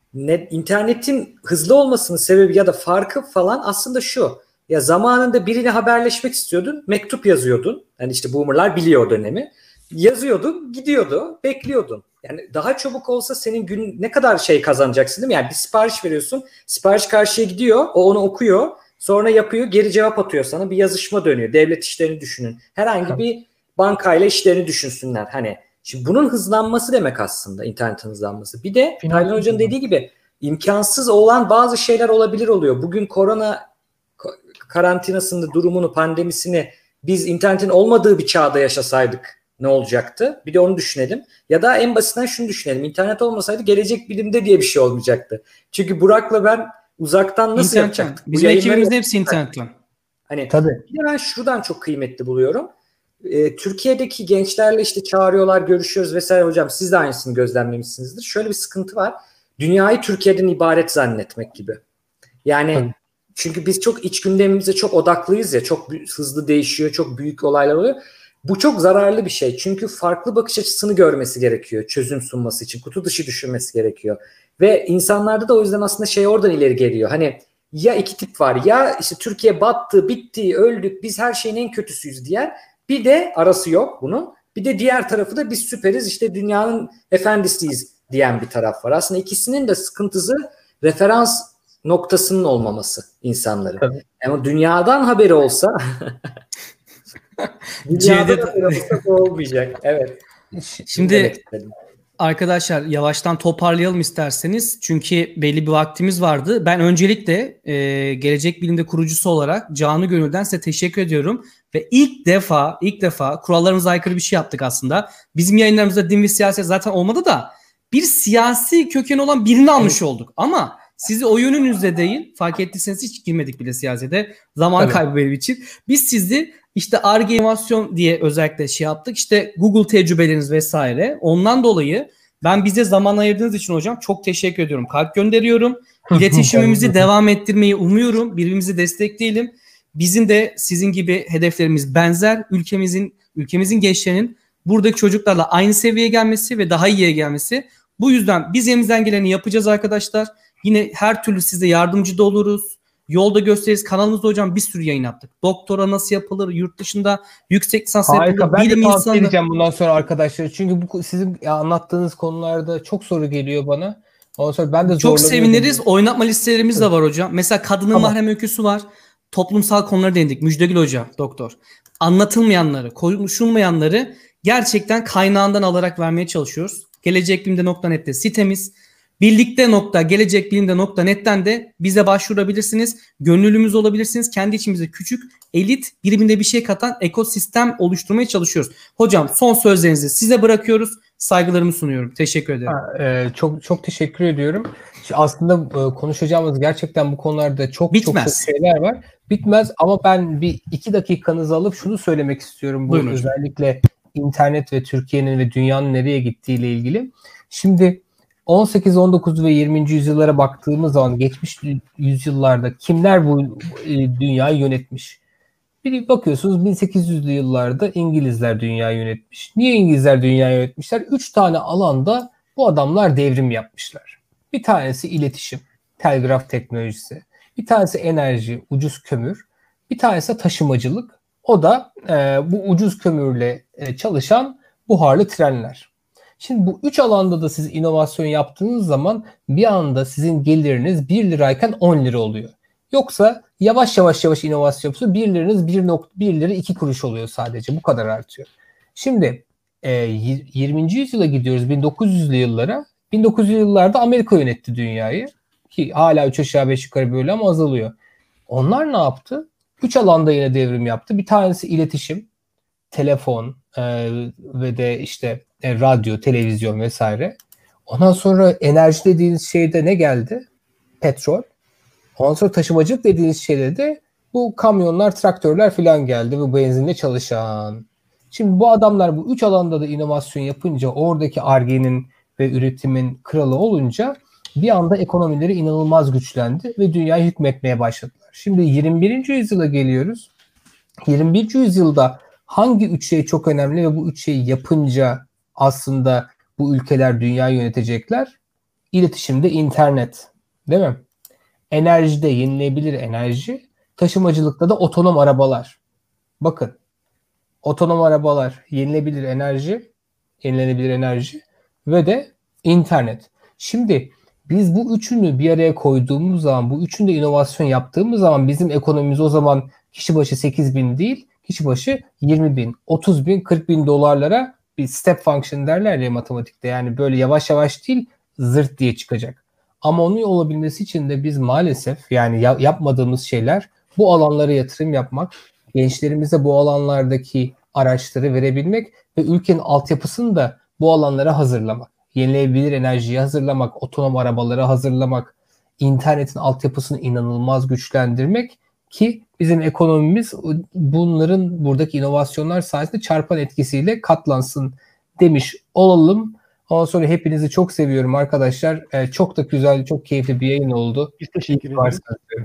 internetin hızlı olmasının sebebi ya da farkı falan aslında şu. Ya zamanında birine haberleşmek istiyordun, mektup yazıyordun. Yani işte boomerlar biliyor o dönemi. Yazıyordun, gidiyordu, bekliyordun. Yani daha çabuk olsa senin gün ne kadar şey kazanacaksın değil mi? Yani bir sipariş veriyorsun, sipariş karşıya gidiyor, o onu okuyor, sonra yapıyor, geri cevap atıyor sana, bir yazışma dönüyor. Devlet işlerini düşünün. Herhangi bir bankayla işlerini düşünsünler. Hani şimdi bunun hızlanması demek aslında internetin hızlanması. Bir de Taylan Hoca'nın dediği gibi imkansız olan bazı şeyler oluyor. Bugün korona karantinasını, durumunu, pandemisini biz internetin olmadığı bir çağda yaşasaydık ne olacaktı? Bir de onu düşünelim. Ya da en basitinden şunu düşünelim. İnternet olmasaydı gelecek bilimde diye bir şey olmayacaktı. Çünkü Burak'la ben uzaktan nasıl yapacaktık?
Bizim ekibimizin hepsi internetten.
Hani bir de ben şuradan çok kıymetli buluyorum. Türkiye'deki gençlerle işte çağırıyorlar, görüşüyoruz vesaire hocam. Siz de aynısını gözlemlemişsinizdir. Şöyle bir sıkıntı var. Dünyayı Türkiye'den ibaret zannetmek gibi. Yani çünkü biz çok iç gündemimize çok odaklıyız ya. Çok hızlı değişiyor, çok büyük olaylar oluyor. Bu çok zararlı bir şey. Çünkü farklı bakış açısını görmesi gerekiyor. Çözüm sunması için. Kutu dışı düşünmesi gerekiyor. Ve insanlarda da o yüzden aslında şey oradan ileri geliyor. Hani ya iki tip var. Ya işte Türkiye battı, bitti, öldük. Biz her şeyin en kötüsüyüz diyen. Bir de arası yok bunun. Bir de diğer tarafı da biz süperiz. İşte dünyanın efendisiyiz diyen bir taraf var. Aslında ikisinin de sıkıntısı referans noktasının olmaması insanların. Tabii. Ama dünyadan haberi olsa dünyadan haberi olsa olmayacak. Evet.
Şimdi arkadaşlar yavaştan toparlayalım isterseniz. Çünkü belli bir vaktimiz vardı. Ben öncelikle Gelecek Bilim'de kurucusu olarak canı gönülden size teşekkür ediyorum. Ve ilk defa kurallarımıza aykırı bir şey yaptık aslında. Bizim yayınlarımızda din ve siyaset zaten olmadı da bir siyasi kökeni olan birini almış olduk. Ama sizi o yönünüzde değil, fark ettiyseniz hiç girmedik bile siyasete. Zaman kaybı benim için. Biz sizi işte Ar-Ge inovasyon diye özellikle şey yaptık. İşte Google tecrübeleriniz vesaire. Ondan dolayı ben bize zaman ayırdığınız için hocam çok teşekkür ediyorum. Kalp gönderiyorum. İletişimimizi devam ettirmeyi umuyorum. Birbirimizi destekleyelim. Bizim de sizin gibi hedeflerimiz benzer. Ülkemizin gençlerinin buradaki çocuklarla aynı seviyeye gelmesi ve daha iyiye gelmesi. Bu yüzden biz elimizden geleni yapacağız arkadaşlar. Yine her türlü size yardımcı da oluruz. Yolda gösteririz. Kanalımızda hocam bir sürü yayın yaptık. Doktora nasıl yapılır? Yurt dışında yüksek lisans yapılır.
Harika. Ben de
Bilim
tavsiye
insanı.
edeceğim bundan sonra arkadaşlar. Çünkü bu sizin anlattığınız konularda çok soru geliyor bana. Ondan sonra ben de
Çok
zorlanıyorum.
seviniriz. Oynatma listelerimiz de var hocam. Mesela kadının mahrem öyküsü var. Toplumsal konulara değindik. Müjdegül Hoca, doktor. Anlatılmayanları, konuşulmayanları gerçekten kaynağından alarak vermeye çalışıyoruz. Gelecekbilimde.net'te sitemiz. Birlikte.gelecekbilimde.net'ten de bize başvurabilirsiniz. Gönüllümüz olabilirsiniz. Kendi içimizde küçük, elit, birbirine bir şey katan ekosistem oluşturmaya çalışıyoruz. Hocam son sözlerinizi size bırakıyoruz. Saygılarımı sunuyorum. Teşekkür ederim.
Çok teşekkür ediyorum. Aslında konuşacağımız gerçekten bu konularda çok şeyler var. Bitmez ama ben bir 2 dakikanızı alıp şunu söylemek istiyorum. Bu özellikle internet ve Türkiye'nin ve dünyanın nereye gittiğiyle ilgili. Şimdi 18, 19 ve 20. yüzyıllara baktığımız zaman geçmiş yüzyıllarda kimler bu dünyayı yönetmiş? Bir bakıyorsunuz 1800'lü yıllarda İngilizler dünyayı yönetmiş. Niye İngilizler dünyayı yönetmişler? 3 tane alanda bu adamlar devrim yapmışlar. Bir tanesi iletişim, telgraf teknolojisi. Bir tanesi enerji, ucuz kömür. Bir tanesi taşımacılık. O da bu ucuz kömürle çalışan buharlı trenler. Şimdi bu 3 alanda da siz inovasyon yaptığınız zaman bir anda sizin geliriniz 1 lirayken 10 lira oluyor. Yoksa yavaş yavaş inovasyon yapıyorsunuz. 1 liranız 1 lira 2 kuruş oluyor sadece. Bu kadar artıyor. Şimdi 20. yüzyıla gidiyoruz 1900'lü yıllara. 1900'lü yıllarda Amerika yönetti dünyayı. Ki hala 3 aşağı 5 yukarı böyle ama azalıyor. Onlar ne yaptı? 3 alanda yine devrim yaptı. Bir tanesi iletişim, telefon ve de işte radyo, televizyon vesaire. Ondan sonra enerji dediğiniz şeyde ne geldi? Petrol. Ondan sonra taşımacılık dediğiniz şeyde de bu kamyonlar, traktörler falan geldi ve benzinle çalışan. Şimdi bu adamlar bu 3 alanda da inovasyon yapınca oradaki Ar-Ge'nin ve üretimin kralı olunca bir anda ekonomileri inanılmaz güçlendi ve dünyayı hükmetmeye başladılar. Şimdi 21. yüzyıla geliyoruz. 21. yüzyılda hangi 3 şey çok önemli ve bu 3 şeyi yapınca aslında bu ülkeler dünyayı yönetecekler? İletişimde internet, değil mi? Enerjide yenilenebilir enerji, taşımacılıkta da otonom arabalar. Bakın, otonom arabalar, yenilenebilir enerji ve de internet. Şimdi biz bu üçünü bir araya koyduğumuz zaman, bu üçünde inovasyon yaptığımız zaman bizim ekonomimiz o zaman kişi başı 8.000 değil, kişi başı 20.000, 30.000, 40.000 dolarlara bir step function derler ya matematikte. Yani böyle yavaş yavaş değil, zırt diye çıkacak. Ama onun olabilmesi için de biz maalesef yani yapmadığımız şeyler bu alanlara yatırım yapmak, gençlerimize bu alanlardaki araçları verebilmek ve ülkenin altyapısını da bu alanlara hazırlamak. Yenilenebilir enerjiyi hazırlamak, otonom arabaları hazırlamak, internetin altyapısını inanılmaz güçlendirmek ki bizim ekonomimiz bunların buradaki inovasyonlar sayesinde çarpan etkisiyle katlansın demiş olalım. Ondan sonra hepinizi çok seviyorum arkadaşlar. Çok da güzel, çok keyifli bir yayın oldu.
Biz teşekkür ederiz.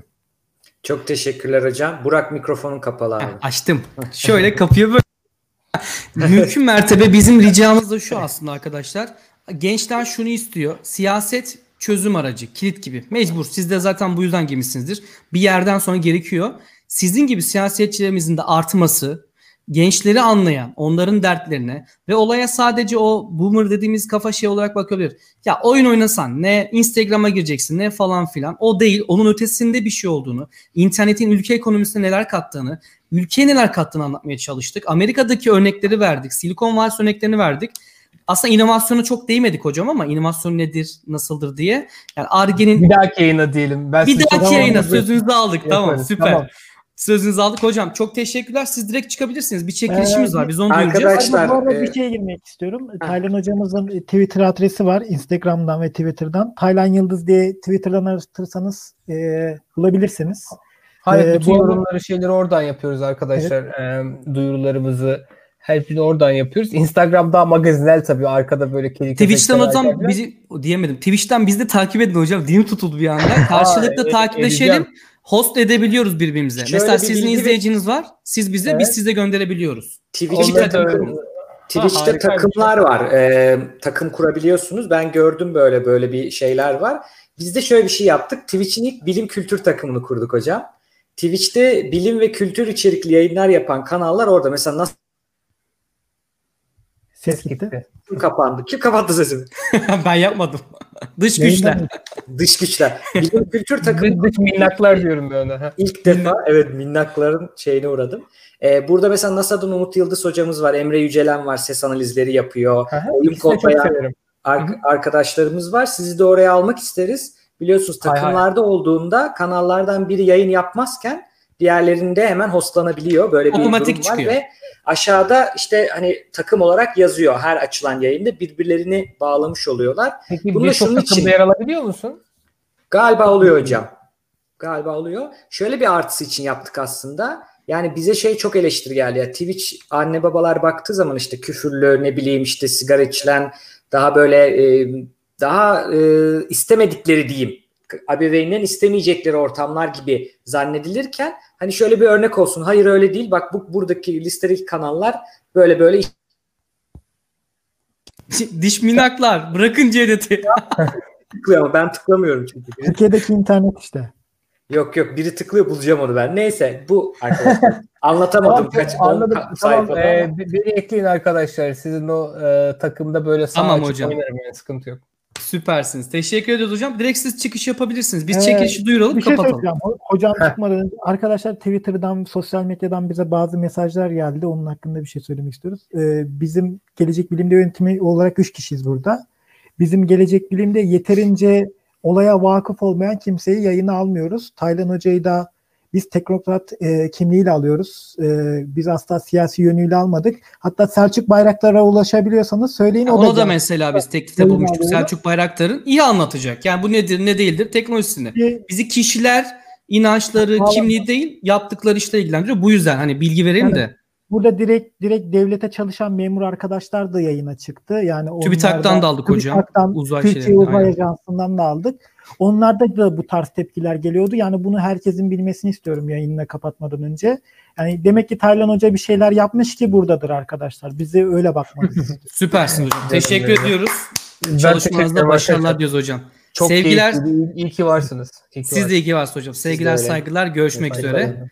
Çok teşekkürler hocam. Burak mikrofonun kapalı abi.
Açtım. Şöyle kapıyı böyle. Mümkün mertebe bizim ricamız da şu aslında arkadaşlar. Gençler şunu istiyor. Siyaset çözüm aracı, kilit gibi. Mecbur. Siz de zaten bu yüzden girmişsinizdir. Bir yerden sonra gerekiyor. Sizin gibi siyasetçilerimizin de artması, gençleri anlayan, onların dertlerine ve olaya sadece o boomer dediğimiz kafa şey olarak bakabilir. Ya oyun oynasan ne Instagram'a gireceksin ne falan filan. O değil. Onun ötesinde bir şey olduğunu, internetin ülke ekonomisine neler kattığını, ülkeye neler kattığını anlatmaya çalıştık. Amerika'daki örnekleri verdik. Silikon Vadisi örneklerini verdik. Aslında inovasyona çok değmedik hocam ama inovasyon nedir, nasıldır diye. Yani Ar-Ge'nin
bir dahaki yayına diyelim.
Bir dahaki yayına sözünüzü aldık. Tamam, süper. Tamam. Sözünüzü aldık hocam. Çok teşekkürler. Siz direkt çıkabilirsiniz. Bir çekilişimiz var. Biz onu duyuracağız.
Arkadaşlar,
Bu arada bir şeye girmek istiyorum. Taylan hocamızın Twitter adresi var. Instagram'dan ve Twitter'dan. Taylan Yıldız diye Twitter'dan aratırsanız bulabilirsiniz.
Hayır, bütün
bu arada-
yorumları şeyleri oradan yapıyoruz arkadaşlar. Duyurularımızı hepsini oradan yapıyoruz. Instagram daha magazinel tabii. Arkada böyle kelik
Twitch'ten
efektler
hocam
falan.
bizi diyemedim. Twitch'ten bizi de takip edin hocam. Dilim tutuldu bir anda. Karşılıklı takipleşelim.
edeceğim.
Host edebiliyoruz birbirimize.
Şöyle
Mesela
bir
sizin
bilgi
izleyiciniz var. Siz bize,
Evet.
biz size gönderebiliyoruz.
Twitch'te
Onları da
Twitch'te
harika bir
takımlar var. Takım kurabiliyorsunuz. Ben gördüm böyle bir şeyler var. Biz de şöyle bir şey yaptık. Twitch'in ilk bilim kültür takımını kurduk hocam. Twitch'te bilim ve kültür içerikli yayınlar yapan kanallar orada. Mesela nasıl
Ses gitti.
kapandı? Kim kapattı sesini?
Ben yapmadım. Dış güçler.
Yayından-
Dış güçler. Bilim kültür takımı
Dış minnaklar diyorum ben ona.
ilk defa evet minnakların şeyine uğradım. Burada mesela NASA'dan Umut Yıldız hocamız var. Emre Yücelen var. Ses analizleri yapıyor.
Aha,
Oyun
ikisini çok
kodlayan
severim.
arkadaşlarımız var. Sizi de oraya almak isteriz. Biliyorsunuz
Hay hay.
takımlarda olduğunda kanallardan biri yayın yapmazken diğerlerinde hemen hostlanabiliyor. Böyle bir
Otomatik
durum var
çıkıyor.
ve aşağıda işte hani takım olarak yazıyor her açılan yayında birbirlerini bağlamış oluyorlar.
Peki
Bunu da
birçok
şunun
takımda
için-
yer alabiliyor musun?
Galiba oluyor hocam. Galiba oluyor. Şöyle bir artısı için yaptık aslında. Yani bize şey çok eleştiri geldi. Ya Twitch anne babalar baktığı zaman işte küfürlü ne bileyim işte sigara içilen daha böyle istemedikleri diyeyim. Ebeveynlerin istemeyecekleri ortamlar gibi zannedilirken hani şöyle bir örnek olsun. Hayır öyle değil. Bak buradaki listedeki kanallar böyle
Diş minaklar. Bırakın Cevdet'i.
tıklıyor ama ben tıklamıyorum çünkü.
Türkiye'deki internet işte.
Yok biri tıklıyor bulacağım onu ben. Neyse bu arkadaşlar anlatamadım kaç
Anladım. Tamam.
sayfada ama.
Beni ekleyin arkadaşlar. Sizin o takımda böyle sağ
Tamam
açık
hocam.
oynarım yani sıkıntı yok.
Süpersiniz. Teşekkür ediyoruz hocam. Direkt siz çıkış yapabilirsiniz. Biz
Ee,
çekilişi duyuralım,
Bir şey
kapatalım.
söyleyeceğim. Hocam çıkmadan önce arkadaşlar Twitter'dan, sosyal medyadan bize bazı mesajlar geldi. Onun hakkında bir şey söylemek istiyoruz. Bizim Gelecek Bilim'de yönetimi olarak 3 kişiyiz burada. Bizim Gelecek Bilim'de yeterince olaya vakıf olmayan kimseyi yayına almıyoruz. Taylan Hoca'yı da biz teknokrat kimliğiyle alıyoruz. Biz asla siyasi yönüyle almadık. Hatta Selçuk Bayraktar'a ulaşabiliyorsanız söyleyin.
Onu da
cevap-
mesela biz teklifte
Yayın
bulmuştuk.
alıyorlar.
Selçuk Bayraktar'ın iyi anlatacak. Yani bu nedir ne değildir teknolojisini.
Bir-
Bizi kişiler, inançları,
Vallahi-
kimliği değil yaptıkları işle ilgilendiriyor. Bu yüzden hani bilgi verelim de.
Burada direkt devlete çalışan memur arkadaşlar da yayına çıktı. Yani onlar
TÜBİTAK'tan da aldık hocam.
TÜBİTAK'tan,
Uzay
Türkiye
şeyleri,
Uzay
aynen.
Ajansı'ndan da aldık. Onlarda da bu tarz tepkiler geliyordu. Yani bunu herkesin bilmesini istiyorum yayını kapatmadan önce. Yani demek ki Taylan Hoca bir şeyler yapmış ki buradadır arkadaşlar. Bize öyle bakmanız istiyoruz.
Süpersin hocam. Teşekkür
ederim.
ediyoruz.
Ben teşekkür
Çalışmanızda
ederim
başarılar
arkadaşlar.
diyoruz hocam.
Çok
Sevgiler.
keyifli. İyi ki varsınız. İyi ki
Siz de
varsınız.
iyi ki varsınız hocam. Sevgiler,
öyle.
saygılar. Görüşmek
Saygılar.
üzere.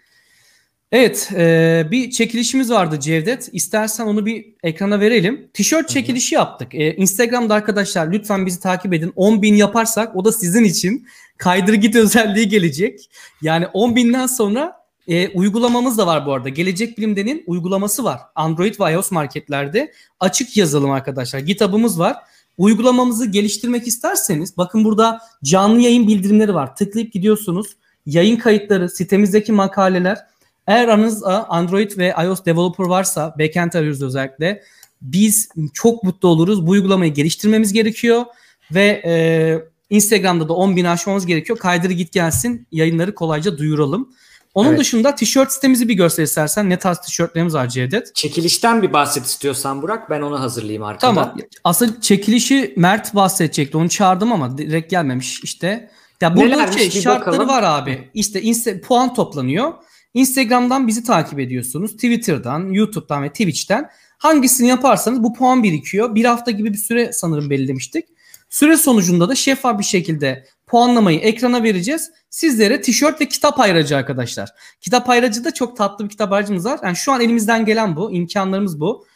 Evet, bir çekilişimiz vardı Cevdet. İstersen onu bir ekrana verelim. Tişört çekilişi yaptık. Instagram'da arkadaşlar lütfen bizi takip edin. 10.000 yaparsak o da sizin için kaydır git özelliği gelecek. Yani 10.000'den sonra uygulamamız da var bu arada. Gelecek Bilim'denin uygulaması var. Android ve iOS marketlerde. Açık yazılım arkadaşlar. GitHub'ımız var. Uygulamamızı geliştirmek isterseniz bakın burada canlı yayın bildirimleri var. Tıklayıp gidiyorsunuz. Yayın kayıtları, sitemizdeki makaleler. Eğer aranızda Android ve iOS developer varsa, backend arıyoruz özellikle. Biz çok mutlu oluruz. Bu uygulamayı geliştirmemiz gerekiyor. Ve Instagram'da da 10.000 aşmamız gerekiyor. Kaydır git gelsin. Yayınları kolayca duyuralım. Onun
Evet.
dışında tişört sitemizi bir göster istersen. Ne tarz tişörtlerimiz var Cevdet?
Çekilişten bir bahset istiyorsan Burak ben onu hazırlayayım arkada.
Tamam. Asıl çekilişi Mert bahsedecekti. Onu çağırdım ama direkt gelmemiş işte. Ya burada
Nelermiş bir
şartları
bakalım.
var abi. İşte puan toplanıyor. Instagram'dan bizi takip ediyorsunuz. Twitter'dan, YouTube'dan ve Twitch'ten. Hangisini yaparsanız bu puan birikiyor. Bir hafta gibi bir süre sanırım belirlemiştik. Süre sonucunda da şeffaf bir şekilde puanlamayı ekrana vereceğiz. Sizlere tişört ve kitap ayracı arkadaşlar. Kitap ayracı da çok tatlı bir kitap ayracımız var. Yani şu an elimizden gelen bu. İmkanlarımız bu.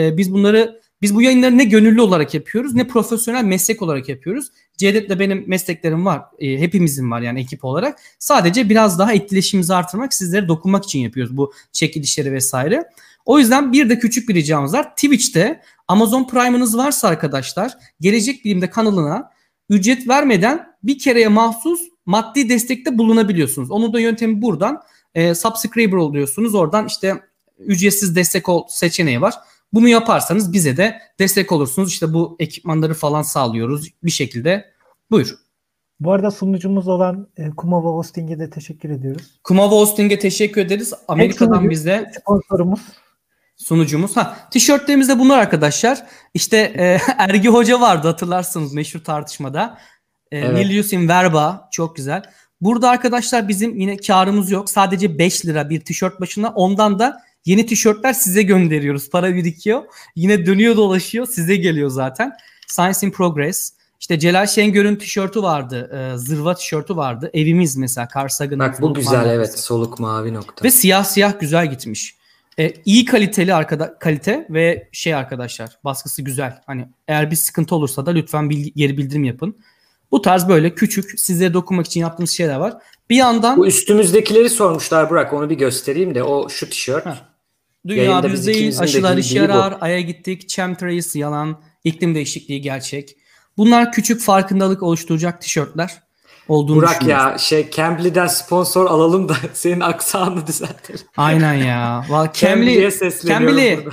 Biz bu yayınları ne gönüllü olarak yapıyoruz ne profesyonel meslek olarak yapıyoruz. Cevdet'le benim mesleklerim var. Hepimizin var yani ekip olarak. Sadece biraz daha etkileşimimizi artırmak, sizlere dokunmak için yapıyoruz bu çekilişleri vesaire. O yüzden bir de küçük bir ricamız var. Twitch'te Amazon Prime'ınız varsa arkadaşlar Gelecek Bilim'de kanalına ücret vermeden bir kereye mahsus maddi destekte bulunabiliyorsunuz. Onun da yöntemi buradan. Subscriber oluyorsunuz. Oradan işte ücretsiz destek ol seçeneği var. Bunu yaparsanız bize de destek olursunuz. İşte bu ekipmanları falan sağlıyoruz bir şekilde. Buyur.
Bu arada sunucumuz olan Kumava Hosting'e de teşekkür ediyoruz.
Kumava Hosting'e teşekkür ederiz. Amerika'dan bizde
sponsorumuz.
Sunucumuz. Tişörtlerimizde bunlar arkadaşlar. İşte Ergi Hoca vardı hatırlarsınız meşhur tartışmada.
Evet.
Nilius in Verba çok güzel. Burada arkadaşlar bizim yine karımız yok. Sadece 5 lira bir tişört başına. Ondan da yeni tişörtler size gönderiyoruz. Para birikiyor. Yine dönüyor dolaşıyor. Size geliyor zaten. Science in Progress. İşte Celal Şengör'ün tişörtü vardı. Zırva tişörtü vardı. Evimiz mesela. Carl Sagan'ın.
Bak bu güzel evet. Soluk mavi nokta.
Ve siyah güzel gitmiş. İyi kaliteli kalite ve arkadaşlar baskısı güzel. Hani eğer bir sıkıntı olursa da lütfen geri bildirim yapın. Bu tarz böyle küçük size dokunmak için yaptığımız şeyler var. Bir yandan
bu üstümüzdekileri sormuşlar Burak, onu bir göstereyim de o şu tişört.
Dünya düz değil, aşılar işe yarar, Ay'a gittik, chemtrails yalan, iklim değişikliği gerçek. Bunlar küçük farkındalık oluşturacak tişörtler olduğunu
Burak
düşünüyorum.
ya Cambly'den sponsor alalım da senin aksanını düzeltelim.
Aynen ya.
Cambly'ye sesleniyorum
Cambly.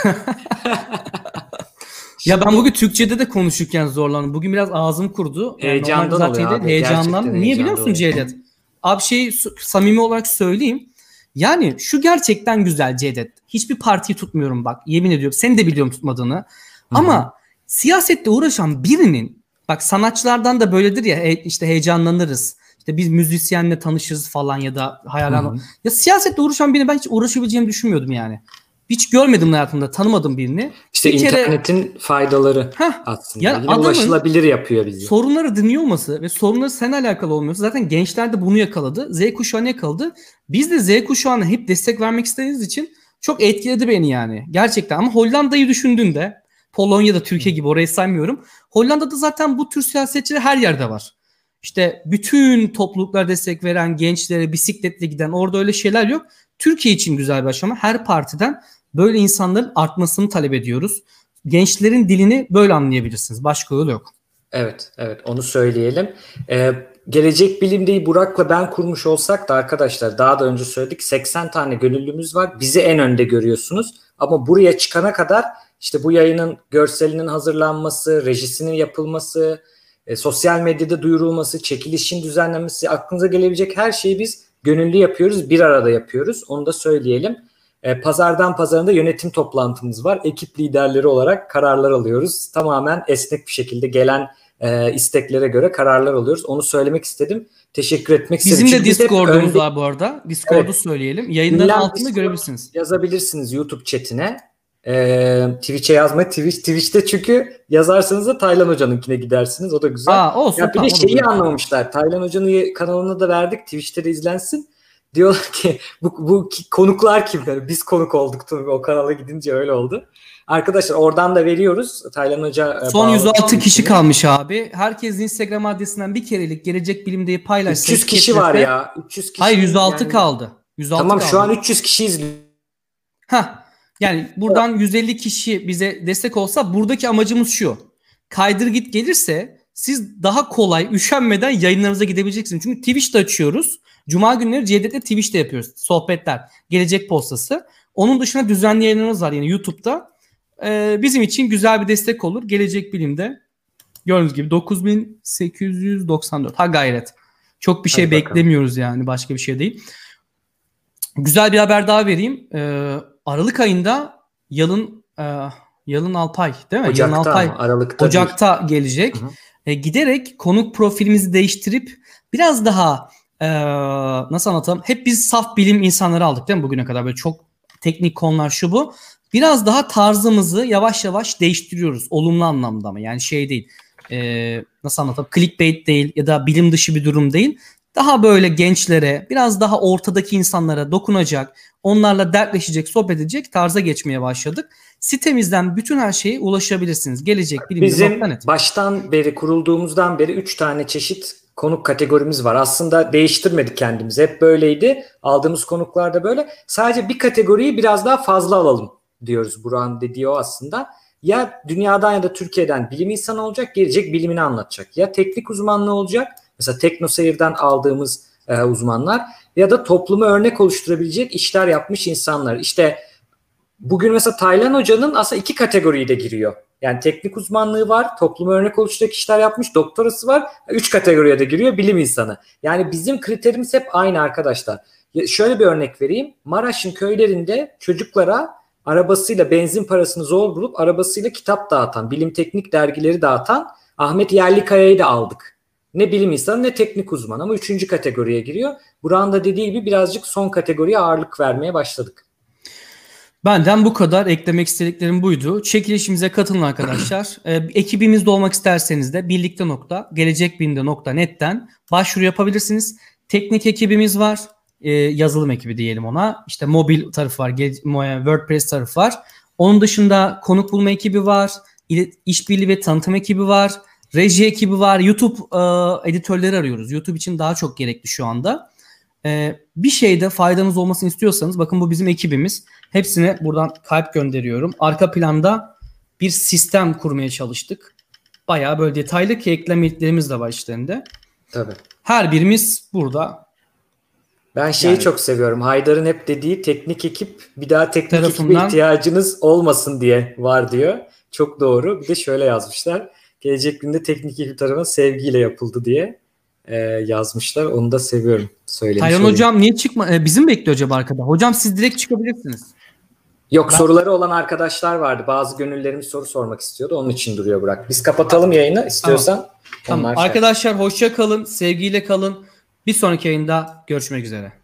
Ya ben bugün Türkçe'de de konuşurken zorlandım. Bugün biraz ağzım kurudu. Yani
heyecandan
zaten
oluyor abi.
Heyecandan. Niye biliyor musun Cevdet? Abi samimi olarak söyleyeyim. Yani şu gerçekten güzel Cevdet. Hiçbir partiyi tutmuyorum bak. Yemin ediyorum. Seni de biliyorum tutmadığını. Hı-hı. Ama siyasette uğraşan birinin, bak sanatçılardan da böyledir ya, işte heyecanlanırız. İşte biz müzisyenle tanışırız falan ya da hayal. Ya siyasetle uğraşan birine ben hiç uğraşabileceğimi düşünmüyordum yani. Hiç görmedim hayatımda, tanımadım birini.
İşte internetin faydaları aslında.
Yani
yine ulaşılabilir yapıyor bizi.
Sorunları dinliyor olması ve sorunları seninle alakalı olmuyorsa zaten gençler de bunu yakaladı. Z kuşağını yakaladı. Biz de Z kuşağına hep destek vermek istediğimiz için çok etkiledi beni yani. Gerçekten ama Hollanda'yı düşündüğünde, Polonya'da, Türkiye gibi, orayı saymıyorum. Hollanda'da zaten bu tür siyasetçiler her yerde var. İşte bütün topluluklara destek veren, gençlere bisikletle giden, orada öyle şeyler yok. Türkiye için güzel bir aşama. Her partiden böyle insanların artmasını talep ediyoruz. Gençlerin dilini böyle anlayabilirsiniz. Başka yolu yok.
Evet onu söyleyelim. Gelecek Bilim'deyi Burak'la ben kurmuş olsak da arkadaşlar, daha da önce söyledik, 80 tane gönüllümüz var. Bizi en önde görüyorsunuz. Ama buraya çıkana kadar işte bu yayının görselinin hazırlanması, rejisinin yapılması, sosyal medyada duyurulması, çekilişin düzenlenmesi, aklınıza gelebilecek her şeyi biz gönüllü yapıyoruz. Bir arada yapıyoruz. Onu da söyleyelim. Pazardan pazarında yönetim toplantımız var. Ekip liderleri olarak kararlar alıyoruz. Tamamen esnek bir şekilde gelen isteklere göre kararlar alıyoruz. Onu söylemek istedim. Teşekkür etmek istedim.
Bizim de Discord'umuz var bu arada. Discord'u söyleyelim. Yayınların altında Discord görebilirsiniz.
Yazabilirsiniz YouTube chatine. Twitch'e yazmayın. Twitch'te çünkü yazarsanız da Taylan Hoca'nınkine gidersiniz. O da güzel.
Olsun,
ya bir de şeyi anlamamışlar. Taylan Hoca'nın kanalına da verdik. Twitch'te de izlensin. Diyorlar ki bu konuklar kimler? Biz konuk olduk tabii, o kanala gidince öyle oldu. Arkadaşlar oradan da veriyoruz. Taylan Hoca
son 106 kişi kalmış abi. Herkes Instagram adresinden bir kerelik Gelecek Bilim'deyi paylaşsın.
300 kişi var ya. 300 kişi.
Hayır 106 yani, kaldı. 106
tamam
kaldı.
Şu an 300 kişi izliyor.
Yani buradan 150 kişi bize destek olsa, buradaki amacımız şu. Kaydır git gelirse siz daha kolay, üşenmeden yayınlarımıza gidebileceksiniz. Çünkü Twitch'te açıyoruz. Cuma günleri Cevdet'le Twitch'te yapıyoruz. Sohbetler, Gelecek Postası. Onun dışında düzenli yayınlarımız var yani YouTube'da. Bizim için güzel bir destek olur. Gelecek Bilim'de gördüğünüz gibi 9894. Ha gayret. Çok bir şey beklemiyoruz yani. Başka bir şey değil. Güzel bir haber daha vereyim. Aralık ayında Yalın Alpay değil mi?
Ocak'ta,
Yalın Alpay Ocak'ta gelecek. Giderek konuk profilimizi değiştirip biraz daha nasıl anlatalım? Hep biz saf bilim insanları aldık değil mi bugüne kadar? Böyle çok teknik konular şu bu. Biraz daha tarzımızı yavaş yavaş değiştiriyoruz. Olumlu anlamda ama yani şey değil. Nasıl anlatalım? Clickbait değil ya da bilim dışı bir durum değil. Daha böyle gençlere, biraz daha ortadaki insanlara dokunacak, onlarla dertleşecek, sohbet edecek tarza geçmeye başladık. Sitemizden bütün her şeye ulaşabilirsiniz.
Bizim baştan beri, kurulduğumuzdan beri 3 tane çeşit konuk kategorimiz var. Aslında değiştirmedik kendimizi. Hep böyleydi. Aldığımız konuklar da böyle. Sadece bir kategoriyi biraz daha fazla alalım diyoruz. Burak'ın dediği o aslında. Ya dünyadan ya da Türkiye'den bilim insanı olacak, gelecek bilimini anlatacak. Ya teknik uzmanlığı olacak. Mesela TeknoSeyir'den aldığımız uzmanlar, ya da topluma örnek oluşturabilecek işler yapmış insanlar. İşte bugün mesela Taylan Hoca'nın aslında 2 kategoriyi de giriyor. Yani teknik uzmanlığı var, topluma örnek oluşturacak işler yapmış, doktorası var, 3 kategoriye de giriyor, bilim insanı. Yani bizim kriterimiz hep aynı arkadaşlar. Şöyle bir örnek vereyim. Maraş'ın köylerinde çocuklara arabasıyla benzin parasını zor bulup arabasıyla kitap dağıtan, bilim teknik dergileri dağıtan Ahmet Yerlikaya'yı da aldık. Ne bilim insanı ne teknik uzman ama 3. kategoriye giriyor. Burak'ın da dediği gibi birazcık son kategoriye ağırlık vermeye başladık.
Benden bu kadar, eklemek istediklerim buydu. Çekilişimize katılın arkadaşlar. Ekibimizde olmak isterseniz de birlikte.gelecekbilimde.net'ten başvuru yapabilirsiniz. Teknik ekibimiz var. Yazılım ekibi diyelim ona. İşte mobil tarafı var, WordPress tarafı var. Onun dışında konuk bulma ekibi var. İşbirliği ve tanıtım ekibi var. Reji ekibi var. YouTube editörleri arıyoruz. YouTube için daha çok gerekli şu anda. Bir şeyde faydanız olmasını istiyorsanız bakın bu bizim ekibimiz. Hepsine buradan kalp gönderiyorum. Arka planda bir sistem kurmaya çalıştık. Bayağı böyle detaylı ki eklemelerimiz de var işlerinde.
Tabii.
Her birimiz burada.
Ben şeyi çok seviyorum. Haydar'ın hep dediği teknik ekip bir daha teknik ekibe ihtiyacınız olmasın diye var diyor. Çok doğru. Bir de şöyle yazmışlar. Gelecek günde teknik ekip tarafından sevgiyle yapıldı diye yazmışlar. Onu da seviyorum.
Taylan hocam niye bizim bekliyor acaba arkada? Hocam siz direkt çıkabilirsiniz.
Yok soruları olan arkadaşlar vardı. Bazı gönüllerimiz soru sormak istiyordu. Onun için duruyor Burak. Biz kapatalım yayını istiyorsan.
Tamam. Arkadaşlar hoşça kalın. Sevgiyle kalın. Bir sonraki yayında görüşmek üzere.